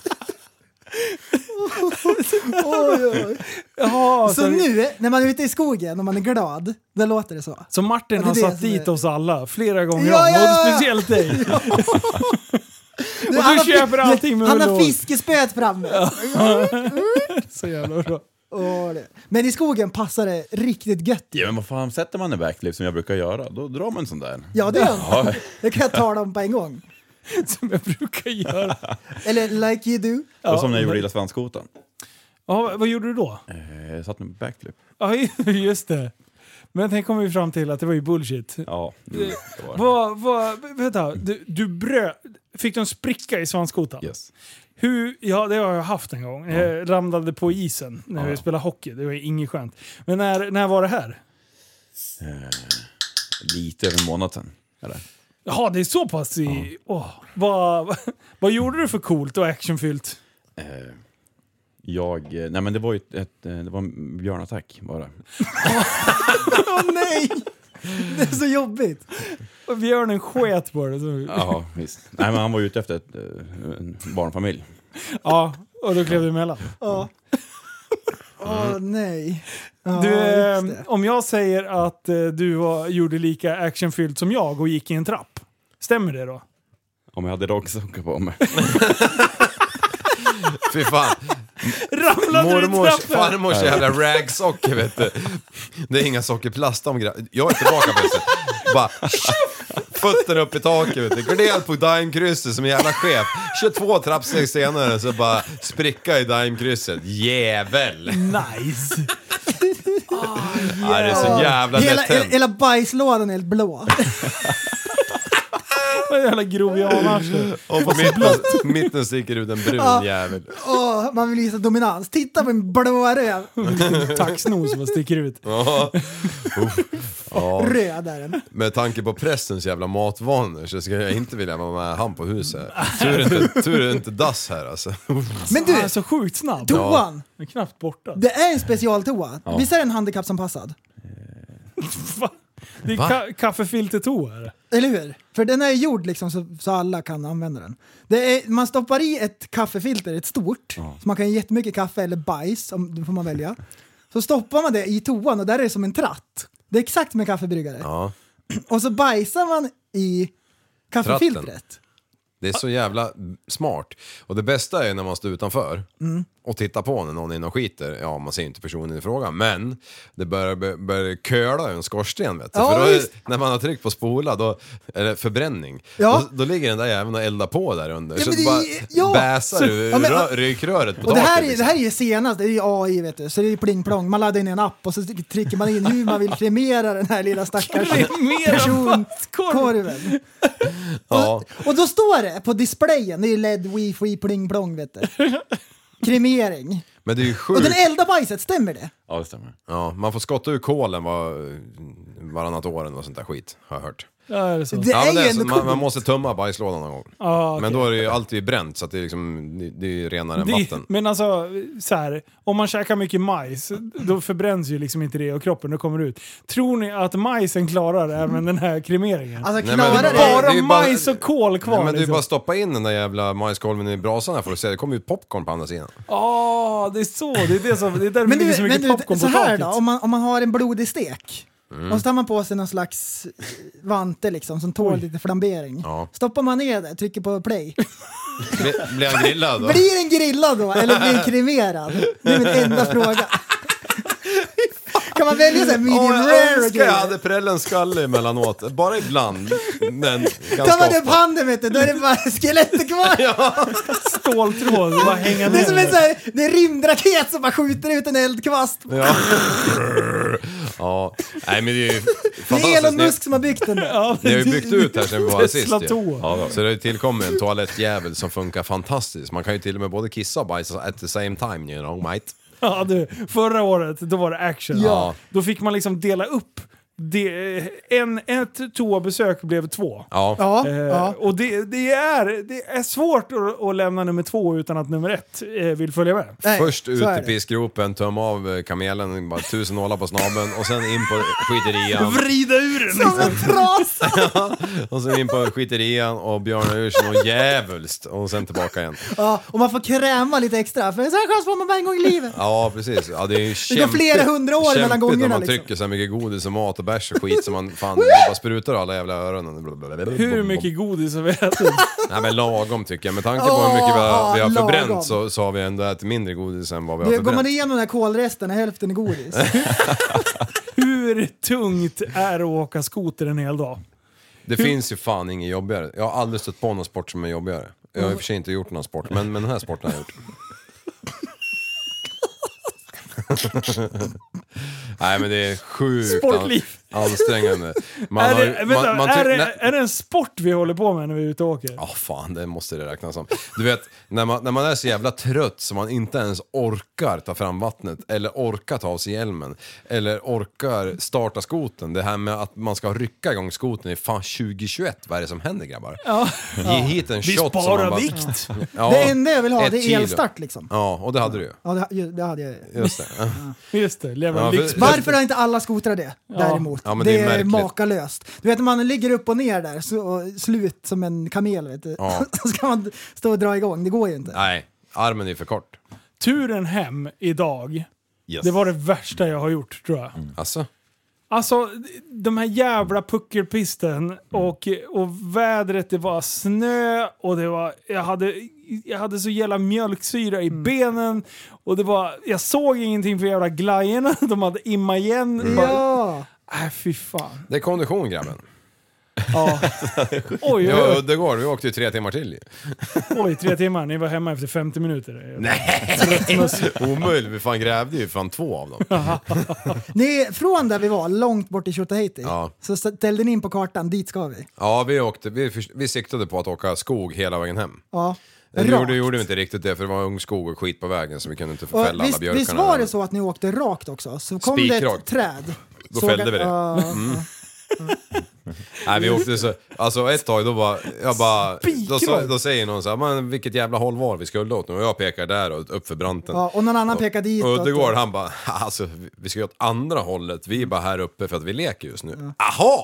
Oj, oj. Jaha, Så nu, när man är ute i skogen och man är glad, då låter det så. Så Martin Ja, det är har det satt som är- dit oss alla flera gånger Ja, om, ja, ja. och speciellt dig. Du, Och han du har fi- köper allting med Han ull har och- fiskespöet framme. Så jävla bra. Åh, det. Men i skogen passar det riktigt gött. Ja, men vad fan, sätter man en backflip som jag brukar göra, då drar man en sån där. Ja, det gör man. Ja. Det kan jag tala om på en gång. Som jag brukar göra. Eller like you do. Och som när jag gjorde Lilla Svanskotan. Ja, vad gjorde du då? Eh, Jag satt med backflip. Ja, just det. Men tänk kom vi fram till att det var ju bullshit. Ja, mm, det var det. Vad, vad, vänta, du, du bröt, fick du en spricka i svanskotan? Yes. Hur, ja, det har jag haft en gång. Jag ramlade på isen när vi spelade hockey. Det var inget skönt. Men när, när var det här? Eh, lite över en månad sedan. Eller? Jaha, det är så pass i... Åh, vad, vad, vad gjorde du för coolt och actionfyllt? Eh, jag, eh, nej men det var ju ett, ett eh, det var en björnattack bara. Åh nej! Det är så jobbigt. Och björnen sket på det. Så. Ja, visst. Nej men han var ute efter ett, eh, en barnfamilj. Ja, och då klev du emellan. Ja. Åh nej. Ja, Du, eh, just det. om jag säger att eh, du var, gjorde lika actionfyllt som jag och gick i en trapp. Stämmer det då? Om jag hade rocksockor på mig. Fy fan. Ramlade du i Mormors, trappen? farmors jävla ragsocker vet du. Det är inga sockerplast om gra- Jag är tillbaka på det. Bara fötterna upp i taket vet du. Gled på Daimkrysset som en jävla chef. tjugotvå trappsteg senare så bara spricka i Daimkrysset. Jävel. Nice! Ja, det är så jävla Hela, lätt hela, hänt. hela bajslådan är helt blå. Vad jävla grovianarsle. Och på mitten, mitten sticker ut en brun Ja. jävel. Åh, man vill visa dominans. Titta på min blåa röv. Taxnos vad sticker ut. Ja. Uff. Ja. Röd är den. Med tanke på pressens jävla matvanor så skulle jag inte vilja vara med han på huset. Tur är inte, tur är inte dass här alltså. Men du, Han är så sjukt snabb. toan. Den är knappt borta. Det är en specialtoa. Visst är den handikappsanpassad? Va? Det är Va? ka- kaffefiltertoa. är det. Eller hur? För den är gjord liksom så, så alla kan använda den. Det är, man stoppar i ett kaffefilter, ett stort, ja. Så man kan ge jättemycket kaffe eller bajs, om, det får man välja. Så stoppar man det i toan och där är det som en tratt. Det är exakt med kaffebryggare. Ja. Och så bajsar man i kaffefiltret. Tratten. Det är så jävla smart. Och det bästa är när man står utanför mm. och tittar på när någon är inne och skiter. Ja, man ser inte personen i frågan. Men det börjar, börjar köla en skorsten. Vet du? Ja, för då är, när man har tryckt på spola, då är det förbränning. Ja. Då, då ligger den där jäveln och eldar på där under. Ja, så det, bara ja. bäsar du ja, men, rykröret på och taket. Det här, är, liksom. det här är ju senast, det är ju A I vet du. Så det är ju pling-plong. Man laddar in en app och så trycker man in hur man vill kremera den här lilla stackars personkorven. Ja. Och, och då står det på displayen, det är L E D, Wi-Fi, pling-plong vet du. Kremering. Men det är ju sjukt. Och den eldar bajset, stämmer det? Ja, det stämmer. Ja, man får skotta ur kolen var, varannat år och sånt där skit, har jag hört. Ja, är det så? Det ja, är det är ju så, man, man måste tömma bajslådan någon gång. Ah, okay. Men då är det ju alltid bränt så att det är, liksom, det, det är renare än det, vatten. Men alltså, så här, om man käkar mycket majs, då förbränns ju liksom inte det och kroppen, då kommer det ut. Tror ni att majsen klarar även den här kremeringen? Alltså nej, klarar det, det? Bara, det är majs och kol kvar. Nej, men liksom. du bara stoppa in den där jävla majskolven i brasan här för att se, det kommer ut popcorn på andra sidan. Ja, oh, det är så. Det är det som, det är där det ligger så mycket men popcorn du, på så här taket. Då, om man, om man har en blodig stek. Mm. Och så tar man på sig någon slags vante liksom, som tål Oj. lite flambering. Ja. Stoppar man ner det, trycker på play. Blir, blir han grillad då? Blir den grillad då? Eller blir den kremerad? Det är min enda fråga. Kan man välja så här medium oh, rare? Jag önskar jag hade prällen skalle emellanåt. Bara ibland. Men tar man upp handen vet du, då är det bara skelettet kvar. Ja. Ståltråd, bara hänga ner. Det är som en så här, det är rymdraket som bara skjuter ut en eldkvast. Ja. Ja. Nej, men det är ju fantastiskt. Det är Elon Musk som har byggt den där. Ja, ni har ju byggt ut här sen vi var sist. Ja. Ja, så det har ju tillkommit en toalettjävel som funkar fantastiskt. Man kan ju till och med både kissa och bajsa at the same time, you know, mate. Ja, du, förra året, då var det action. Ja. Då fick man liksom dela upp. Det, en, ett toabesök blev två. Ja. Ja, eh, ja. Och det, det, är, det är svårt att, att lämna nummer två utan att nummer ett eh, vill följa med. Nej, först ut i pissgropen, tömma av kamelen, bara tusen nålar på snabeln och sen in på skiterian. Vrida ur den! Som en trasa! Ja, och sen in på skiterian och björna ur sig något jävulst och sen tillbaka igen. Ja, och man får kräma lite extra, för en sån här chans får man bara en gång i livet. Ja, precis. Ja, det är ju det går flera hundra år mellan gångerna. Man liksom. trycker så mycket godis och mat och bärs och skit som man fan bara sprutar alla jävla öronen. Hur mycket godis har vi ätit? Nej, men lagom tycker jag. Med tanke på hur mycket vi har, vi har förbränt så, så har vi ändå ätit mindre godis än vad vi har förbränt. Går man igenom den här kolresten, hälften är godis. Hur tungt är det att åka skoter en hel dag? Det hur? Finns ju fan ingen jobbigare. Jag har aldrig stött på någon sport som är jobbigare. Jag har i och för sig inte gjort någon sport, men, men den här sporten har jag gjort. Nej, men det är sjukt Sportliv. ansträngande. Man är, det, har, vänta, man, man är, det, nej. är det en sport vi håller på med när vi är ute och åker? Ja, oh, fan, det måste det räknas som. Du vet, när man, när man är så jävla trött så man inte ens orkar ta fram vattnet, eller orkar ta av sig hjälmen, eller orkar starta skoten. Det här med att man ska rycka igång skoten i fan tjugo tjugoett. Vad är det som händer, grabbar? Ja. Ge hit en vi shot sparar som man bara, vikt. Ja, det enda jag vill ha, det är kilo. elstart liksom. Ja, och det hade du ju. Ja, det, det hade jag. Just det. Ja. Just det, leva ja, lyx. Varför har inte alla skotrar det? Ja. Däremot. Ja, men det, det är är makalöst. Du vet, när man ligger upp och ner där, så, slut som en kamel, vet du. Ja. Så ska man stå och dra igång. Det går ju inte. Nej, armen är för kort. Turen hem idag, yes. Det var det värsta jag har gjort, tror jag. Mm. Alltså? Alltså, de här jävla puckelpisten och, och vädret, det var snö och det var, jag hade, jag hade så jävla mjölksyra i mm. benen och det var, jag såg ingenting för jävla glajorna, de hade imma igen. Mm. Ja! Äh, fy fan. Det är kondition, grabben. Ja. Oj, oj, ja, det går. Vi åkte ju tre timmar till. Oj, tre timmar. Ni var hemma efter femtio minuter. Nej! Omöjligt. Vi fan grävde ju fan två av dem. Ni, från där vi var, långt bort i Tjotahejti, ja. Så ställde ni in på kartan, dit ska vi. Ja, vi åkte. Vi, vi siktade på att åka skog hela vägen hem. Ja. Det gjorde, gjorde vi inte riktigt det, för det var ung skog och skit på vägen så vi kunde inte få fälla alla björkarna. Visst var det så att ni åkte rakt också? Så kom Spik det ett rakt. träd. Då fällde att, vi det. Uh, mm. Nej, vi åkte så, alltså ett tag då bara, jag bara då, så, då säger någon så här, men vilket jävla håll var vi skulle åt nu, och jag pekar där och upp för branten. Ja, och någon annan och, pekar dit. Och det går, han bara, alltså vi ska åt andra hållet, vi är bara här uppe för att vi leker just nu. Ja. Aha!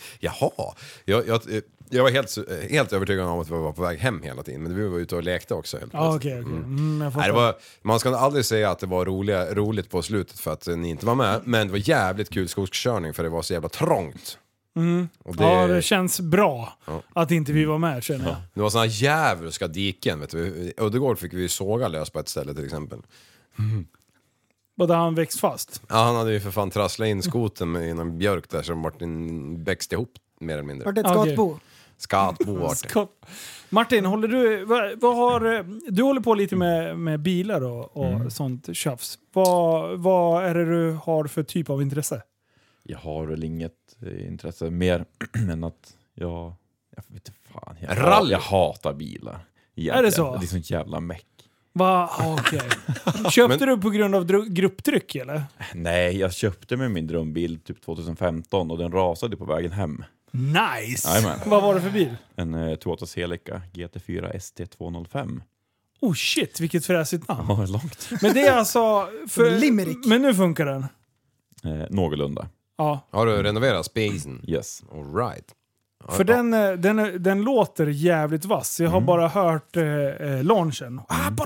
Jaha, jag, jag, jag var helt, helt övertygad om att vi var på väg hem hela tiden. Men vi var ute och lekte också. Helt ah, okay, okay. mm, jag Nej, det var, man ska aldrig säga att det var roliga, roligt på slutet för att ni inte var med. Men det var jävligt kul skogskörning för det var så jävla trångt. Mm. Det... Ja, det känns bra ja. att inte vi var med, känner jag. Ja. Det var såna djävulska diken, vet du. Uddegård fick vi såga lös på ett ställe till exempel. Mm. Och där han växt fast? Ja, han hade ju för fan trasslat in skoten med någon björk där som Martin växte ihop mer eller mindre. Var det ett skatbo? Okay. Skatbo var det. Martin, håller du, vad, vad har, du håller på lite med, med bilar och, och mm. sånt tjafs. Vad, vad är det du har för typ av intresse? Jag har väl inget intresse mer än att jag... Jag vet inte fan. Jag, Rally. jag hatar bilar. Egentligen. Är det så? Det är sånt jävla meck. Va? Okej. Okay. Köpte Men, du på grund av dru- grupptryck eller? Nej, jag köpte med min drömbil typ tjugohundrafemton och den rasade på vägen hem. Nice! Jajamän. Vad var det för bil? En eh, Toyota Celica G T fyra S T tvåhundrafem. Oh shit, vilket fräsigt namn. Ja, långt. Men det är alltså... För, Limerick. Men nu funkar den? Eh, någorlunda. Ja. Har du renoverat spacen? Yes. All right. För ja. den, den, den låter jävligt vass. Jag har mm. bara hört eh, launchen. Mm.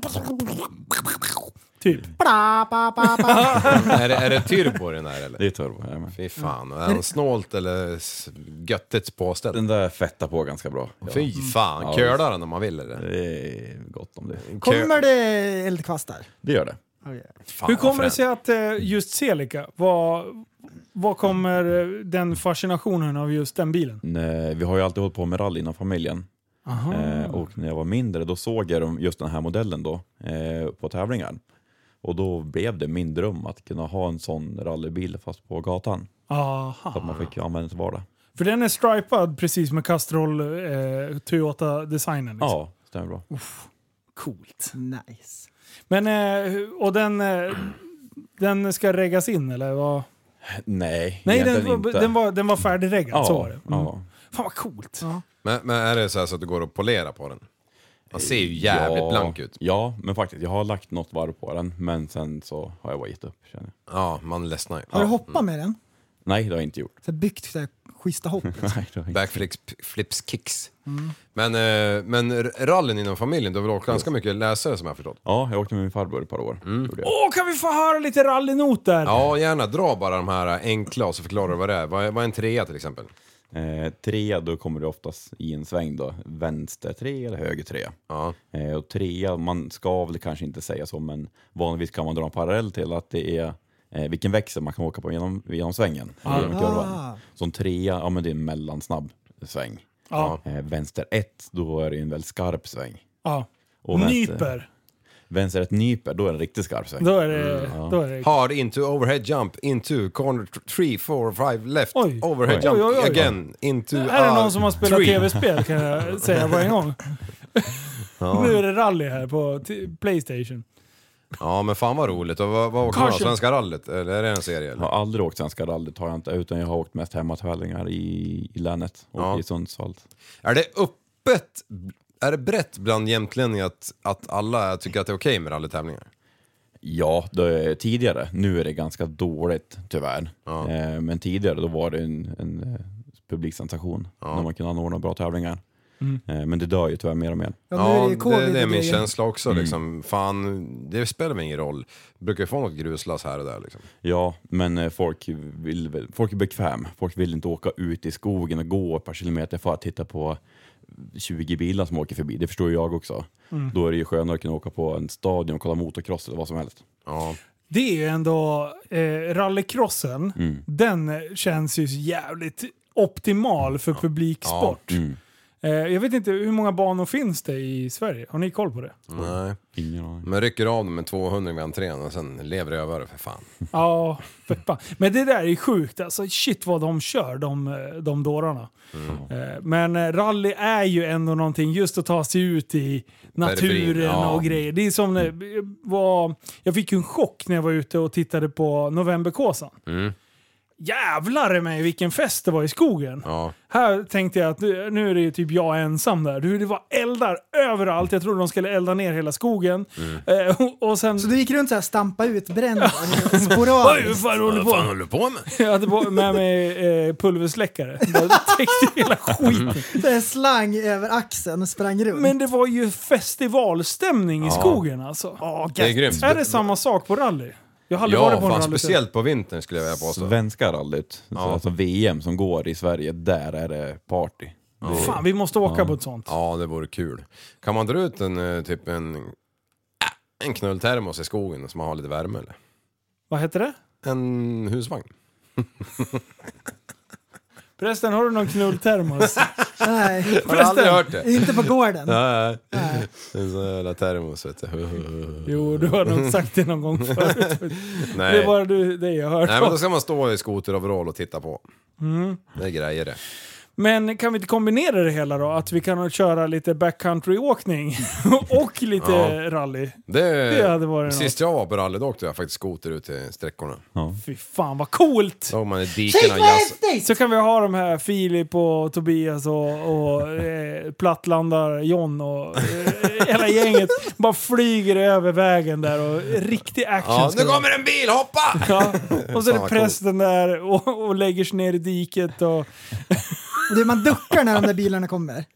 Typ. är, det, är det turbo den här eller? Det är turbo, ja. Fy fan. Är den snålt eller göttigt påställd? Den där fettar på ganska bra. Ja. Fy fan, ja, kördar den om man vill eller? Det är gott om det. Kommer det eldkvastar? Det gör det. Okay. Fan, hur kommer det sig att just Celica, vad, vad kommer den fascinationen av just den bilen? Nej, vi har ju alltid hållit på med rally inom familjen. Eh, och när jag var mindre då såg jag just den här modellen då eh, på tävlingar. Och då blev det min dröm att kunna ha en sån rallybil fast på gatan. Aha. Så att man fick använda till vardag. För den är stripad precis med Castrol eh, Toyota-designen. Liksom. Ja, stämmer bra. Uff, coolt. Nice. Men, eh, och den, eh, den ska reggas in eller vad? Nej, Nej den, inte. Den, var, den var färdigreggad, ja, så var det. Mm. Ja. Fan vad coolt. Ja. Men, men är det så här så att du går och polerar på den? Man ser ju jävligt ja, blank ut. Ja, men faktiskt, jag har lagt något varv på den. Men sen så har jag bara gett upp, känner jag. Ja, man ledsnar ju. Har du ja. hoppat med den? Nej, det har jag inte gjort. Så byggt så här schyssta hopp. Backflips flips kicks. Mm. Men, eh, men rallyn inom familjen, du har väl åkt ganska mycket läsare som jag har förstått? Ja, jag åkte med min farbror ett par år. Mm. Åh, kan vi få höra lite rallynoter? Ja, gärna. Dra bara de här enkla och så förklarar du vad det är. Vad är, vad är en trea till exempel? Eh, trea, då kommer det oftast i en sväng då. Vänster tre eller höger tre. Ja. Eh, och trea, man ska väl kanske inte säga så, men vanligtvis kan man dra en parallell till att det är eh, vilken växel man kan åka på genom, genom svängen. Ah. Genom kurvan. Så en trea, ja men det är en mellansnabb sväng. Ah. Eh, vänster ett, då är det en väldigt skarp sväng. Ja. Och Nyper. Vänster, vänster ett nyper, då är det en riktigt skarp sväng. Då är det... Mm, ja. Då är det... Hard into overhead jump, into corner three, four, five, left, oj. overhead oj. jump Oj, oj, oj. again, into... Här är det uh, någon som har spelat three. tv-spel kan jag säga på en gång. Ja. Nu är det rally här på t- PlayStation. Ja, men fan vad roligt. Och vad, vad åker man? Svenska rallyt? Eller är det en serie? Eller? Jag har aldrig åkt Svenska rallyt, har jag inte, utan jag har åkt mest hemmatävlingar i, i länet och ja. i Sundsvall. Är det öppet, är det brett bland jämtlänningar att, att alla tycker att det är okej med rallytävlingar? Ja, det är tidigare. Nu är det ganska dåligt, tyvärr. Ja. Eh, men tidigare då var det en, en publiksensation ja. när man kunde anordna bra tävlingar. Mm. Eh, men det dör ju tyvärr mer och mer. Ja, det, det, det är min känsla också. Mm. Liksom. Fan, det spelar mig ingen roll. Brukar ju få något gruslass här och där. Liksom. Ja, men folk, vill, folk är bekväm. Folk vill inte åka ut i skogen och gå ett par kilometer för att titta på tjugo bilar som åker förbi. Det förstår jag också. Mm. Då är det ju skönare att kunna åka på en stadion och kolla motocross eller vad som helst. Ja. Det är ju ändå eh, rallycrossen. Mm. Den känns ju jävligt optimal för publiksport. Ja. Mm. Eh, jag vet inte, hur många banor finns det i Sverige? Har ni koll på det? Nej. Ingen Men rycker av dem med tvåhundra vid entrén och sen lever över för fan. Ja, för fan. Men det där är sjukt. Alltså, shit vad de kör, de, de dårarna. Mm. Men rally är ju ändå någonting just att ta sig ut i naturen ja. och grejer. Det är som när, var, jag fick ju en chock när jag var ute och tittade på Novemberkåsan. Mm. Jävlar mig vilken fest det var i skogen. Ja. Här tänkte jag att nu, nu är det ju typ jag ensam där. Du, det var eldar överallt. Jag trodde de skulle elda ner hela skogen. Mm. Eh, och, och sen... Så du gick runt så här, stampa ut bränder Oj, sporadiskt? vad fan håller du på? Vad fan håller du på med? Jag hade på- med mig eh, pulversläckare. Jag täckte hela skiten. Så en slang över axeln och sprang runt. Men det var ju festivalstämning i Ja. skogen alltså. Åh, Det är grymt. Är det samma sak på rally? Jag har aldrig Ja, varit på en fan, rally. speciellt på vintern skulle jag vilja påstå. Svenska rallyt, Ja. alltså V M som går i Sverige, där är det party. Det, Fan, vi måste åka på ett sånt. Ja, det vore kul. Kan man dra ut en, eh, typ en, äh, en knulltermos i skogen som har lite värme eller? Vad heter det? En husvagn. Förresten, har du någon knulltermos? Nej, Har du aldrig hört det? inte på gården. Nej. Nej. En sån jävla termos vet du. Jo, du har nog sagt det någon gång förut. Det Nej. är bara du, det jag hört. Nej, men då ska man stå i skoteroverall och titta på. Mm. Det är grejer det. Men kan vi inte kombinera det hela då? Att vi kan köra lite backcountry-åkning och lite Ja. rally. Det, Det hade varit sist jag var på rally då åkte jag faktiskt skoter ut till sträckorna. ja. Fy fan vad coolt! Då var man i Shit dikena vad jazz. häftigt! Så kan vi ha de här Filip och Tobias och, och eh, plattlandar John och eh, hela gänget bara flyger över vägen där och riktig action. Ja, ska nu det vara. kommer en bil, hoppa! Ja. Och så är Fan, det vad prästen där och, och lägger sig ner i diket och... Du, man duckar när de där bilarna kommer.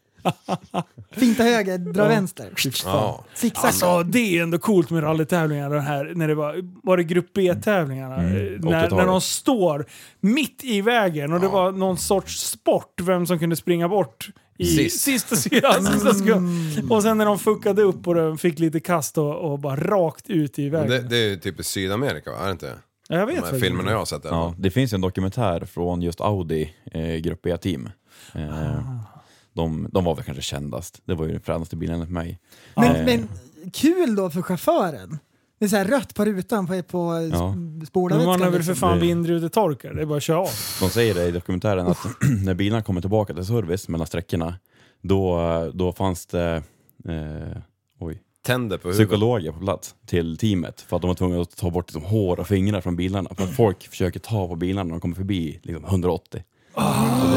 Finta höger, dra Ja. vänster. Ja. Zigzag. Alltså det är ändå coolt med rallytävlingar den här, när det var, var det grupp B-tävlingarna Mm, eh, när, åttiotalet. när de står mitt i vägen och det var någon sorts sport vem som kunde springa bort i Sist. sista, sista, sista sekund. Och sen när de fuckade upp och de fick lite kast och, och bara rakt ut i vägen. Det, det är ju typ i Sydamerika va? Är det inte? Ja, jag vet De här faktiskt filmerna inte. jag har sett. Ja, det finns en dokumentär från just Audi, eh, grupp E-team. Eh, de, de var väl kanske kändast. Det var ju den fränaste bilen för mig. Men, Eh, men kul då för chauffören. Det är så här rött på rutan på, på Ja. Men man är väl för fan Det- vindrutetorkare, det är bara att köra av. De säger det i dokumentären att när bilarna kommer tillbaka till service mellan sträckorna, då, då fanns det eh, oj, Tänder på huvudet. psykologer på plats till teamet för att de var tvungna att ta bort liksom, hår och fingrar från bilarna. För att folk försöker ta på bilarna när de kommer förbi liksom, hundraåttio. Oh.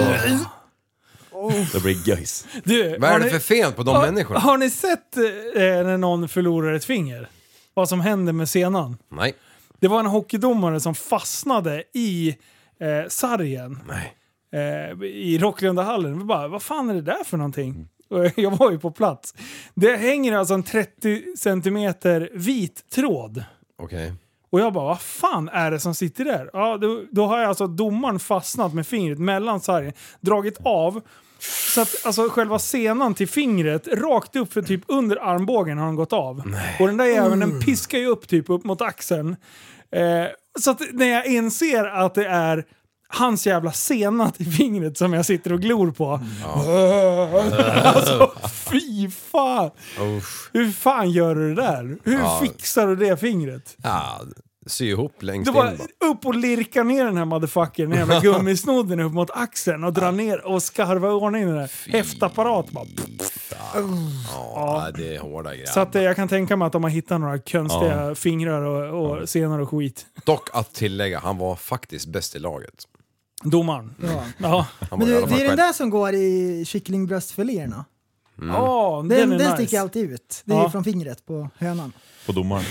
Då, det blir göjs. Du, Vad har är det ni- för fel på de har, människorna? Har ni sett eh, när någon förlorar ett finger? Vad som händer med senan? Nej. Det var en hockeydomare som fastnade i eh, sargen. Nej. Eh, I Rocklundahallen. Vi bara, vad fan är det där för någonting? Och jag var ju på plats. Det hänger alltså en trettio centimeter vit tråd. Okej. Och jag bara, vad fan är det som sitter där? Ja, då, då har jag alltså domaren fastnat med fingret mellan sargen, dragit av. Så att alltså själva senan till fingret rakt upp för typ under armbågen har den gått av. Nej. Och den där jäveln den piskar ju upp typ upp mot axeln. Eh, så att när jag inser att det är hans jävla sena till fingret som jag sitter och glor på. Alltså fy fan. Uff. Hur fan gör du det där? Hur Ja. fixar du det fingret? Ja, sy ihop längst Det in var bara. upp och lirka ner den här motherfuckern, den jävla gummisnodden upp mot axeln och dra ner och skarva i ordning den där häftapparat bara. Ja, det är hårda grejer. Så att eh, jag kan tänka mig att de har hittat några konstiga Ja. fingrar och, och senor och skit. Dock att tillägga, han var faktiskt bäst i laget. Domaren. Ja. Ja. Han var Men i du, alla det fall är den själv. där som går i kycklingbröstfiléerna. Ja, Den, den den, är nice. sticker alltid ut. Det är Ja. ju från fingret på hönan. På domaren.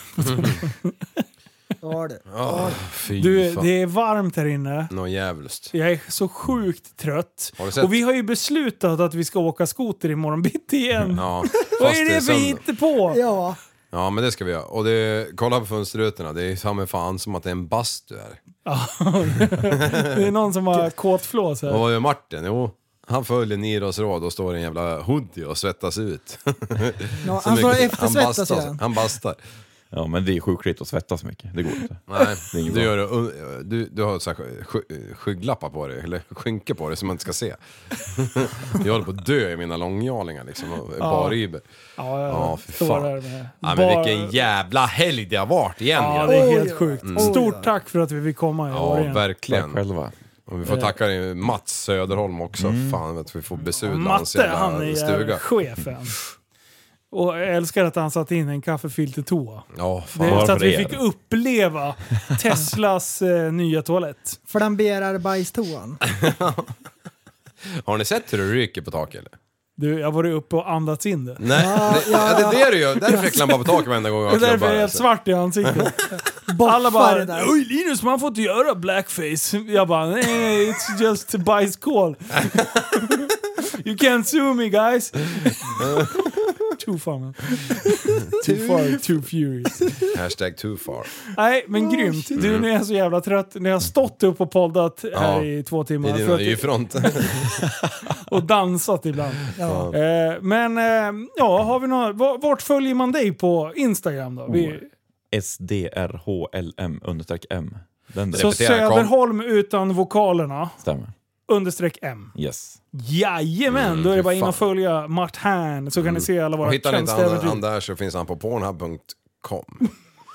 Ja, det. Ja, fy Du, fan. det är varmt här inne. Nå jävligt. Jag är så sjukt trött. Har du sett? Och vi har ju beslutat att vi ska åka skoter imorgon bitti igen. Ja, Vad fast är det söndag. vi hittar på? Ja, Ja, men det ska vi göra. Och det, kolla på fönsterrutorna, det är samma fan som att det är en bastu här. Det är någon som har kåtflås Och här. vad gör Martin? Jo, han följer Niros råd och står i en jävla hoodie och svettas ut. ja Så han får mycket- eftersvettas bastar, igen. Han bastar. Ja, men det är sjukligt att svettas mycket. Det går inte. Nej, Det är inget du, bra. gör det, du, du har så här sky, skygglappar på dig, eller skynke på dig som man inte ska se. Jag håller på att dö i mina långjalingar liksom, och Ja. baryber. Ja, jag Ja, för står fan. där med Ja, men bar- vilken jävla helg det har varit igen. Ja, Ja, det är Oj, helt oj, sjukt. oj. Stort Oj. tack för att vi fick komma i år ja igen. Tack verkligen. själva. Och vi får tacka dig, Mats Söderholm också. Fan att vi får besudla hans Matte, jävla han är stuga. chefen. Och jag älskar att han satt in en kaffefiltertoa. Ja, fan. Det är så att vi er? fick uppleva Teslas eh, nya toalett. Flamberar bajstoan. Har ni sett hur det ryker på taket eller? Du, jag var uppe och andats in det. Nej, det, ja, det är det du gör. Därför jag klampar på taket varenda gång jag Det är därför klubbar, jag är helt alltså. svart i ansiktet. Alla bara, oj Linus, man får inte göra blackface. Jag bara, nej, it's just bajskål. You can't sue me guys. Too far man. Too far, too furious. Hashtag too far. Nej, men grymt. Du, nu är jag så jävla trött. När jag har stått upp och poddat här Ja. i två timmar. I för din att- front. och dansat ibland. Ja. Eh, men eh, ja, har vi några, v- vart följer man dig på Instagram då? Vi, S D R H L M understreck M. Den där. så repetera, kom. Söderholm utan vokalerna, Stämmer. understreck M. Yes. Jajamän, Mm, då är det fy bara in och fan. följa Martin så kan ni se alla våra Och hittar ni inte han, tjänsteäventyr. han där så finns han på pornhub punkt com.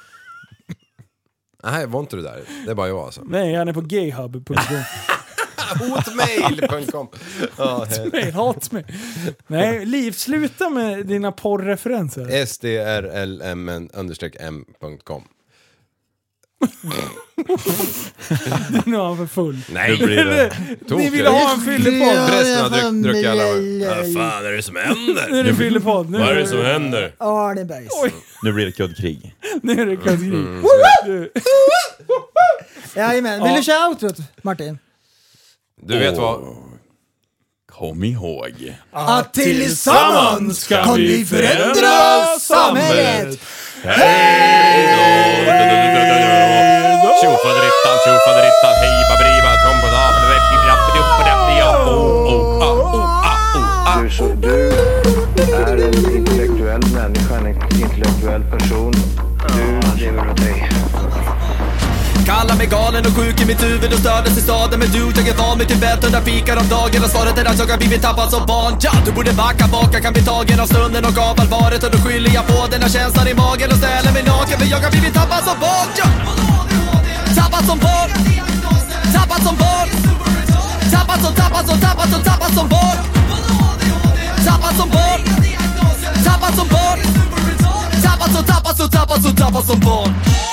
Nej, var inte du där? Det är bara jag alltså. Nej, han är på gayhub punkt com. hotmail punkt com. Ja, he- Nej, hat mig. Nej, Liv, sluta med dina porrreferenser. S D R L M understreck M punkt com. Nu är han för full. Nej, Nu blir det. Ni vill ha en fyllepodd. Resten har druck- druckit alla. Vad fan är det som händer? Nu är det fyllepodd. Nu Vad är det som händer? Arnebergs. Oj, Nu blir det kuddkrig. nu är det kuddkrig. Mm. Du- Jajamän. Vill Ja. du köra outrot, Martin? Du vet vad? Kom ihåg. Att tillsammans kan vi förändra samhället! Tjofaderittan, tjofaderittan, hej baberiba, tomboda, Du, så, du är en intellektuell människa, en intellektuell person. Du lever åt dig. Kallar mig galen och sjuk i mitt huvud och stördes i staden. Men du, jag är van vid Tibet under fikar om dagen. Och svaret är att jag har blivit tappad som barn. Ja, du borde backa bak, jag kan bli tagen av stunden och av allvaret. Och då skyller jag på den här känslan i magen och ställer mig naken. För jag har blivit tappad som barn. Ja. Tappad som barn. Tappad som barn. Tappad som, tappad som, tappad som, tappad som barn. Tappad som barn. Tappad som barn. Tappad som, tappad som, tappad som, tappad som barn.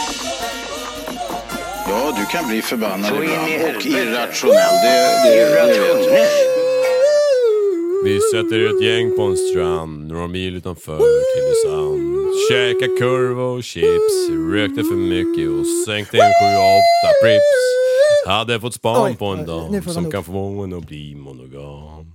Ja, du kan bli förbannad Så in i ibland och helvete. irrationell. Det, det, det vet jag. Vi sätter ett gäng på en strand några mil utanför Tylösand. Käka kurva och chips, rökte för mycket och sänkte en sju åtta prips. Hade fått span Oj, på en nu dag får man som upp. kan få en att bli monogam.